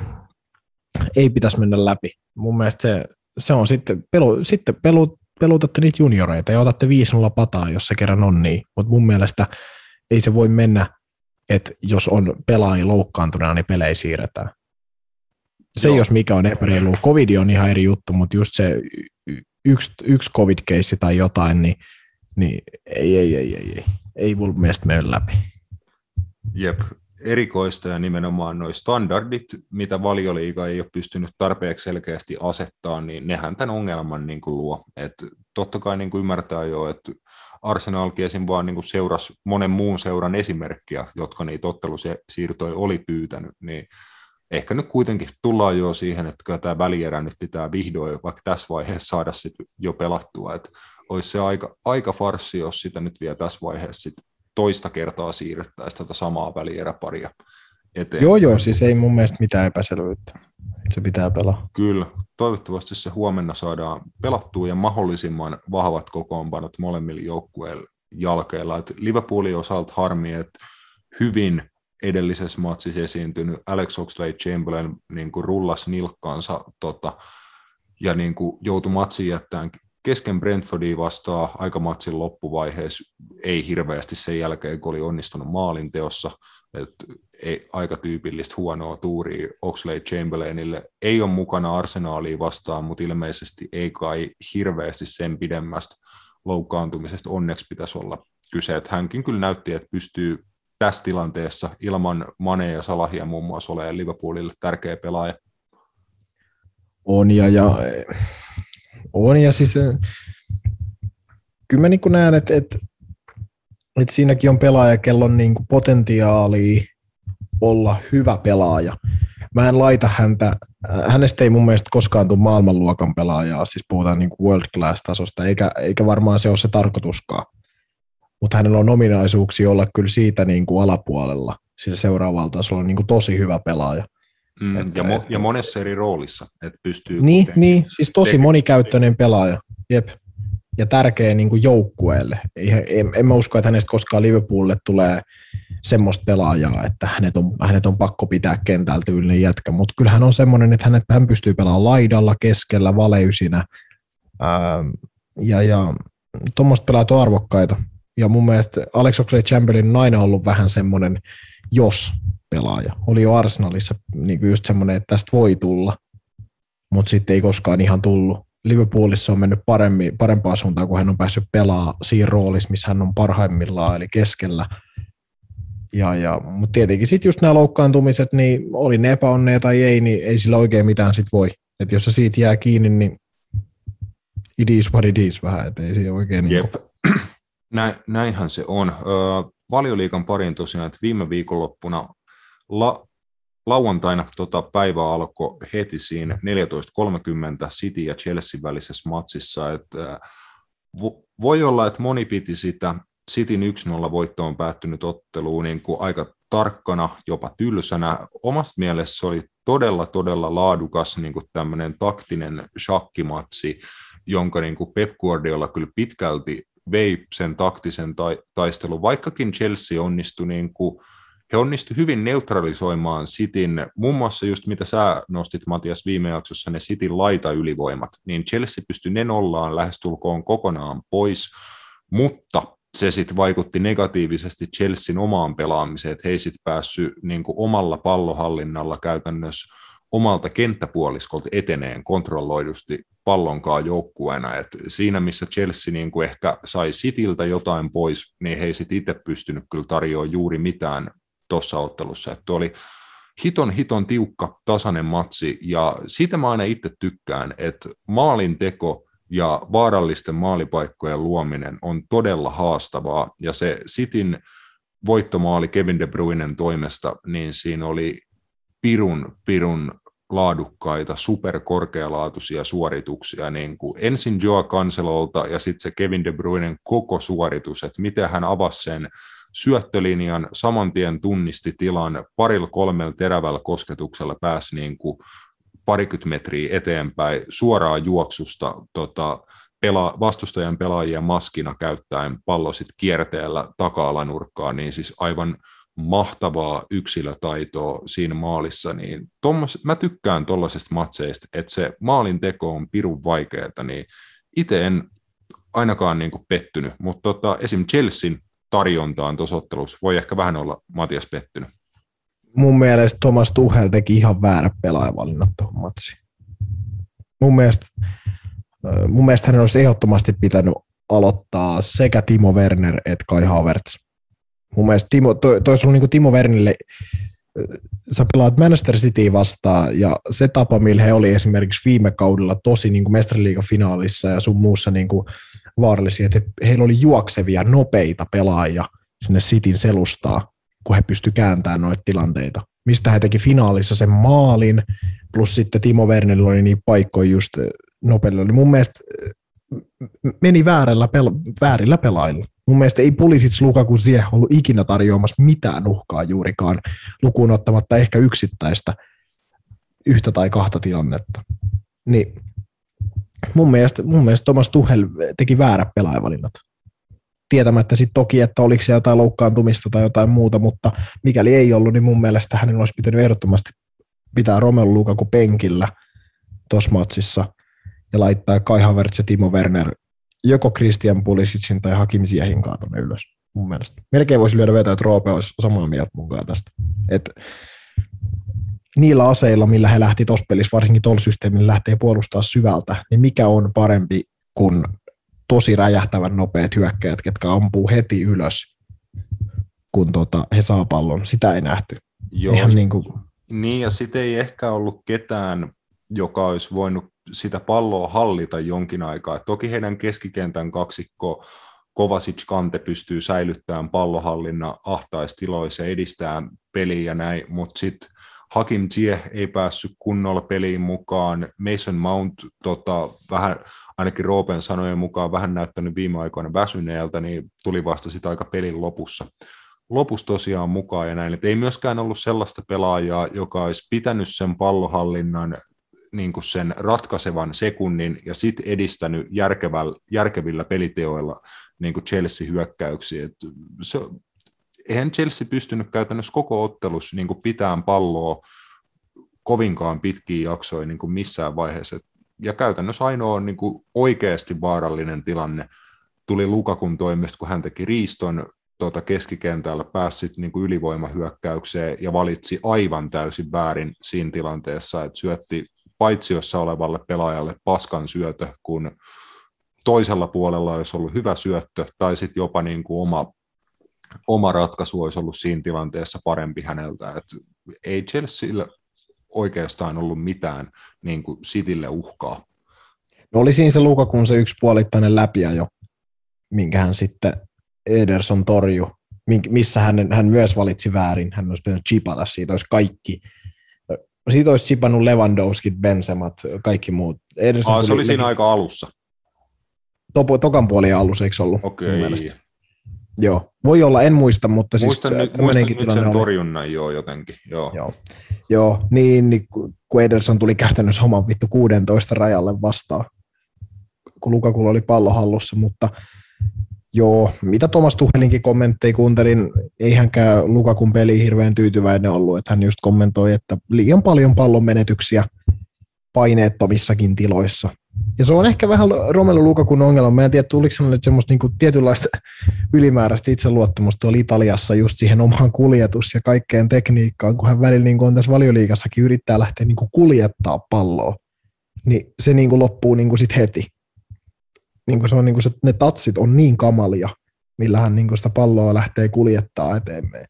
ei pitäisi mennä läpi. Mun mielestä se on sitten pelutatte niitä junioreita ja otatte 5-0 pataa, jos se kerran on niin. Mutta mun mielestä ei se voi mennä, että jos on pelaajia loukkaantuneena, niin pelejä siirretään. Se jos mikä on epäreilu. Covid on ihan eri juttu, mutta just se yksi covid-keissi tai jotain, niin ei mun mielestä mene läpi. Jep. Erikoista ja nimenomaan nuo standardit, mitä Valioliiga ei ole pystynyt tarpeeksi selkeästi asettaa, niin nehän tämän ongelman niin kuin luo. Et totta kai niin kuin ymmärtää jo, että Arsenalkin esim. Vaan niin kuin seurasi monen muun seuran esimerkkiä, jotka niitä ottelusiirtoja oli pyytänyt, niin ehkä nyt kuitenkin tullaan jo siihen, että kyllä tämä välierä nyt pitää vihdoin vaikka tässä vaiheessa saada sit jo pelattua, että olisi se aika farssi, jos sitä nyt vielä tässä vaiheessa sit toista kertaa siirrettäisiin tätä samaa välieräparia eteen. Joo, siis ei mun mielestä mitään epäselvyyttä. Se pitää pelaa. Kyllä, toivottavasti se huomenna saadaan pelattua ja mahdollisimman vahvat kokoonpanot molemmilla joukkueilla jalkeilla. Et Liverpoolin osalta harmi, että hyvin edellisessä matsissa esiintynyt Alex Oxlade-Chamberlain niin kuin rullasi nilkkaansa ja niin kuin joutui matsin jättämään kesken Brentfordia vastaan aika matsin loppuvaiheessa, ei hirveästi sen jälkeen, kun oli onnistunut maalinteossa, että aika tyypillistä huonoa tuuria Oxlade-Chamberlainille. Ei ole mukana Arsenalia vastaan, mutta ilmeisesti ei kai hirveästi sen pidemmästä loukkaantumisesta onneksi pitäisi olla kyse. Että hänkin kyllä näytti, että pystyy tässä tilanteessa ilman Manea ja Salahia muun muassa olemaan Liverpoolille tärkeä pelaaja. On ja On, ja siis kyllä mä niin kuin näen, että siinäkin on pelaaja, kello on niin kuin potentiaalia olla hyvä pelaaja. Mä en laita hänestä ei mun mielestä koskaan tule maailmanluokan pelaajaa, siis puhutaan niin kuin world class tasosta, eikä varmaan se ole se tarkoituskaan. Mutta hänellä on ominaisuuksia olla kyllä siitä niin kuin alapuolella, siis seuraavalla tasolla on niin kuin tosi hyvä pelaaja. Ja monessa eri roolissa, että pystyy... Niin, siis tosi monikäyttöinen pelaaja, jep. Ja tärkeä niin kuin joukkueelle. En mä usko, että hänestä koskaan Liverpoolille tulee semmoista pelaajaa, että hänet on pakko pitää kentällä tyylinen jätkä, mutta kyllähän on semmoinen, että hän pystyy pelaamaan laidalla, keskellä, valeysinä, ja tuommoista pelaajat on arvokkaita. Ja mun mielestä Alex Oxlade-Chamberlain on aina ollut vähän semmoinen jos-pelaaja. Oli jo Arsenalissa niin kuin just semmoinen, että tästä voi tulla, mutta sitten ei koskaan ihan tullut. Liverpoolissa on mennyt parempaan suuntaan, kun hän on päässyt pelaamaan siinä roolissa, missä hän on parhaimmillaan, eli keskellä. Mutta tietenkin sitten just nämä loukkaantumiset, niin oli ne epäonneja tai ei, niin ei sillä oikein mitään sit voi. Että jos se siitä jää kiinni, niin it is what it is vähän, että ei siinä oikein... Jep. Näinhän se on. Valioliigan pariin tosiaan, että viime viikonloppuna lauantaina päivä alkoi heti siinä 14.30 City ja Chelsea välisessä matsissa. Että voi olla, että moni piti sitä Cityn 1-0 voittoon päättynyt otteluun niin kuin aika tarkkana, jopa tylsänä. Omasta mielestä se oli todella laadukas niin kuin tämmöinen taktinen shakkimatsi, jonka niin kuin Pep Guardiola kyllä pitkälti vei sen taktisen taistelun, vaikkakin Chelsea onnistui he onnistuivat hyvin neutralisoimaan Cityn, muun muassa just mitä sä nostit Matias viime jaksossa, ne Cityn laitaylivoimat, niin Chelsea pystyi ne nollaan lähestulkoon kokonaan pois, mutta se sitten vaikutti negatiivisesti Chelsean omaan pelaamiseen, että he ei sitten päässyt niin kuin omalla pallohallinnalla käytännössä omalta kenttäpuoliskolta eteneen kontrolloidusti pallonkaan joukkueena. Et siinä, missä Chelsea niin kuin ehkä sai Cityltä jotain pois, niin he ei sitten itse pystynyt kyllä tarjoamaan juuri mitään tuossa ottelussa. Että oli hiton tiukka, tasainen matsi, ja siitä mä aina itse tykkään, että maalinteko ja vaarallisten maalipaikkojen luominen on todella haastavaa, ja se Cityn voittomaali Kevin De Bruynen toimesta, niin siinä oli pirun laadukkaita, superkorkealaatuisia suorituksia, niin kuin ensin Joao Cancelolta ja sitten se Kevin De Bruynen koko suoritus, että miten hän avasi sen syöttölinjan, saman tien tunnisti tilan, 2-3 terävällä kosketuksella pääsi niin kuin parikymmentä metriä eteenpäin suoraan juoksusta vastustajan pelaajia maskina käyttäen pallo sitten kierteellä taka-alanurkkaan, niin siis aivan mahtavaa yksilötaitoa siinä maalissa, niin mä tykkään tuollaisista matseista, että se maalin teko on pirun vaikeaa, niin itse en ainakaan niin kuin pettynyt, mutta esim. Chelsean tarjontaan tuossa ottelussa voi ehkä vähän olla Matias pettynyt. Mun mielestä Thomas Tuchel teki ihan väärä pelaajavalinnat tuohon matsiin. Mun mielestä hänen olisi ehdottomasti pitänyt aloittaa sekä Timo Werner että Kai Havertz. Mun mielestä toi olisi ollut niin kuin Timo Wernille, sä pelaat Manchester Cityä vastaan, ja se tapa, millä he oli esimerkiksi viime kaudella tosi niin kuin Mestariliigan finaalissa ja sun muussa niin kuin vaarallisia, että heillä oli juoksevia, nopeita pelaajia sinne Cityn selustaa, kun he pystyivät kääntämään noita tilanteita. Mistä he teki finaalissa sen maalin, plus sitten Timo Wernillä oli niin paikkoja just nopeilla. Mun mielestä meni väärillä pelaajilla. Mun mielestä ei Pulisic, Lukaku, Ziyech ollut ikinä tarjoamassa mitään uhkaa juurikaan, lukuun ottamatta ehkä yksittäistä yhtä tai kahta tilannetta. Niin mun mielestä Thomas Tuchel teki väärät pelaajavalinnat. Tietämättä sitten toki, että oliko se jotain loukkaantumista tai jotain muuta, mutta mikäli ei ollut, niin mun mielestä hänen olisi pitänyt ehdottomasti pitää Romelu Lukaku penkillä tuossa matsissa ja laittaa Kai Havertz ja Timo Werner joko Christian Pulisicin tai Hakim Ziyechin kanssa tuonne ylös, mun mielestä. Melkein voisi lyödä vetoa, että Roope olisi samaa mieltä mun kanssa tästä. Et niillä aseilla, millä he lähti tuossa pelissä, varsinkin tuolla systeemillä lähtee puolustaa syvältä, niin mikä on parempi kuin tosi räjähtävän nopeat hyökkäjät, ketkä ampuu heti ylös, kun he saa pallon. Sitä ei nähty. Joo, niin ja sitten ei ehkä ollut ketään joka olisi voinut sitä palloa hallita jonkin aikaa. Toki heidän keskikentän kaksikko Kovacic Kante pystyy säilyttämään pallohallinnan ahtaistiloissa ja edistää peliä ja näin, mutta sitten Hakim Ziyech ei päässyt kunnolla peliin mukaan. Mason Mount vähän, ainakin Roopen sanojen mukaan, vähän näyttänyt viime aikoina väsyneeltä, niin tuli vasta sitä aika pelin lopussa tosiaan mukaan ja näin. Et ei myöskään ollut sellaista pelaajaa, joka olisi pitänyt sen pallohallinnan niin kuin sen ratkaisevan sekunnin ja sitten edistänyt järkevillä peliteoilla niin kuin Chelsea-hyökkäyksiä. Eihän Chelsea pystynyt käytännössä koko ottelussa niin kuin pitämään palloa kovinkaan pitkiä jaksoja niin kuin missään vaiheessa. Ja käytännössä ainoa niin kuin oikeasti vaarallinen tilanne tuli Lukakun toimesta, kun hän teki riiston keskikentällä, pääsi niin kuin ylivoimahyökkäykseen ja valitsi aivan täysin väärin siinä tilanteessa, että syötti paitsiossa olevalle pelaajalle paskan syötö, kun toisella puolella olisi ollut hyvä syöttö, tai sitten jopa niin kuin oma ratkaisu olisi ollut siinä tilanteessa parempi häneltä. Et ei Chelsealla oikeastaan ollut mitään niin kuin Citylle uhkaa. No oli siinä se Lukakun se yksipuolittainen läpiajo, minkä hän sitten Ederson torjui, missä hän myös valitsi väärin. Hän olisi pitänyt chipata, siitä olisi kaikki. Siitä olisi chipannut Lewandowskit, Benzemat, kaikki muut. Se oli siinä aika alussa. Tokan puolien alussa, eikö ollut? Okei. Joo, voi olla, en muista, mutta muistan nyt sen torjunnan jotenkin. Joo, niin kun Ederson tuli käytännössä oman 16 rajalle vastaan, kun Lukakulla oli pallo hallussa, mutta joo, mitä Thomas Tuchelinkin kommentteja kuuntelin, ei hänkään Lukakun peliin hirveän tyytyväinen ollut, että hän just kommentoi, että liian paljon pallon menetyksiä paineettomissakin tiloissa. Ja se on ehkä vähän Romelu Lukakun ongelma. Mä en tiedä, tuliko semmoista niinku tietynlaista ylimääräistä itseluottamusta tuolla Italiassa just siihen omaan kuljetus- ja kaikkeen tekniikkaan, kun hän välillä niin on tässä Valioliigassakin yrittää lähteä niin kuljettaa palloa, niin se niin loppuu niin sit heti. Niin se on, niin ne tatsit on niin kamalia, millä hän niin sitä palloa lähtee kuljettaa eteenpäin.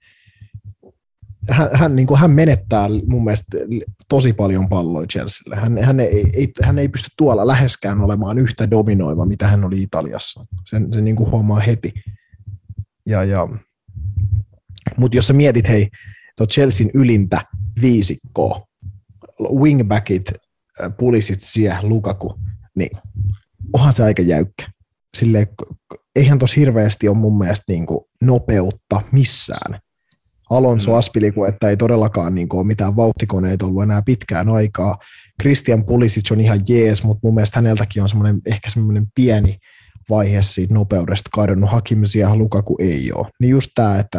Hän menettää mun mielestä tosi paljon palloja Chelsealle. Hän ei pysty tuolla läheskään olemaan yhtä dominoiva, mitä hän oli Italiassa. Sen niin kuin huomaa heti. Mutta jos sä mietit, hei, Chelsean ylintä viisikkoa, wingbackit, Pulisic, Lukaku, niin onhan se aika jäykkä. Silleen, eihän tossa hirveästi ole mun mielestä niin kuin nopeutta missään. Alonso Aspilicueta ei todellakaan niin kuin ole mitään vauhtikoneita ollut enää pitkään aikaa. Christian Pulisic on ihan jees, mutta mun mielestä häneltäkin on ehkä semmoinen pieni vaihe siitä nopeudesta kadonnut. Hakim Ziyech, Lukaku ei ole. Niin just tämä, että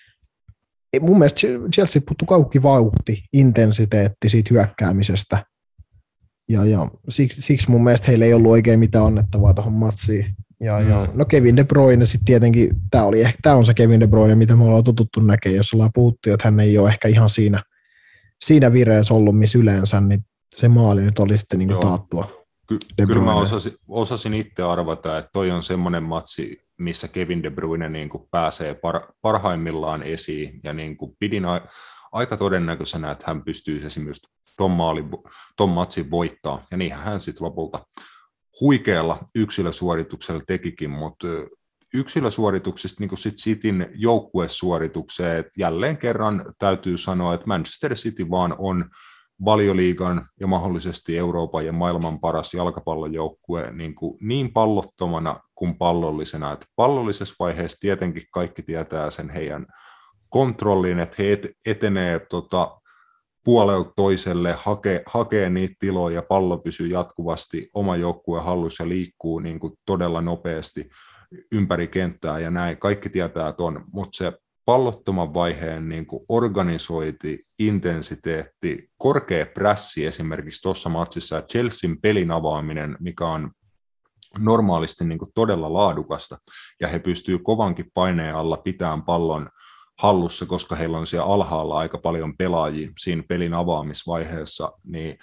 mun mielestä Chelsea puuttuu kauhki vauhti, intensiteetti siitä hyökkäämisestä. Ja siksi mun mielestä heillä ei ollut oikein mitään annettavaa tuohon matsiin. No Kevin De Bruyne sitten tietenkin, tämä on se Kevin De Bruyne, mitä me ollaan totuttu näkemään, jos ollaan puhuttu, että hän ei ole ehkä ihan siinä vireessä ollut, missä yleensä, niin se maali nyt oli sitten niin kuin taattua. Kyllä mä osasin itse arvata, että toi on semmoinen matsi, missä Kevin De Bruyne niin kuin pääsee parhaimmillaan esiin, ja niin kuin pidin aika todennäköisenä, että hän pystyy esimerkiksi ton matsin voittaa, ja niinhän hän sitten lopulta huikealla yksilösuorituksella tekikin, mutta yksilösuorituksista niin kuin sit Cityn joukkuesuoritukseen, että jälleen kerran täytyy sanoa, että Manchester City vaan on Valioliigan ja mahdollisesti Euroopan ja maailman paras jalkapallojoukkue niin pallottomana kuin pallollisena, että pallollisessa vaiheessa tietenkin kaikki tietää sen heidän kontrollin, että he etenee puolelta toiselle, hakee niitä tiloja ja pallo pysyy jatkuvasti oma joukkueen hallussa ja liikkuu niin kuin todella nopeasti ympäri kenttää ja näin. Kaikki tietää ton, mutta se pallottoman vaiheen niin kuin organisointi, intensiteetti, korkea prässi esimerkiksi tuossa matsissa ja Chelsean pelin avaaminen, mikä on normaalisti niin kuin todella laadukasta ja he pystyy kovankin paineen alla pitämään pallon hallussa, koska heillä on siellä alhaalla aika paljon pelaajia siinä pelin avaamisvaiheessa, niin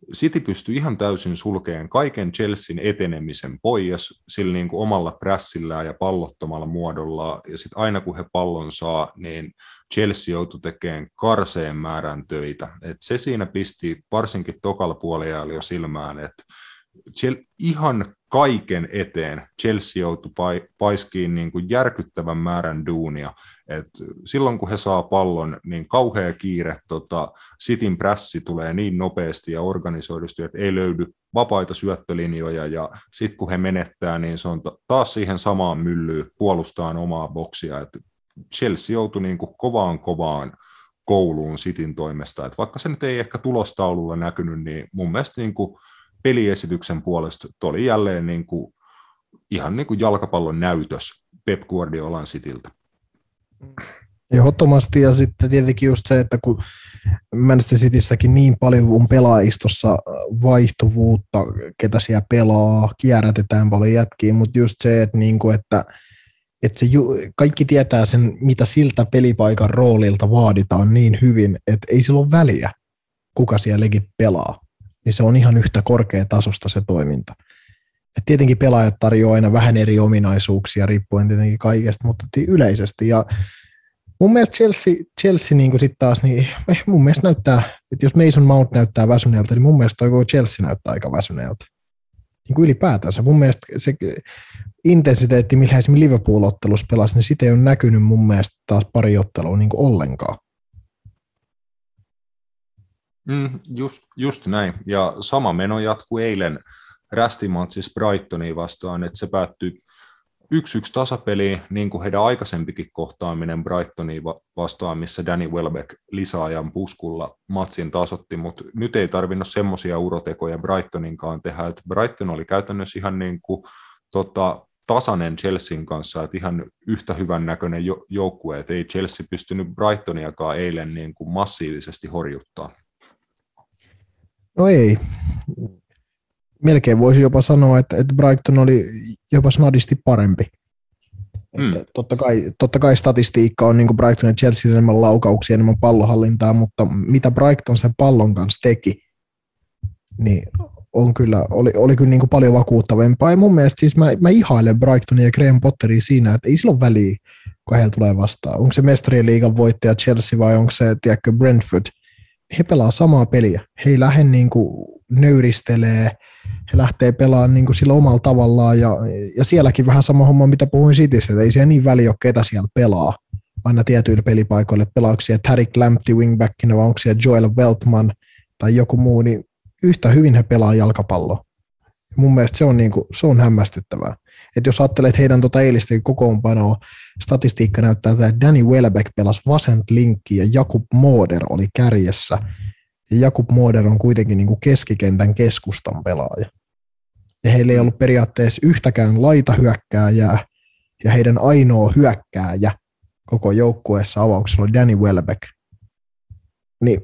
City pystyi ihan täysin sulkeen kaiken Chelsean etenemisen pois sillä niin kuin omalla prässillään ja pallottomalla muodollaan, ja sitten aina kun he pallon saa, niin Chelsea joutui tekemään karseen määrän töitä. Et se siinä pisti varsinkin tokalla puolella jo silmään, että ihan kaiken eteen Chelsea joutui paiskiin niin kuin järkyttävän määrän duunia. Et silloin kun he saa pallon, niin kauhea kiire, Cityn prässi tulee niin nopeasti ja organisoidusti, että ei löydy vapaita syöttölinjoja, ja sitten kun he menettää, niin se on taas siihen samaan myllyyn puolustaan omaa boksia. Et Chelsea joutui niin kuin kovaan kouluun Cityn toimesta. Et vaikka se nyt ei ehkä tulostaululla näkynyt, niin mun mielestä niin kuin peliesityksen puolesta oli jälleen niin kuin, ihan niin kuin jalkapallon näytös Pep Guardiolan Cityltä. Ehdottomasti, ja sitten tietenkin just se, että kun Manchester Cityssäkin niin paljon on pelaajistossa vaihtuvuutta, ketä siellä pelaa, kierrätetään paljon jätkiä, mutta just se, että, niinku, että se kaikki tietää sen, mitä siltä pelipaikan roolilta vaaditaan niin hyvin, että ei sillä ole väliä, kuka siellä legit pelaa, niin se on ihan yhtä korkeatasosta se toiminta. Et tietenkin pelaajat tarjoaa aina vähän eri ominaisuuksia, riippuen tietenkin kaikesta, mutta yleisesti. Ja mun mielestä Chelsea niin sitten taas, niin mun mielestä näyttää, että jos Mason Mount näyttää väsyneeltä, niin mun mielestä toi Chelsea näyttää aika väsyneeltä. Niin kuin ylipäätänsä. Mun mielestä se intensiteetti, millä esimerkiksi Liverpool-ottelussa pelasi, niin sitä ei ole näkynyt mun mielestä taas pari ottelua niin kuin ollenkaan. Just näin. Ja sama meno jatkui eilen rästimatsissa Brightoniin vastaan, että se päättyi 1-1 tasapeliin, niin kuin heidän aikaisempikin kohtaaminen Brightoniin vastaan, missä Danny Welbeck lisäajan puskulla matsin tasotti, mutta nyt ei tarvinnut semmoisia urotekoja Brightoninkaan tehdä, että Brighton oli käytännössä ihan niin kuin, tasainen Chelsean kanssa, että ihan yhtä hyvän näköinen joukkue, että ei Chelsea pystynyt Brightoniakaan eilen niin kuin massiivisesti horjuttaa. No ei. Melkein voisi jopa sanoa, että Brighton oli jopa snadisti parempi. Totta kai statistiikka on niin kuin Brighton ja Chelsea enemmän laukauksia, enemmän pallohallintaa, mutta mitä Brighton sen pallon kanssa teki, niin oli kyllä niin kuin paljon vakuuttavampaa. Ja mun mielestä siis mä ihailen Brightonia ja Graham Potteria siinä, että ei sillä ole väliä, kun heillä tulee vastaan. Onko se mestarien liigan voittaja Chelsea vai onko se, tiedätkö, Brentford? He pelaa samaa peliä. He ei lähde niin kuin nöyristelee, he lähtee pelaamaan niin kuin sillä omalla tavallaan, ja sielläkin vähän sama homma, mitä puhuin Citystä, että ei siellä niin väliä ole, ketä siellä pelaa, aina tietyillä pelipaikoilla, että pelaako siellä Tariq Lamptey wingbackina, vai onko siellä Joel Veltman tai joku muu, niin yhtä hyvin he pelaa jalkapalloa. Mun mielestä se on hämmästyttävää. Että jos ajattelet, että heidän eilistäkin kokoonpanoa, statistiikka näyttää, että Danny Welbeck pelasi vasent linkkiä ja Jakub Moder oli kärjessä. Ja Jakub Moder on kuitenkin niin kuin keskikentän keskustan pelaaja. Ja heillä ei ollut periaatteessa yhtäkään laitahyökkääjää, ja heidän ainoa hyökkääjä koko joukkueessa avauksella oli Danny Welbeck. Niin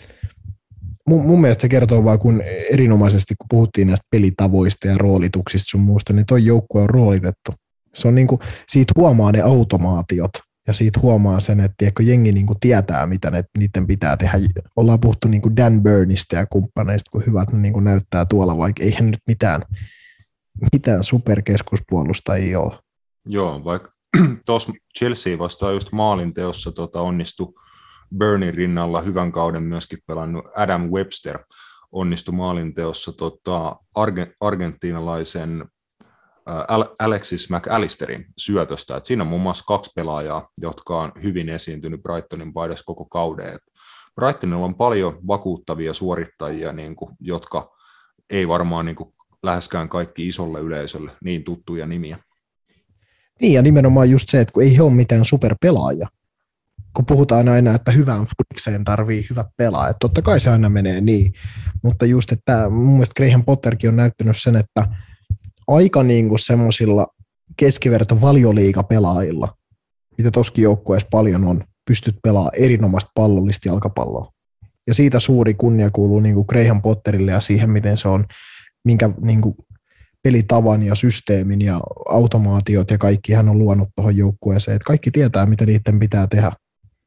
mun mielestä se kertoo vaan, kun erinomaisesti, kun puhuttiin näistä pelitavoista ja roolituksista sun muusta, niin toi joukkue on roolitettu. Se on niin kuin, siitä huomaa ne automaatiot, ja siitä huomaa sen, että jengi niin kuin tietää, mitä niiden pitää tehdä. Ollaan puhuttu niin kuin Dan Burnista ja kumppaneista, kun hyvät ne niin kuin näyttää tuolla, vaikka eihän nyt mitään superkeskuspuolustajia ole. Joo, vaikka tuossa Chelsea vastaan just maalinteossa onnistui Burnin rinnalla hyvän kauden myöskin pelannut Adam Webster onnistui maalinteossa argentiinalaisen Alexis McAllisterin syötöstä. Et siinä on muun muassa 2 pelaajaa, jotka on hyvin esiintynyt Brightonin paidassa koko kauden. Et Brightonilla on paljon vakuuttavia suorittajia, niin kuin, jotka ei varmaan niin kuin, läheskään kaikki isolle yleisölle niin tuttuja nimiä. Niin, ja nimenomaan just se, että kun ei he ole mitään superpelaajia. Kun puhutaan aina, että hyvään futikseen tarvii hyvä pelaaja. Totta kai se aina menee niin, mutta just, että mun mielestä Graham Potterkin on näyttänyt sen, että aika niin kuin semmoisilla keskiverto valioliigapelaajilla, mitä toskin joukkueessa paljon on, pystyt pelaamaan erinomaista pallollista jalkapalloa. Ja siitä suuri kunnia kuuluu niin kuin Graham Potterille ja siihen, miten se on, minkä niin kuin pelitavan ja systeemin ja automaatiot ja kaikki hän on luonut tuohon joukkueeseen. Että kaikki tietää, mitä niiden pitää tehdä.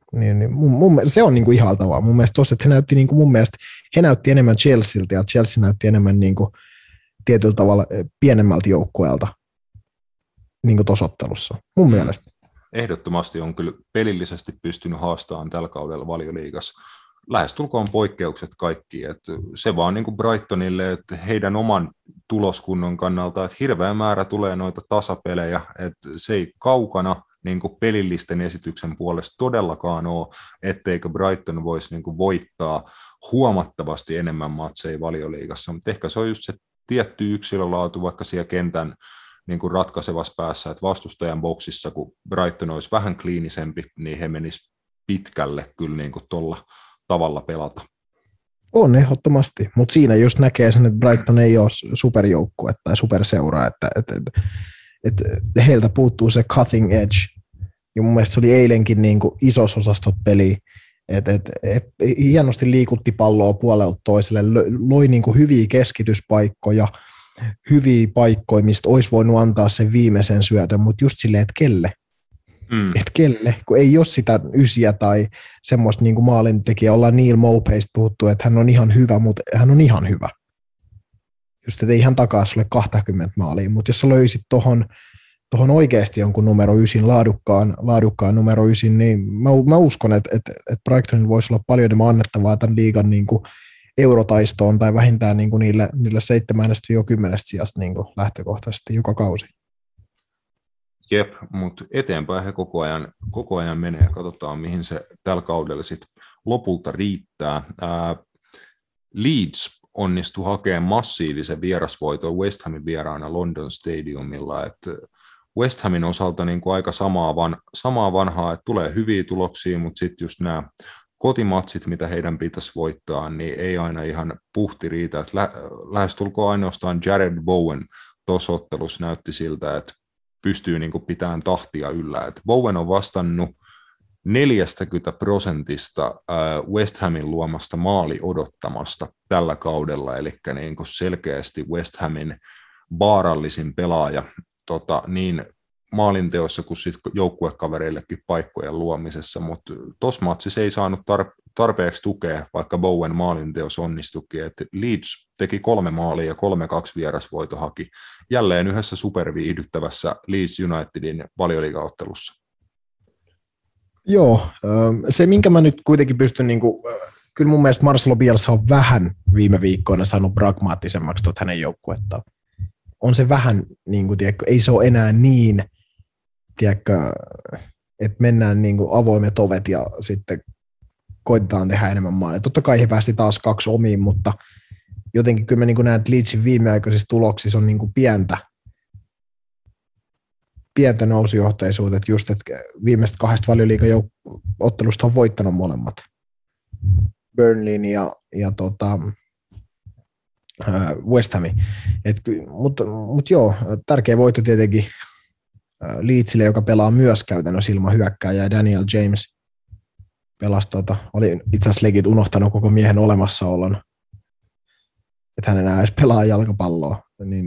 niin se on niin kuin ihaltavaa. Mun mielestä tossa, että he näytti enemmän Chelsealtä ja Chelsea näytti enemmän niin kuin tietyllä tavalla pienemmältä joukkueelta niin kuin tuossa ottelussa, mun mielestä. Ehdottomasti on kyllä pelillisesti pystynyt haastamaan tällä kaudella Valioliigassa. Lähestulkoon poikkeukset kaikki, että se vaan niin kuin Brightonille, että heidän oman tuloskunnon kannalta, että hirveä määrä tulee noita tasapelejä, että se ei kaukana niin kuin pelillisten esityksen puolesta todellakaan ole, etteikö Brighton voisi niin kuin voittaa huomattavasti enemmän matseja Valioliigassa, mutta ehkä se on just se tietty yksilölaatu vaikka siellä kentän niin kuin ratkaisevassa päässä, että vastustajan boksissa, kun Brighton olisi vähän kliinisempi, niin he menis pitkälle kyllä niin kuin tuolla tavalla pelata. On ehdottomasti, mutta siinä just näkee sen, että Brighton ei ole superjoukkue tai superseura, että heiltä puuttuu se cutting edge, ja mun mielestä se oli eilenkin niin kuin isossa osassa peliä, että hienosti liikutti palloa puolelta toiselle, loi niin kuin hyviä keskityspaikkoja, hyviä paikkoja, mistä olisi voinut antaa sen viimeisen syötön, mutta just silleen, että kelle? Että kelle? Kun ei ole sitä ysiä tai semmoista niin kuin maalintekijää, ollaan Neil Maupeista puhuttu, että hän on ihan hyvä, mutta hän on ihan hyvä. Just, että ei hän takaa sulle 20 maalia, mutta jos sä löysit tohon oikeasti jonkun numero 9, laadukkaan numero 9, niin mä uskon, että Brightonilla voisi olla paljon enemmän annettavaa tämän liigan niin kuin eurotaistoon tai vähintään niin kuin niille 7-10 sijasta niin kuin lähtökohtaisesti joka kausi. Jep, mutta eteenpäin he koko ajan menee ja katsotaan, mihin se tällä kaudella sitten lopulta riittää. Leeds onnistui hakemaan massiivisen vierasvoiton West Hamin vieraana London Stadiumilla, että West Hamin osalta niin kuin aika samaa vanhaa, että tulee hyviä tuloksia, mutta sitten just nämä kotimatsit, mitä heidän pitäisi voittaa, niin ei aina ihan puhti riitä. Että lähestulkoon ainoastaan Jared Bowen tuossa ottelussa näytti siltä, että pystyy niin kuin pitämään tahtia yllä. Et Bowen on vastannut 40% West Hamin luomasta maali odottamasta tällä kaudella, eli niin kuin selkeästi West Hamin vaarallisin pelaaja niin maalinteossa kuin sitten joukkuekavereillekin paikkojen luomisessa, mutta tuossa matsissa ei saanut tarpeeksi tukea, vaikka Bowen maalinteos onnistuikin, että Leeds teki 3 maalia ja 3-2 vierasvoito haki jälleen yhdessä superviihdyttävässä Leeds Unitedin valioliigaottelussa. Joo, se minkä mä nyt kuitenkin pystyn, kyllä mun mielestä Marcelo Bielsa on vähän viime viikkoina saanut pragmaattisemmaksi hänen joukkuettaan. On se vähän, tiedätkö, ei se ole enää niin, tiedätkö, että mennään avoimet ovet ja sitten koitetaan tehdä enemmän maaleja. Totta kai he päästi taas 2 omiin, mutta jotenkin kyllä mä näen, että Leedsin viimeaikaisissa tuloksissa on pientä nousujohteisuutta, että just, että viimeiset 2 valioliigaottelusta on voittanut molemmat. Burnleyn ja West Hami. Mutta joo, tärkeä voitto tietenkin Leedsille, joka pelaa myös käytännössä ilman hyökkääjää. Daniel James pelasi, oli itse asiassa legit unohtanut koko miehen olemassaolon, että hän enää edes pelaa jalkapalloa.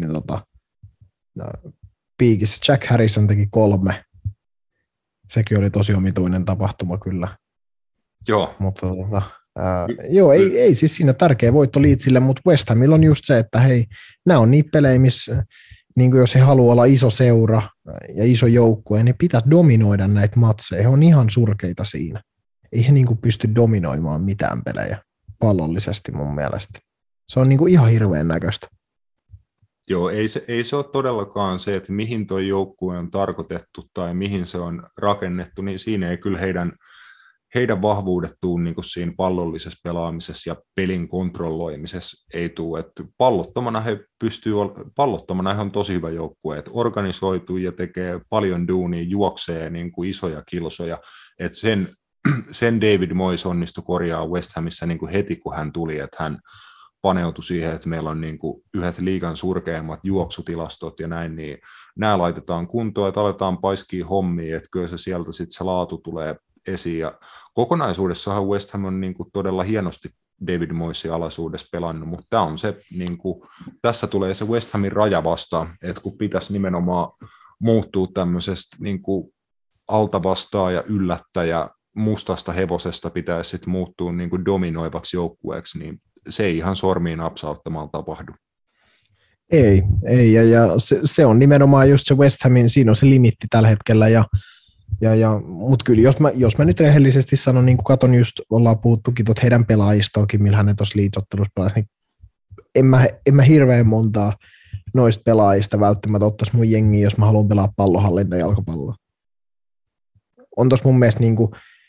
Piikissä Jack Harrison teki 3. Sekin oli tosi omituinen tapahtuma kyllä. Joo. Mutta joo, ei siis siinä tärkeä voitto Leedsille, mutta West Hamilla on just se, että hei, nämä on niitä pelejä, missä niin jos he haluaa olla iso seura ja iso joukkue, niin pitää dominoida näitä matseja. He on ihan surkeita siinä. Ei he pysty dominoimaan mitään pelejä pallollisesti mun mielestä. Se on ihan hirveän näköistä. Joo, ei se ole todellakaan se, että mihin tuo joukkue on tarkoitettu tai mihin se on rakennettu, niin siinä ei kyllä heidän vahvuudet tule niin kuin siinä pallollisessa pelaamisessa ja pelin kontrolloimisessa ei tule. Että pallottomana he on tosi hyvä joukkue, että organisoituu ja tekee paljon duunia, juoksee niin kuin isoja kilsoja. Että sen David Moyes onnistui korjaa West Hamissa niin kuin heti, kun hän tuli, että hän paneutui siihen, että meillä on niin kuin yhdet liigan surkeimmat juoksutilastot ja näin, niin nämä laitetaan kuntoon, että aletaan paiskia hommia, että kyllä se sieltä sitten se laatu tulee esiin. Ja kokonaisuudessahan West Ham on niin kuin todella hienosti David Moyesin alaisuudessa pelannut, mutta tämä on se, niin kuin, tässä tulee se West Hamin raja vastaan, että kun pitäisi nimenomaan muuttua tämmöisestä niin kuin alta vastaan ja yllättäjä mustasta hevosesta pitäisi sit muuttua niin kuin dominoivaksi joukkueeksi, niin se ei ihan sormiin napsauttamalla tapahdu. Ei ja se on nimenomaan just se West Hamin, siinä on se limitti tällä hetkellä, mutta kyllä jos mä nyt rehellisesti sanon, niin kuin katon just, ollaan puhuttukin tuot heidän pelaajistoakin, millä ne tuossa Leeds-ottelussa pelasi, niin en mä hirveän montaa noista pelaajista välttämättä ottaisi mun jengiä, jos mä haluan pelaa pallohallinta jalkapalloa. On tuossa mun mielestä niin kuin,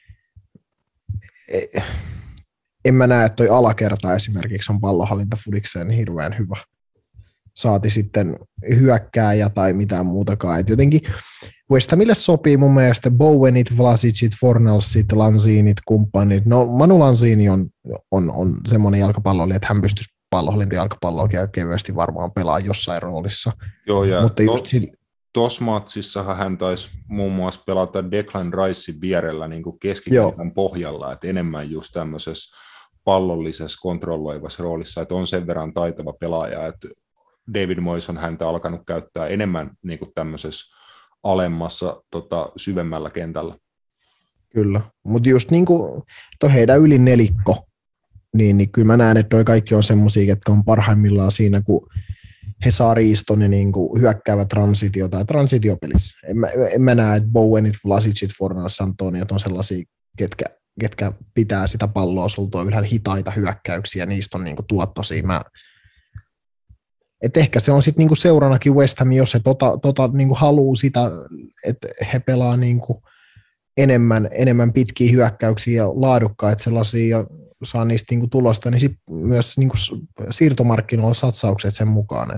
en mä näe, että toi alakerta esimerkiksi on pallohallintafudikseen niin hirveän hyvä. Saati sitten hyökkääjä tai mitään muutakaan. Et jotenkin West Hamille sopii mun mielestä Bowenit, Vlasicit, Fornalsit, Lanzinit, kumppanit. No Manu Lanzini on semmoinen jalkapalloilija, että hän pystyisi pallohallintajalkapalloa kevyesti varmaan pelaa jossain roolissa. Joo, ja mutta tuossa matsissahan hän taisi muun muassa pelata Declan Ricein vierellä niin kuin keskikentän pohjalla, että enemmän just tämmöisessä pallollisessa kontrolloivassa roolissa, että on sen verran taitava pelaaja, että David Moyes on häntä alkanut käyttää enemmän niin kuin tämmöisessä alemmassa syvemmällä kentällä. Kyllä, mutta just niin kuin heidän yli nelikko, niin kyllä mä näen, että noi kaikki on semmosia, jotka on parhaimmillaan siinä, kun he saa riiston ja niin kuin hyökkäävät transitiota ja transitiopelissä. En mä näe, että Bowenit, Vlasicit, Fornals, Antoniot on sellaisia, ketkä pitää sitä palloa sultua ylhäällä hitaita hyökkäyksiä, niistä on niin kuin tuottosia. Et ehkä se on sitten niinku seuranakin West Ham, jos he niinku haluaa sitä, että he pelaa niinku enemmän pitkiä hyökkäyksiä ja laadukkaita sellaisia ja saa niistä niinku tulosta, niin sit myös niinku siirtomarkkinoilla satsaukset sen mukaan.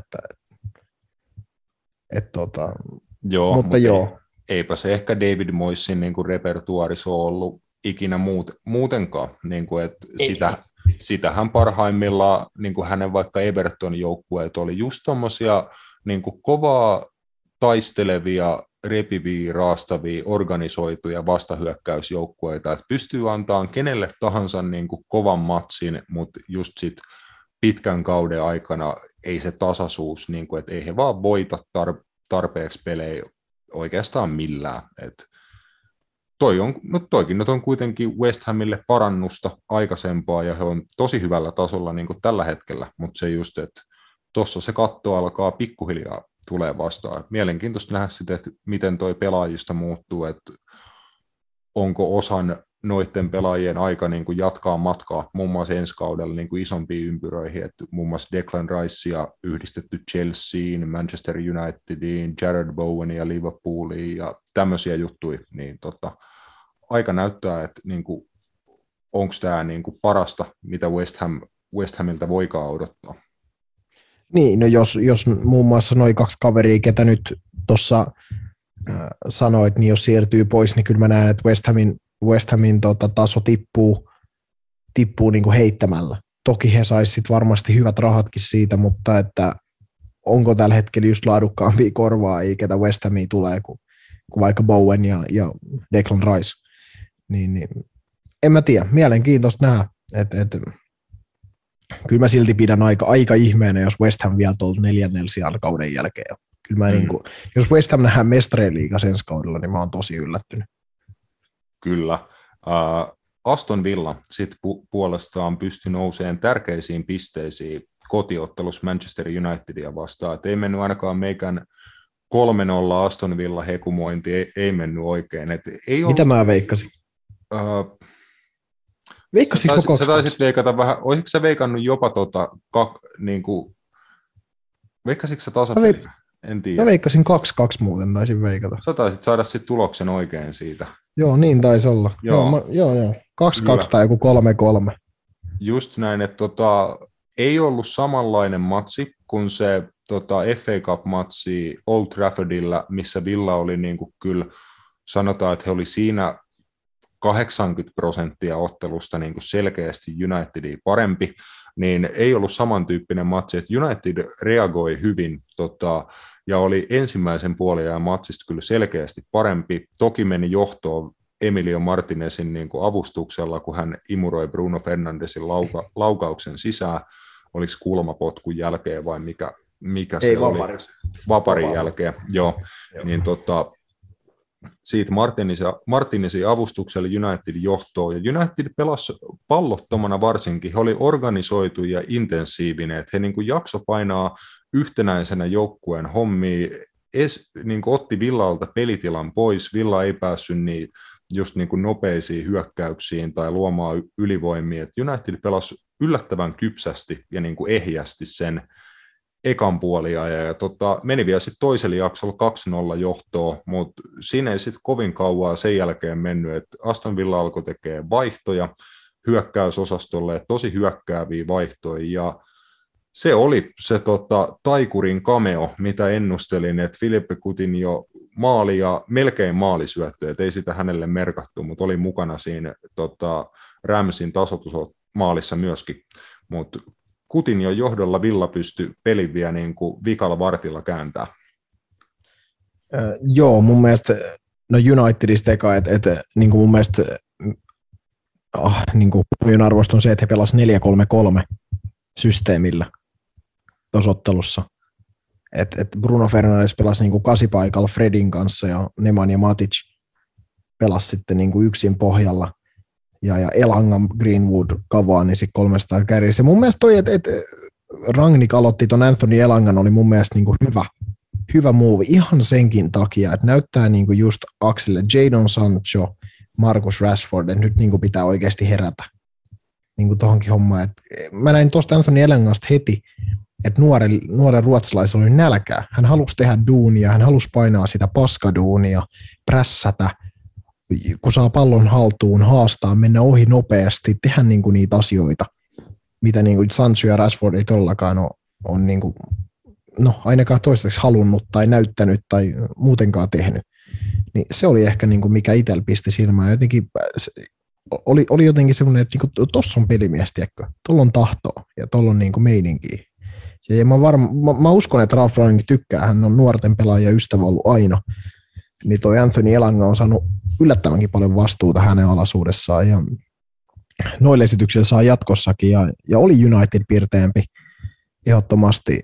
Joo, mutta joo. Eipä se ehkä David Moyesin niinku repertuaarissa ole ollut ikinä muutenkaan, niinku, että sitähän parhaimmillaan niin kuin hänen vaikka Everton-joukkueet oli just tommosia niin kuin kovaa taistelevia, repiviä, raastavia, organisoituja vastahyökkäysjoukkueita, että pystyy antamaan kenelle tahansa niin kuin kovan matsin, mutta just sit pitkän kauden aikana ei se tasaisuus, niin kuin, että ei he vaan voita tarpeeksi pelejä oikeastaan millään, että toikin on kuitenkin West Hamille parannusta aikaisempaa ja he on tosi hyvällä tasolla niin kuin tällä hetkellä, mutta se just, että tuossa se katto alkaa pikkuhiljaa tulee vastaan. Mielenkiintoista nähdä sitten, että miten toi pelaajista muuttuu, että onko osan noiden pelaajien aika niin kuin jatkaa matkaa muun muassa ensi kaudella niin kuin isompiin ympyröihin, että muun muassa Declan Ricea yhdistetty Chelseain, Manchester Unitediin, Jared Bowenia Liverpooliin ja tämmöisiä juttuja, niin aika näyttää, että niinku, onko tämä niinku parasta, mitä West Hamilta voikaan odottaa. Niin, no jos muun muassa noin kaksi kaveria, ketä nyt tuossa sanoit, niin jos siirtyy pois, niin kyllä mä näen, että West Hamin taso tippuu niinku heittämällä. Toki he saisivat varmasti hyvät rahatkin siitä, mutta että onko tällä hetkellä just laadukkaampia korvaajia, ketä West Hamiin tulee, kuin vaikka Bowen ja Declan Rice. Niin, en mä tiedä, mielenkiintoista nähdä, että kyllä mä silti pidän aika ihmeenä, jos West Ham vielä tuolta 4. sijaan kauden jälkeen. Kyllä mä jos West Ham nähdään mestarien liigassa ensi kaudella, niin mä oon tosi yllättynyt. Kyllä. Aston Villa sit puolestaan pystyi nousemaan tärkeisiin pisteisiin kotiottelussa Manchester Unitedia vastaan. Et ei mennyt ainakaan meikän 3-0 Aston Villa hekumointi, ei mennyt oikein. Mitä mä veikkasin? Veikkasinko 2-2? Sä taisit veikata vähän, olisitko sä veikannut jopa niinku, veikkasitko sä tasapeliä? En tiedä. Mä veikkasin 2-2 muuten, taisin veikata. Sä taisit saada sit tuloksen oikein siitä. Joo, niin taisi olla. Joo. 2-2 tai joku 3-3. Just näin, että ei ollut samanlainen matsi kuin se FA Cup-matsi Old Traffordilla, missä Villa oli niin kuin kyllä, sanotaan, että he oli siinä 80% ottelusta niin kuin selkeästi Unitedia parempi, niin ei ollut samantyyppinen matsi, että United reagoi hyvin ja oli ensimmäisen puoliajan matsista kyllä selkeästi parempi. Toki meni johtoon Emilio Martinezin niin kuin avustuksella, kun hän imuroi Bruno Fernandesin laukauksen sisään, oliko kulmapotkun jälkeen vai mikä ei, se oli? Vaparin jälkeen, joo. Niin siitä Martinezin avustuksella Unitedin johtoon, ja United pelasi pallottomana varsinkin, he oli organisoitu ja intensiivinen, että he niin kuin jakso painaa yhtenäisenä joukkueen hommia, niin kuin otti Villalta pelitilan pois, Villa ei päässyt just niin kuin nopeisiin hyökkäyksiin tai luomaan ylivoimia, että United pelasi yllättävän kypsästi ja niin kuin ehjästi sen ekan puolia, ja meni vielä sitten toisella jaksolla 2-0 johtoa, mutta siinä ei sitten kovin kauan sen jälkeen mennyt, että Aston Villa alkoi tekemään vaihtoja hyökkäysosastolle, tosi hyökkääviä vaihtoja, ja se oli se taikurin cameo, mitä ennustelin, että Philippe Coutinho maali ja melkein maalisyöttö, että ei sitä hänelle merkattu, mutta oli mukana siinä Ramsin tasoitusmaalissa myöskin, mutta Coutinhon johdolla Villa pystyi pelin vielä niin kuin vikalla vartilla kääntämään. Joo, mun mielestä Unitedista eka, että niin kuin mun mielestä niin kuin arvostun se, että he pelasivat 4-3-3 systeemillä tuossa ottelussa. Et Bruno Fernandes pelasi niin kuin 8 paikalla Fredin kanssa ja Nemanja Matic pelasi sitten niin kuin yksin pohjalla. Ja Elanga, Greenwood, Cavani sitten 300 kärjessä. Mun mielestä toi, että Rangnick aloitti ton Anthony Elangan, oli mun mielestä niinku hyvä move ihan senkin takia, että näyttää niinku just Axelle Jadon Sancho, Marcus Rashford, että nyt niinku pitää oikeasti herätä niinku tohonkin hommaan. Mä näin tuosta Anthony Elangasta heti, että nuoren ruotsalaisella oli nälkää. Hän halusi tehdä duunia, hän halusi painaa sitä paskaduunia, prässätä, kun saa pallon haltuun, haastaa, mennä ohi nopeasti, tehdä niinku niitä asioita, mitä niinku Sancho ja Rashford ei todellakaan ole niinku, ainakaan toistaiseksi halunnut tai näyttänyt tai muutenkaan tehnyt. Niin se oli ehkä niinku, mikä itsellä pisti silmään. Jotenkin, oli jotenkin semmoinen, että niinku, tossa on pelimies, tiedätkö? Tuolla on tahtoa ja tuolla on niinku meininkiä. Ja mä uskon, että Ralf Rangnick tykkää, hän on nuorten pelaajien ystävä ollut aina. Niin toi Anthony Elanga on saanut yllättävänkin paljon vastuuta hänen alaisuudessaan ja noille esityksillä saa jatkossakin ja oli United pirteempi ehdottomasti.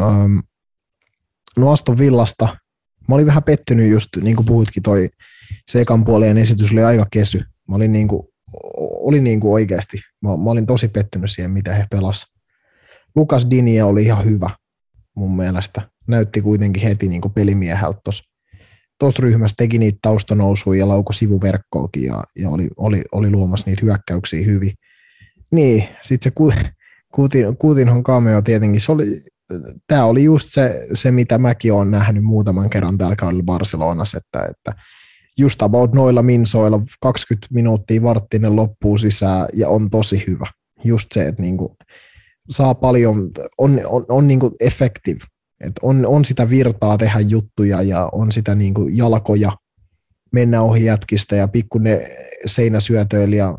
Aston Villasta mä olin vähän pettynyt just, niin kuin puhutkin, toi se ekan puolien esitys oli aika kesy. Mä olin niinku oikeasti, mä olin tosi pettynyt siihen, mitä he pelasivat. Lucas Digne oli ihan hyvä mun mielestä. Näytti kuitenkin heti niinku pelimieheltä tuossa ryhmässä, teki niitä taustanousuja ja laukoi sivuverkkoakin ja oli luomassa niitä hyökkäyksiä hyvin. Niin, sitten se Coutinhon cameo tietenkin, tämä oli just se, mitä mäkin olen nähnyt muutaman kerran tällä kaudella Barcelonassa, että just about noilla minsoilla 20 minuuttia varttinen loppuu sisään ja on tosi hyvä. Just se, että niinku saa paljon, on niinku effective. Että on sitä virtaa tehdä juttuja ja on sitä niinku jalkoja mennä ohi jätkistä ja pikkuinen seinäsyötöillä ja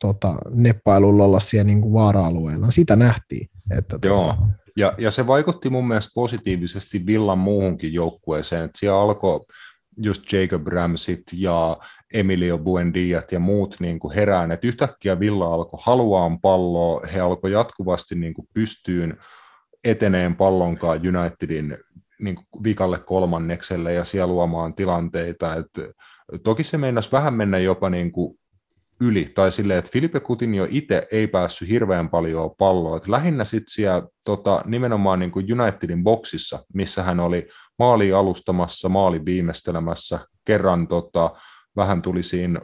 neppailulla olla siellä niinku vaara-alueella. Sitä nähtiin. Joo, ja se vaikutti mun mielestä positiivisesti Villan muuhunkin joukkueeseen. Että siellä alkoi just Jacob Ramsit ja Emilio Buendiat ja muut niinku herään. Että yhtäkkiä Villa alkoi haluaan palloa, he alkoi jatkuvasti niinku pystyyn eteneen pallonkaan Unitedin niin vikalle kolmannekselle ja siellä luomaan tilanteita. Toki se meinasi vähän mennä jopa niin kuin yli, tai silleen, että Philippe Coutinho itse ei päässyt hirveän paljon palloa. Et lähinnä sitten siellä nimenomaan niin kuin Unitedin boksissa, missä hän oli maaliin alustamassa, maaliin viimeistelemässä. Kerran vähän tuli siinä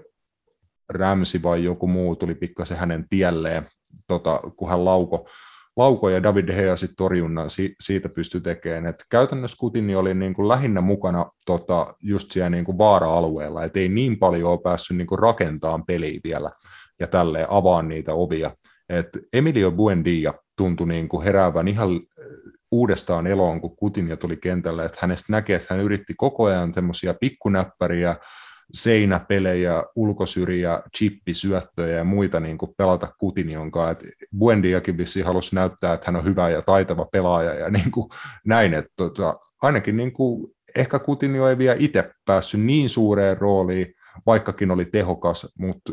Ramsey vai joku muu tuli pikkasen hänen tielleen, kun hän lauko ja David De Gea sitten torjunnan siitä pystyi tekemään. Et käytännössä Coutinho oli niinku lähinnä mukana just siellä niinku vaara-alueella, et ei niin paljon ole päässyt niinku rakentamaan peliä vielä ja tälleen avaa niitä ovia. Et Emilio Buendia tuntui niinku heräävän ihan uudestaan eloon, kun Coutinho tuli kentälle, että hänestä näkee, että hän yritti koko ajan semmoisia pikkunäppäriä, seinäpelejä, ulkosyriä, chippisyöttöjä ja muita niin kuin pelata Coutinhon kanssa. Buendiakin vissiin halusi näyttää, että hän on hyvä ja taitava pelaaja ja niin kuin näin. Että ainakin niin kuin, ehkä Coutinho ei vielä itse päässyt niin suureen rooliin, vaikkakin oli tehokas, mutta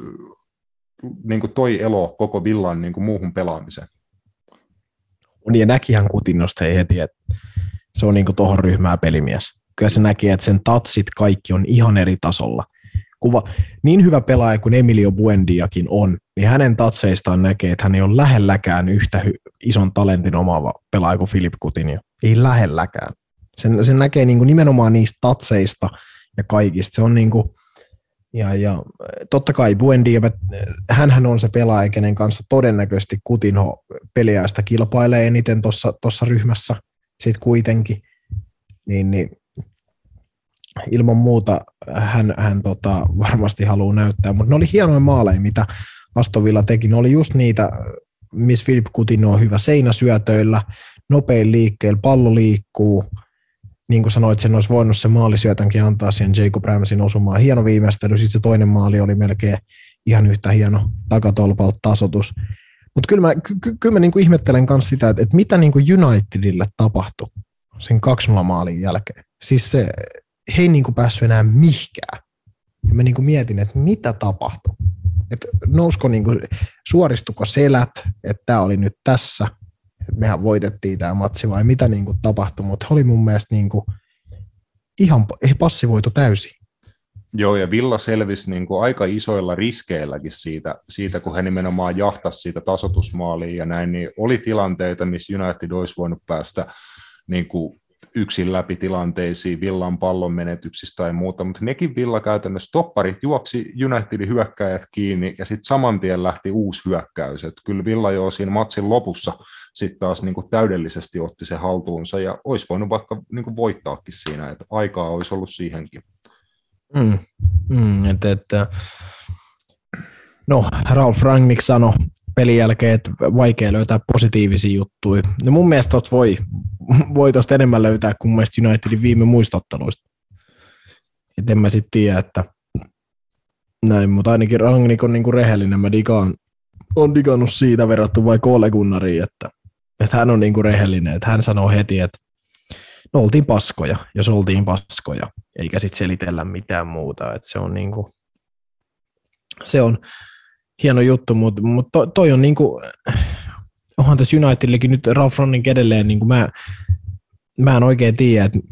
niin kuin toi elo koko Villan niin kuin muuhun pelaamiseen. Ja näkihän Coutinhosta heti, että se on niin kuin tuohon ryhmään pelimies. ja se näkee, että sen tatsit kaikki on ihan eri tasolla. Niin hyvä pelaaja kuin Emilio Buendiakin on, niin hänen tatseistaan näkee, että hän ei ole lähelläkään yhtä ison talentin omaava pelaaja kuin Philippe Coutinho. Ei lähelläkään. Sen näkee niin kuin nimenomaan niistä tatseista ja kaikista. Se on niin kuin, ja totta kai Buendia, hänhän on se pelaaja, kenen kanssa todennäköisesti Coutinho peliäistä kilpailee eniten tuossa ryhmässä sitten kuitenkin. Niin ilman muuta hän varmasti haluaa näyttää, mutta ne oli hienoja maaleja, mitä Aston Villa teki. Ne oli just niitä, missä Philippe Coutinho on hyvä seinäsyötöillä, nopein liikkeellä, pallo liikkuu. Niin kuin sanoit, sen olisi voinut se maalisyötönkin antaa siihen Jacob Ramsin osumaan. Hieno viimeistely, sitten se toinen maali oli melkein ihan yhtä hieno takatolpalta tasoitus. Mutta kyllä mä niin kuin ihmettelen myös sitä, että mitä niin kuin Unitedille tapahtui sen 2-0 maalin jälkeen. Siis he ei niin kuin päässyt enää mihinkään. Ja mä niin kuin mietin, että mitä tapahtui. Että nousko niin kuin, suoristuko selät, että tämä oli nyt tässä, että mehän voitettiin tämä matsi vai mitä niin kuin tapahtui, mutta oli mun mielestä niin kuin ihan passivoitu täysin. Joo, ja Villa selvisi niin kuin aika isoilla riskeilläkin siitä, kun he nimenomaan jahtasi siitä tasoitusmaaliin ja näin, niin oli tilanteita, missä United olisi voinut päästä niin kuin yksin läpi tilanteisiin, Villan pallon menetyksistä tai muuta, mutta nekin Villa käytännössä topparit juoksi Unitedin hyökkäjät kiinni ja sitten saman tien lähti uusi hyökkäys. Et kyllä Villa jo siinä matsin lopussa sitten taas niinku täydellisesti otti se haltuunsa ja olisi voinut vaikka niinku voittaakin siinä, että aikaa olisi ollut siihenkin. No, Ralf Rangnick sanoi pelin jälkeen, että vaikea löytää positiivisia juttuja. No mun mielestä voi tuosta enemmän löytää kuin mun mielestä Unitedin viime muistotteluista. Et en mä sitten tiedä, että näin, mutta ainakin Rangnick on niinku rehellinen. Mä on digannut siitä verrattuna vaikka Ole Gunnariin, että hän on niinku rehellinen. Että hän sanoo heti, että no oltiin paskoja, jos oltiin paskoja, eikä sitten selitellä mitään muuta. Että se on niinku, se on hieno juttu, mutta toi on niinku, onhan tässä Unitedillekin nyt Ralf Rangnick edelleen, niinku mä en oikein tiedä, että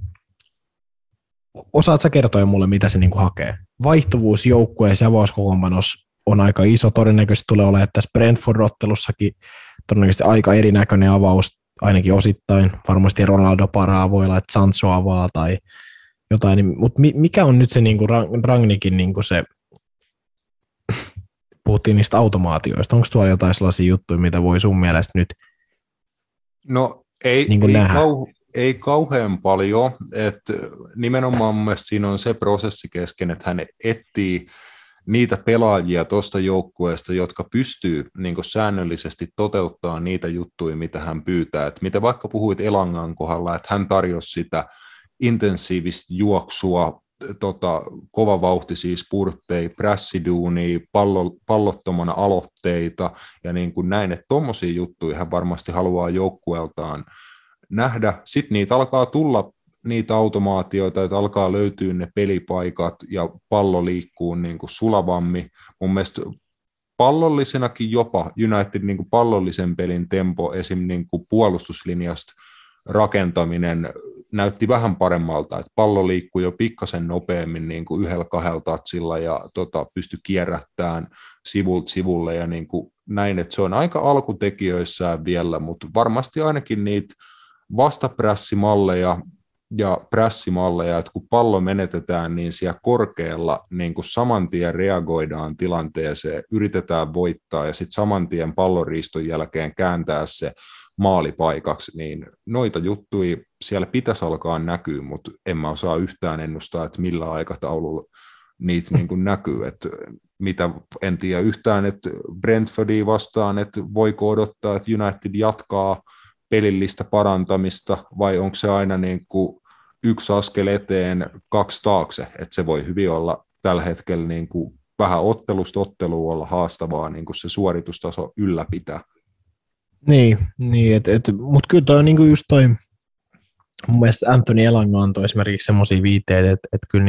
osaat sä kertoa mulle, mitä se niinku hakee? Vaihtuvuus joukkueessa ja avauskokoonpanossa on aika iso, todennäköisesti tulee olemaan tässä Brentford-ottelussakin todennäköisesti aika erinäköinen avaus, ainakin osittain, varmasti Ronaldo paraa, voi olla, että Sancho avaa tai jotain, mutta mikä on nyt se niinku Rangnickin niinku se, puhuttiin niistä automaatioista. Onko tuolla jotain sellaisia juttuja, mitä voi sun mielestä nyt ei kauhean paljon. Että nimenomaan mun mielestä siinä on se prosessi kesken, että hän etsii niitä pelaajia tuosta joukkueesta, jotka pystyy niin säännöllisesti toteuttamaan niitä juttuja, mitä hän pyytää. Et mitä vaikka puhuit Elangan kohdalla, että hän tarjosi sitä intensiivistä juoksua, kova vauhti siis spurtteja, prässiduunia, pallottomana aloitteita ja niin kuin näin, että tommosia juttuja hän varmasti haluaa joukkueeltaan nähdä. Sitten niitä alkaa tulla niitä automaatioita, että alkaa löytyä ne pelipaikat ja pallo liikkuu niin kuin sulavammin. Mun mielestä pallollisenakin jopa United niin kuin pallollisen pelin tempo esim. Niin kuin puolustuslinjasta rakentaminen näytti vähän paremmalta, että pallo liikkui jo pikkasen nopeammin niin kuin 1-2 tatsilla ja pystyi kierrättämään sivulta sivulle ja niin kuin näin, että se on aika alkutekijöissään vielä, mutta varmasti ainakin niitä vastaprässimalleja ja prässimalleja, että kun pallo menetetään, niin siellä korkealla niin kuin saman tien reagoidaan tilanteeseen, yritetään voittaa ja sitten saman tien pallonriiston jälkeen kääntää se maalipaikaksi, niin noita juttuja siellä pitäisi alkaa näkyä, mutta en mä osaa yhtään ennustaa, että millä aikataululla niitä niin kuin näkyy, että mitä en tiedä yhtään, että Brentfordia vastaan, että voiko odottaa, että United jatkaa pelillistä parantamista vai onko se aina niin kuin 1 askel eteen 2 taakse, että se voi hyvin olla tällä hetkellä niin kuin vähän ottelusta otteluun olla haastavaa niin kuin se suoritustaso ylläpitää. Niin mutta kyllä toi on niinku just toi, mun mielestä Anthony Elanga antoi esimerkiksi semmoisia viitteitä, että kyllä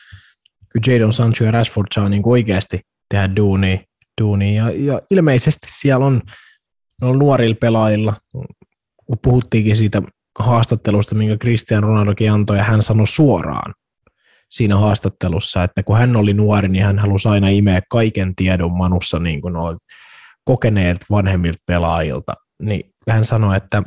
Jadon Sancho ja Rashford saa niinku oikeasti tehdä duunia ja ilmeisesti siellä on nuorilla pelaajilla, kun puhuttiinkin siitä haastattelusta, minkä Cristiano Ronaldokin antoi, ja hän sanoi suoraan siinä haastattelussa, että kun hän oli nuori, niin hän halusi aina imeä kaiken tiedon Manussa niin kuin kokeneet vanhemmilta pelaajilta. Niin hän sanoi, että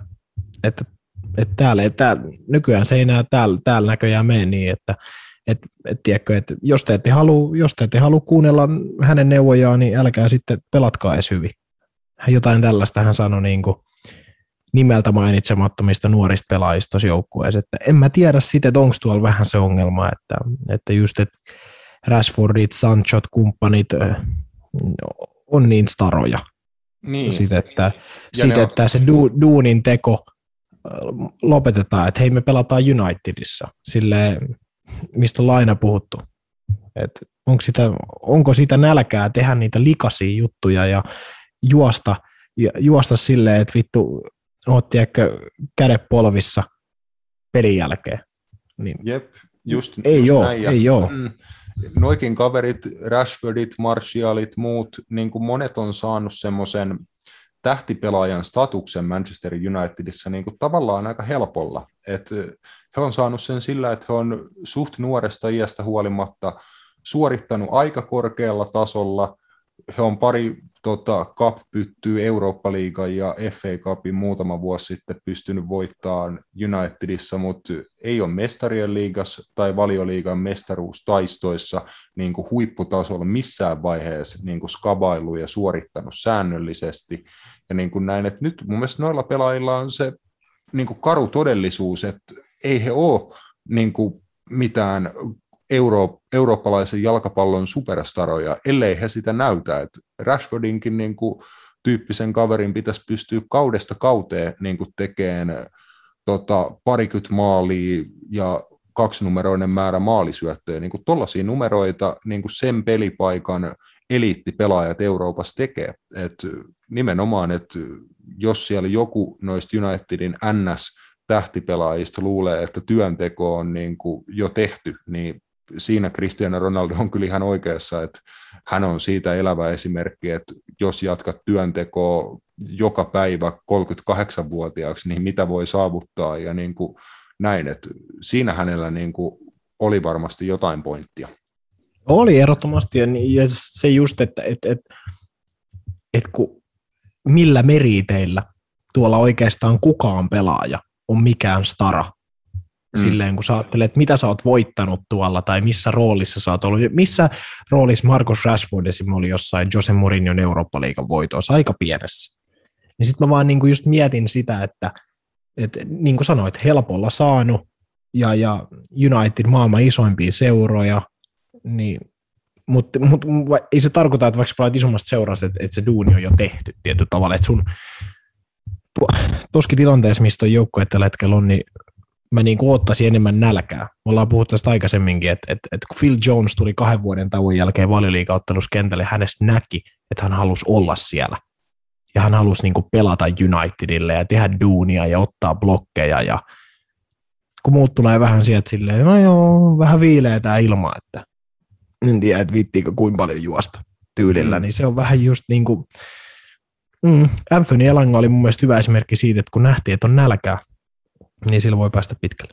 täällä nykyään se ei enää täällä näköjään mene niin, että tiedätkö, että jos te ette halua kuunnella hänen neuvojaan, niin älkää sitten pelatkaa edes hyvin. Jotain tällaista hän sanoi niin kuin nimeltä mainitsemattomista nuorista pelaajista tuossa joukkueessa. Että en mä tiedä sitten, että onko tuolla vähän se ongelma, että just että Rashfordit, Sanchot, kumppanit on niin staroja. Niin. Sitten, että se duunin teko lopetetaan, että hei, me pelataan Unitedissa, silleen, mistä ollaan aina puhuttu. Että onko sitä nälkää tehdä niitä likaisia juttuja ja juosta silleen, että vittu, oot tiedätkö kädet polvissa pelin jälkeen. Niin Jep, just ei ole. Noikin kaverit, Rashfordit, Martialit, muut, niin kuin monet on saanut semmoisen tähtipelaajan statuksen Manchester Unitedissa niin kuin tavallaan aika helpolla. Et he on saanut sen sillä, että he on suht nuoresta iästä huolimatta suorittanut aika korkealla tasolla. He on pari cup-pyttyä Eurooppa-liigan ja FA Cupin muutama vuosi sitten pystynyt voittamaan Unitedissa, mutta ei ole mestarien liigassa tai valioliigan mestaruustaistoissa niin kuin huipputasolla missään vaiheessa niin kuin skabailu ja suorittanut säännöllisesti. Ja niin kuin näin, että nyt mun mielestä noilla pelaajilla on se niin kuin karu todellisuus, että ei he ole niin kuin mitään eurooppalaisen jalkapallon superstaroja, ellei he sitä näytä. Et Rashfordinkin niin kuin tyyppisen kaverin pitäisi pystyä kaudesta kauteen niin kuin tekemään parikymmentä maalia ja 2-numeroinen määrä maalisyöttöjä. Niin tuollaisia numeroita niin kuin sen pelipaikan eliittipelaajat Euroopassa tekee. Et nimenomaan, että jos siellä joku noista Unitedin NS-tähtipelaajista luulee, että työnteko on niin kuin jo tehty, niin siinä Cristiano Ronaldo on kyllä ihan oikeassa, että hän on siitä elävä esimerkki, että jos jatkat työntekoa joka päivä 38-vuotiaaksi, niin mitä voi saavuttaa ja niin kuin näin, että siinä hänellä niin kuin oli varmasti jotain pointtia. Oli ehdottomasti, ja se just, että kun millä meriteillä tuolla oikeastaan kukaan pelaaja on mikään stara. Silleen, kun sä ajattelet, että mitä sä oot voittanut tuolla, tai missä roolissa sä oot ollut. Missä roolissa Marcus Rashford esimerkiksi oli jossain Jose Mourinhon Eurooppa-liigan voitoissa, aika pienessä. Niin sitten mä vaan niin kuin just mietin sitä, että niin kuin sanoit, helpolla saanut, ja United maailman isoimpia seuroja, niin, mutta ei se tarkoita, että vaikka pelaat isommasta seurasta, että se duuni on jo tehty tietyllä tavalla, että sun toskin tilanteessa, mistä on joukkue tällä hetkellä on, niin mä niin kuin ottaisin enemmän nälkää. Me ollaan puhuttu tästä aikaisemminkin, että kun Phil Jones tuli 2 vuoden tauon jälkeen valioliigaottelussa kentälle, hänestä näki, että hän halusi olla siellä. Ja hän halusi niin kuin pelata Unitedille ja tehdä duunia ja ottaa blokkeja. Ja kun muut tulee vähän sieltä silleen, no joo, vähän viileä tämä ilma, että en tiedä, että viittiinkö kuinka paljon juosta tyylillä, niin se on vähän just niin kuin Anthony Elanga oli mun mielestä hyvä esimerkki siitä, että kun nähtiin, että on nälkää, niin sillä voi päästä pitkälle.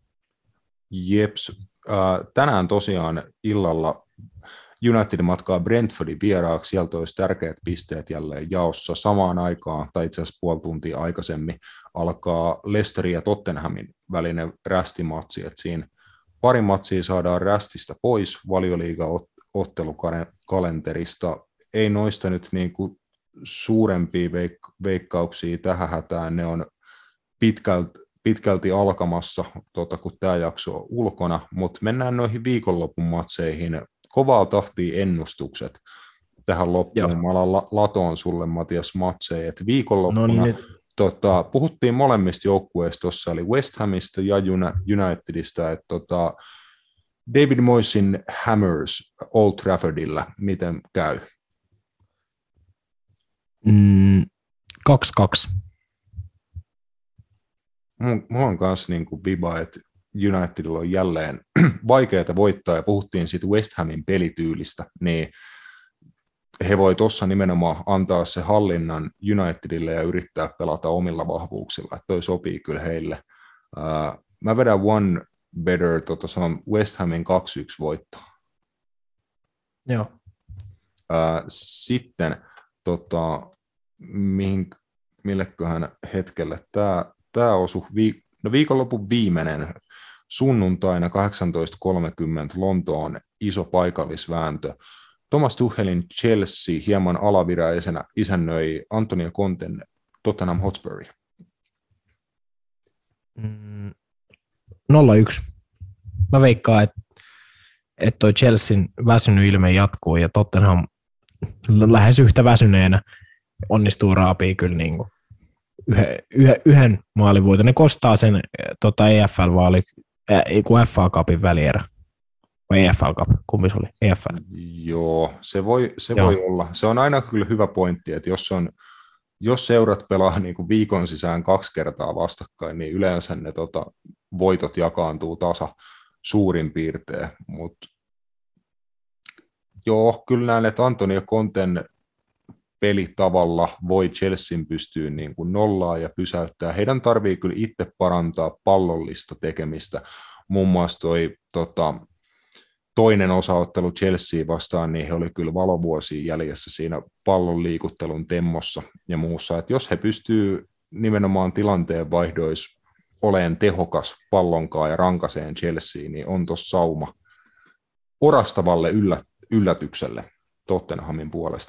Jeps. Tänään tosiaan illalla United matkaa Brentfordin vieraaksi. Sieltä olisi tärkeät pisteet jälleen jaossa. Samaan aikaan, tai itse asiassa puoli tuntia aikaisemmin, alkaa Leicesterin ja Tottenhamin välinen rästimatsi. Et siinä pari matsia saadaan rästistä pois Valioliiga-ottelukalenterista. Ei noista nyt niin kuin suurempia veikkauksia tähän hätään. Ne on pitkälti alkamassa, kun tämä jakso on ulkona, mutta mennään noihin viikonlopun matseihin. Kovaa tahtia ennustukset tähän loppuun. Joo. Mä alan latoon sulle, Matias, matseja. Et viikonloppuna puhuttiin molemmista joukkueista tuossa, eli West Hamista ja Unitedista, että David Moyesin Hammers Old Traffordilla, miten käy? 2-2. Mulla on kanssa niin kuin viba, että Unitedilla on jälleen vaikeaa voittaa, ja puhuttiin siitä West Hamin pelityylistä, niin he voi tuossa nimenomaan antaa se hallinnan Unitedille ja yrittää pelata omilla vahvuuksilla, että toi sopii kyllä heille. Mä vedän one better, se on West Hamin 2-1 voitto. Joo. Sitten milleköhän hetkelle tämä osui viikonlopun viimeinen sunnuntaina 18.30 Lontoon iso paikallisvääntö. Thomas Tuchelin Chelsea hieman alaviräisenä isännöi Antonio Conten Tottenham Hotspur. 0-1. Mä veikkaan, että toi Chelsean väsynyt ilme jatkuu ja Tottenham lähes yhtä väsyneenä onnistuu raapii kyllä niinku yhden maalivoiton. Ne kostaa sen EFL-vaali, FA Cupin välierä. Vai EFL Cup, kumpi se oli? EFL. Joo, se voi olla. Se on aina kyllä hyvä pointti, että jos seurat pelaa niinku viikon sisään 2 kertaa vastakkain, niin yleensä ne voitot jakaantuu tasa suurin piirtein. Mutta joo, kyllä näen, että Antonio Conten pelitavalla voi Chelsean pystyä niin kuin nollaan ja pysäyttää. Heidän tarvii kyllä itse parantaa pallollista tekemistä. Muun muassa toinen osaottelu Chelsea vastaan, niin he oli kyllä valovuosia jäljessä siinä pallon liikuttelun temmossa ja muussa. Että jos he pystyy nimenomaan tilanteen vaihdoissa olemaan tehokas pallonkaan ja rankaseen Chelsea, niin on tuossa sauma orastavalle yllätykselle Tottenhamin puolesta.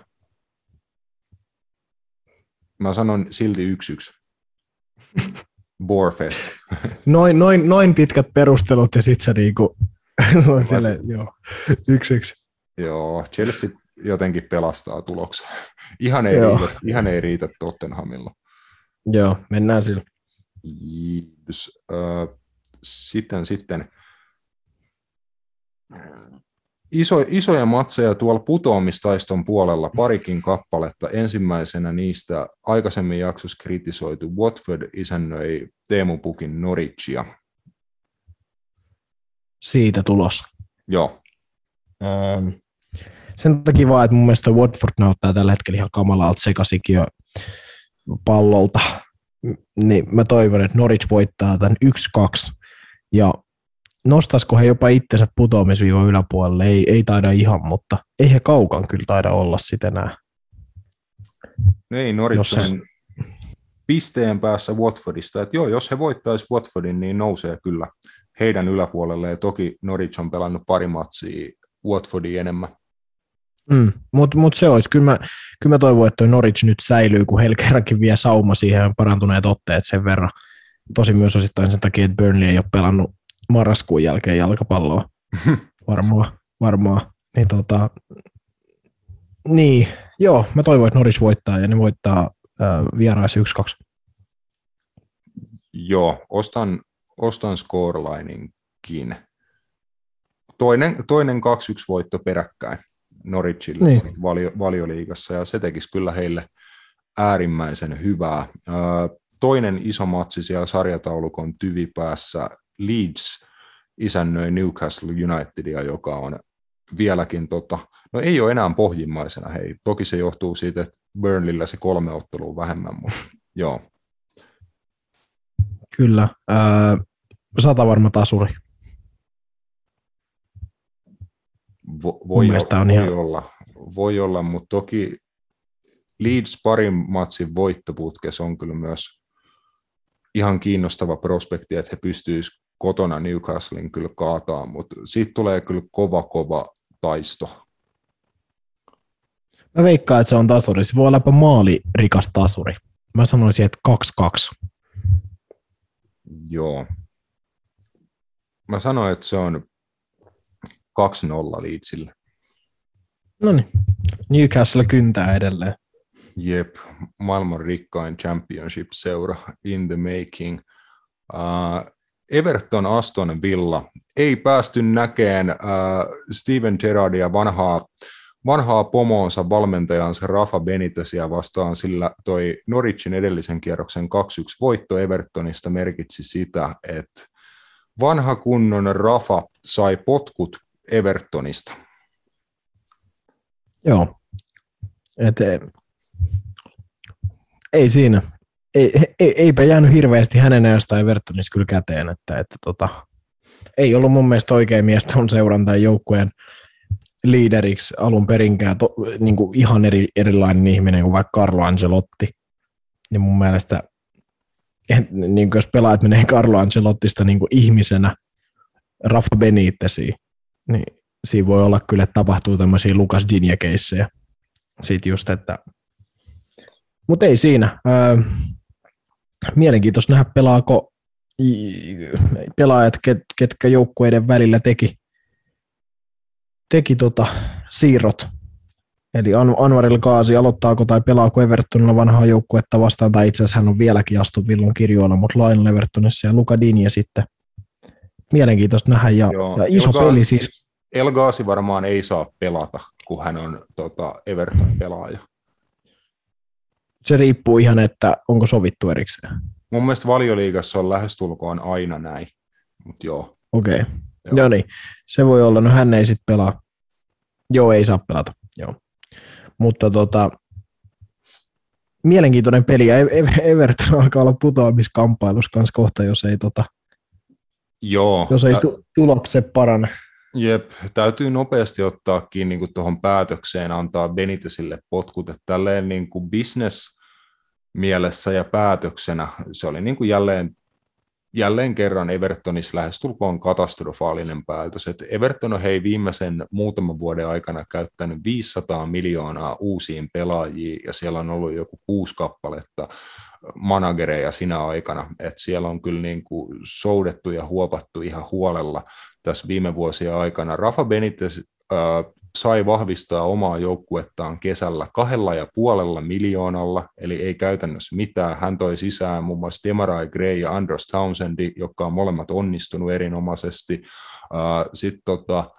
Mä sanon silti 1-1. Borefest. Noin pitkät perustelut ja sit sä niinku sille, joo, 1-1. Joo, Chelsea jotenkin pelastaa tuloksen. Ihan ei riitä Tottenhamilla. Joo, mennään sillä. Sitten isoja matseja tuolla putoamistaiston puolella, parikin kappaletta. Ensimmäisenä niistä aikaisemmin jaksossa kritisoitu Watford isännöi Teemu Pukin Norwichia. Siitä tulos. Joo. Sen takia vaan, että mun mielestä Watford näyttää tällä hetkellä ihan kamalalta sekaisinkin jo pallolta. Niin mä toivon, että Norwich voittaa tämän 1-2. Ja nostaisiko he jopa itsensä putoamisviivan yläpuolelle? Ei taida ihan, mutta ei he kaukan kyllä taida olla sitä enää. Ei, Norwich on pisteen päässä Watfordista. Että joo, jos he voittaisi Watfordin, niin nousee kyllä heidän yläpuolelle. Ja toki Norwich on pelannut pari matsia Watfordia enemmän. Mutta se olisi. Kyllä mä toivon, että toi Norwich nyt säilyy, kun heillä kerrankin vie sauma siihen parantuneet otteet sen verran. Tosi myös osittain sen takia, että Burnley ei ole pelannut marraskuun jälkeen jalkapalloa. Varmaan. Niin, joo, mä toivon, että Norwich voittaa ja ne voittaa vieraissa 1-2. Joo, ostan scorelininkin. Toinen 2-1 voitto peräkkäin Norwichille niin Valioliigassa, ja se tekisi kyllä heille äärimmäisen hyvää. Toinen iso matsi siellä sarjataulukon tyvipäässä, Leeds isännöi Newcastle Unitedia, joka on vieläkin, no ei ole enää pohjimmaisena, hei. Toki se johtuu siitä, että Burnleyllä se 3 ottelua vähemmän, mutta joo. Kyllä, 100 varma tasuri. Voi olla, mutta toki Leeds parin matsin voittoputkes on kyllä myös ihan kiinnostava prospekti, että he pystyisivät kotona Newcastlein kyllä kaataa, mutta siitä tulee kyllä kova taisto. Mä veikkaan, että se on tasuri. Se voi olla jopa maalirikas tasuri. Mä sanoisin, että 2-2. Joo. Mä sanoin, että se on 2-0 Leedsille. Noniin. Newcastle kyntää edelleen. Jep, maailman rikkain championship-seura in the making. Everton Aston Villa. Ei päästy näkemään Steven Gerrardia vanhaa pomoonsa valmentajansa Rafa Benitezia vastaan, sillä toi Norwichin edellisen kierroksen 2-1 voitto Evertonista merkitsi sitä, että vanha kunnon Rafa sai potkut Evertonista. Joo. Ei siinä. eipä jäänyt hirveästi hänen ajastaan Evertonissa kyllä käteen, että ei ollut mun mielestä oikea mies tuon seuran tai joukkueen liideriksi alun perinkään niin kuin ihan erilainen ihminen kuin vaikka Carlo Ancelotti. Niin mun mielestä, niin jos pelaajat menee Carlo Ancelottista niin kuin ihmisenä Rafa Benitesiin, niin siinä voi olla kyllä, että tapahtuu tämmöisiä Lucas Digne-keissejä. Siitä just, että mutta ei siinä. Mielenkiintoista nähdä, pelaako pelaajat, ketkä joukkueiden välillä teki siirrot. Eli Anwar El Ghazi aloittaako tai pelaako Evertonilla vanhaa joukkuetta vastaan, tai itse asiassa hän on vieläkin Aston Villan kirjoilla, mutta Lionel Evertonissa ja Luka Digne sitten. Mielenkiintoista nähdä ja iso peli siis. El Ghazi varmaan ei saa pelata, kun hän on Everton-pelaaja. Se riippuu ihan, että onko sovittu erikseen. Mun mielestä Valioliigassa on lähestulkoon aina näin, mutta joo. Okei, joo niin. Se voi olla, no hän ei sitten pelaa. Joo, ei saa pelata, joo. Mutta mielenkiintoinen peli, ja Everton alkaa olla putoamiskamppailussa kanssa kohta, jos ei, tulokset parane. Jep, täytyy nopeasti ottaa kiinni niin tuohon päätökseen, antaa Benitezille potkut, että tälleen niin kuin business mielessä ja päätöksenä se oli niin kuin jälleen kerran Evertonissa lähestulkoon katastrofaalinen päätös, että Everton on viimeisen muutaman vuoden aikana käyttänyt 500 miljoonaa uusiin pelaajiin ja siellä on ollut joku 6 kappaletta managereja sinä aikana, että siellä on kyllä niin kuin soudettu ja huopattu ihan huolella tässä viime vuosien aikana. Rafa Benitez sai vahvistaa omaa joukkuettaan kesällä 2,5 miljoonalla, eli ei käytännössä mitään. Hän toi sisään muun muassa Demarai Gray ja Andros Townsend, jotka on molemmat onnistunut erinomaisesti. Sitten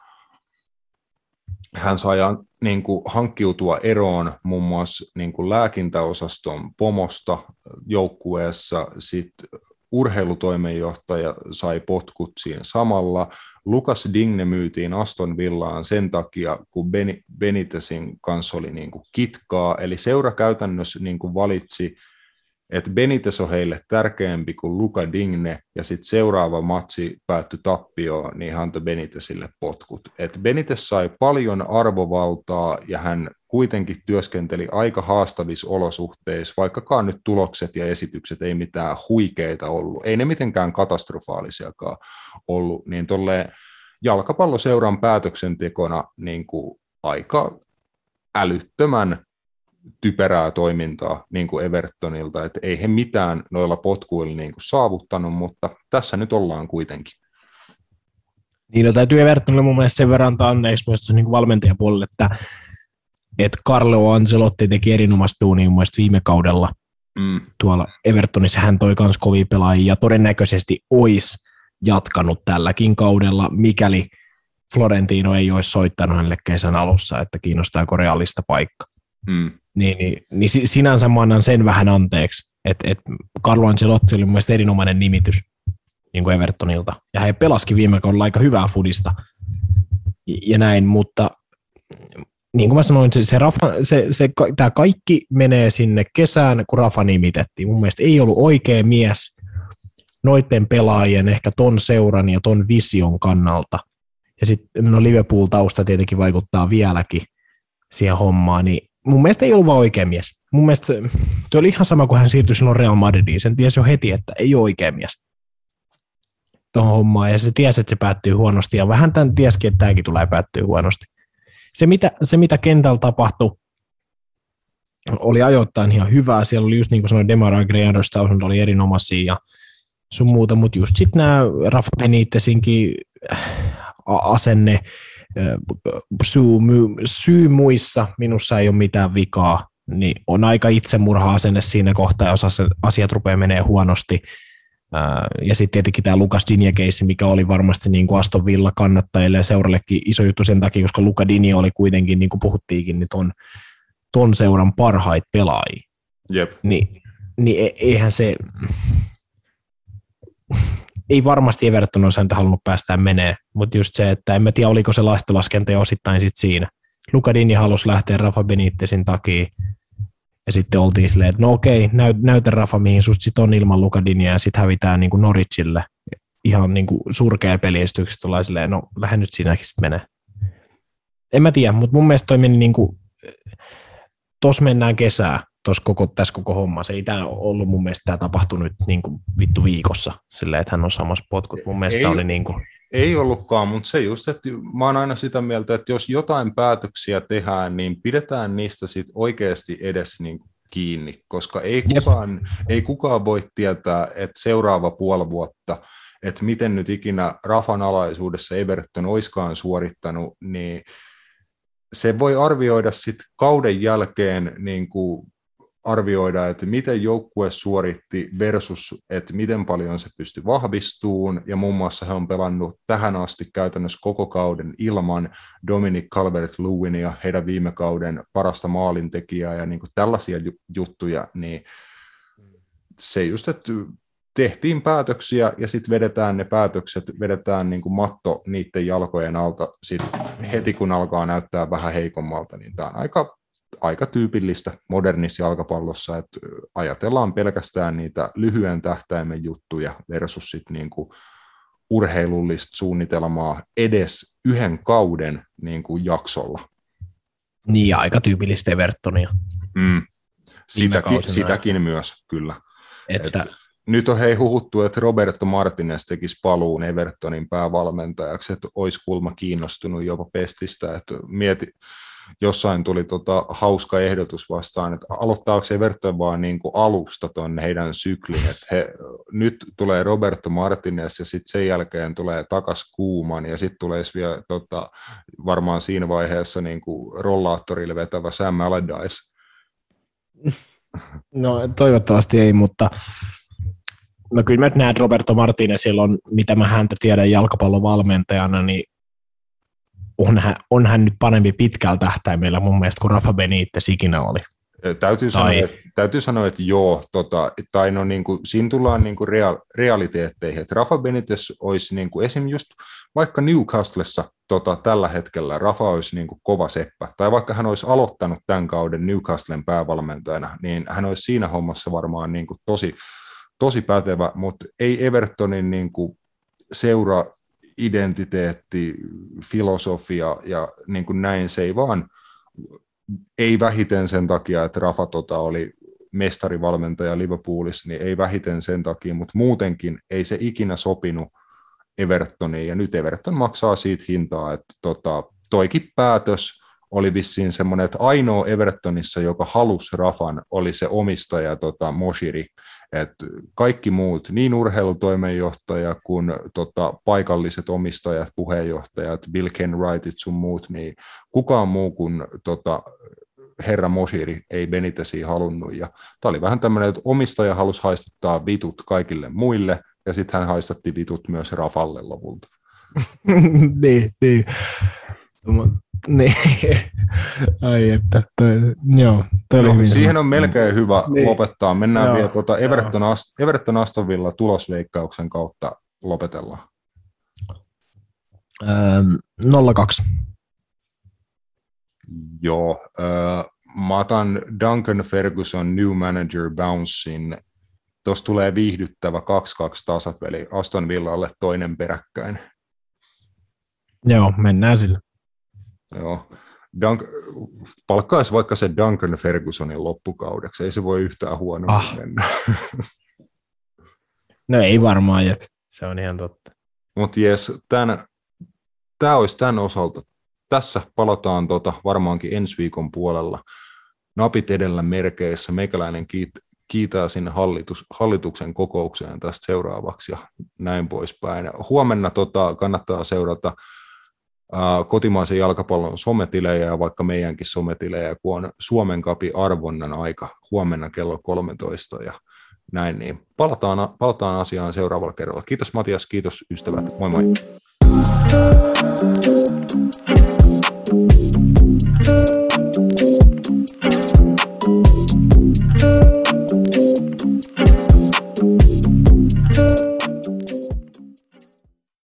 hän sai niin kuin hankkiutua eroon muun muassa niin kuin lääkintäosaston pomosta joukkueessa. Sitten urheilutoimenjohtaja sai potkut siinä samalla. Lucas Digne myytiin Aston Villaan sen takia, kun Benitezin kanssa oli niin kuin kitkaa. Eli seura käytännössä niin kuin valitsi, että Benitez on heille tärkeämpi kuin Luka Digne, ja sitten seuraava matsi päättyi tappioon, niin hän antoi Benitezille potkut. Et Benitez sai paljon arvovaltaa, ja hän kuitenkin työskenteli aika haastavissa olosuhteissa, vaikkakaan nyt tulokset ja esitykset ei mitään huikeita ollut, ei ne mitenkään katastrofaalisiakaan ollut, niin tolleen jalkapalloseuran päätöksentekona niin kuin aika älyttömän typerää toimintaa niin kuin Evertonilta, että ei he mitään noilla potkuilla niin kuin saavuttanut, mutta tässä nyt ollaan kuitenkin. Niin, no täytyy Evertonille mun mielestä sen verran antaa anteeksi myös niin kuin valmentajapuolelle, että Carlo Ancelotti teki erinomaista duunia mun mielestä viime kaudella tuolla Evertonissa. Hän toi kans kovia pelaajia ja todennäköisesti olisi jatkanut tälläkin kaudella, mikäli Florentino ei olisi soittanut hänelle kesän alussa, että kiinnostaako Realista paikka. Niin sinänsä mä annan sen vähän anteeksi, että Carlo Ancelotti oli mun mielestä erinomainen nimitys niin kuin Evertonilta, ja he pelasikin viime kaudella aika hyvää fudista ja näin, mutta niin kuin mä sanoin, tämä kaikki menee sinne kesään, kun Rafa nimitettiin. Mun mielestä ei ollut oikea mies noiden pelaajien, ehkä ton seuran ja ton vision kannalta, ja sitten no Liverpool-tausta tietenkin vaikuttaa vieläkin siihen hommaan, niin mun mielestä ei ollut vaan oikea mies. Mun mielestä tuo oli ihan sama, kun hän siirtyi silloin Real Madridiin. Sen tiesi jo heti, että ei ole oikea mies tuohon hommaan. Ja se tiesi, että se päättyy huonosti. Ja vähän tämän tiesikin, että tämäkin tulee päättyä huonosti. Se, mitä kentällä tapahtui, oli ajoittain ihan hyvää. Siellä oli just niin kuin sanoin, Demarai Gray, Andros Townsend oli erinomaisia ja sun muuta. Mutta just sitten nämä Rafa Benitezinkin asenne, syy muissa, minussa ei ole mitään vikaa, niin on aika itsemurha-asenne siinä kohtaa, jos asiat rupeaa menee huonosti. Ja sitten tietenkin tämä Lucas Digne-keissi, mikä oli varmasti niin kuin Aston Villa kannattajille ja seurallekin iso juttu sen takia, koska Luka Digne oli kuitenkin, niin kuin puhuttiinkin, niin ton seuran parhaita pelaajia. Jep. Niin eihän se... Ei varmasti Everton olisi häntä halunnut päästään menee, mutta just se, että en mä tiedä, oliko se lahtolaskenta jo osittain sitten siinä. Luka Digne halusi lähteä Rafa Benitezin takia, Ja sitten oltiin silleen, että no okei, näytä Rafa, mihin susta sit on ilman Lukadinia, ja sitten hävitään niin kuin Norwichille. Ihan niin kuin surkea peliestyksestä, ollaan silleen, no lähden nyt siinäkin sitten menee. En mä tiedä, mutta mun mielestä toi meni niin kuin, tossa mennään kesää, tässä koko homma. Se ei tää ollut mun mielestä, tää tapahtui nyt niin kuin vittu viikossa, silleen, että hän on samassa potkut. Mun mielestä oli niin kuin... Ei ollutkaan, mutta se just, että mä oon aina sitä mieltä, että jos jotain päätöksiä tehdään, niin pidetään niistä sit oikeasti edes niin kuin kiinni, koska ei kukaan voi tietää, että seuraava puoli vuotta, että miten nyt ikinä Rafan alaisuudessa Everton oiskaan suorittanut, niin se voi arvioida sitten kauden jälkeen niin kuin arvioida, että miten joukkue suoritti versus, että miten paljon se pystyi vahvistumaan, ja muun muassa he on pelannut tähän asti käytännössä koko kauden ilman Dominic Calvert-Lewinia, heidän viime kauden parasta maalintekijää ja niin kuin tällaisia juttuja, niin se just, että tehtiin päätöksiä ja sitten vedetään ne päätökset, vedetään niin kuin matto niiden jalkojen alta sit heti kun alkaa näyttää vähän heikommalta, niin tämä on aika tyypillistä modernissa jalkapallossa, että ajatellaan pelkästään niitä lyhyen tähtäimen juttuja versus sit niin kuin urheilullista suunnitelmaa edes yhden kauden niin kuin jaksolla. Niin, aika tyypillistä Evertonia. Sitäkin myös, kyllä. Nyt on huhuttu, että Roberto Martinez tekisi paluun Evertonin päävalmentajaksi, että olisi kulma kiinnostunut jopa Pestistä, että jossain tuli hauska ehdotus vastaan, että aloittaako Everton vaan niin kuin alusta tuonne heidän syklin, että nyt tulee Roberto Martinez ja sitten sen jälkeen tulee takas Koeman ja sitten tulee vielä varmaan siinä vaiheessa niin kuin rollaattorille vetävä Sam Allardyce. No toivottavasti ei, mutta no kyllä mä näen, että Roberto Martinezilla on, mitä mä häntä tiedän jalkapallovalmentajana, niin on hän nyt parempi pitkällä tähtäimellä mun mielestä kuin Rafa Benitez ikinä oli. Täytyy sanoa, että joo, tai no niin kuin, siinä tullaan niin kuin realiteetteihin, että Rafa Benitez olisi niin kuin, esim. Just vaikka Newcastlessa tällä hetkellä Rafa olisi niin kuin kova seppä, tai vaikka hän olisi aloittanut tämän kauden Newcastlen päävalmentajana, niin hän olisi siinä hommassa varmaan niin kuin tosi pätevä, mutta ei Evertonin niin kuin seura-identiteetti, filosofia ja niin kuin näin, se ei vähiten sen takia, että Rafa oli mestarivalmentaja Liverpoolissa, niin ei vähiten sen takia, mutta muutenkin ei se ikinä sopinut Evertoniin, ja nyt Everton maksaa siitä hintaa, että toikin päätös oli vissiin semmoinen, että ainoa Evertonissa, joka halusi Rafan, oli se omistaja Moshiri, että kaikki muut, niin urheilutoimenjohtaja kuin paikalliset omistajat, puheenjohtajat, Bill Kenwrightit sun muut, niin kukaan muu kuin herra Moshiri ei Benitezia halunnut, ja tämä oli vähän tämmöinen, että omistaja halusi haistattaa vitut kaikille muille, ja sitten hän haistatti vitut myös Rafalle lopulta. Niin. Niin. Ai että, siihen on melkein hyvä lopettaa. Mennään vielä Everton Aston Villa tulosveikkauksen kautta lopetellaan. 0-2. Joo, mä otan Duncan Ferguson New Manager Bouncein. Tuossa tulee viihdyttävä 2-2 tasapeli Aston Villalle toinen peräkkäin. Joo, mennään sillä. Joo. Palkkaisi vaikka se Duncan Fergusonin loppukaudeksi, ei se voi yhtään huonommin mennä. No ei varmaan, se on ihan totta. Mutta jes, tämä olisi tämän osalta. Tässä palataan varmaankin ensi viikon puolella. Napit edellä merkeissä. Meikäläinen kiitää sinne hallituksen kokoukseen tästä seuraavaksi ja näin poispäin. Huomenna kannattaa seurata kotimaisen jalkapallon sometilejä ja vaikka meidänkin sometilejä, kun on Suomen Cupin arvonnan aika huomenna kello 13 ja näin, niin palataan asiaan seuraavalla kerralla. Kiitos Matias, kiitos ystävät, moi moi!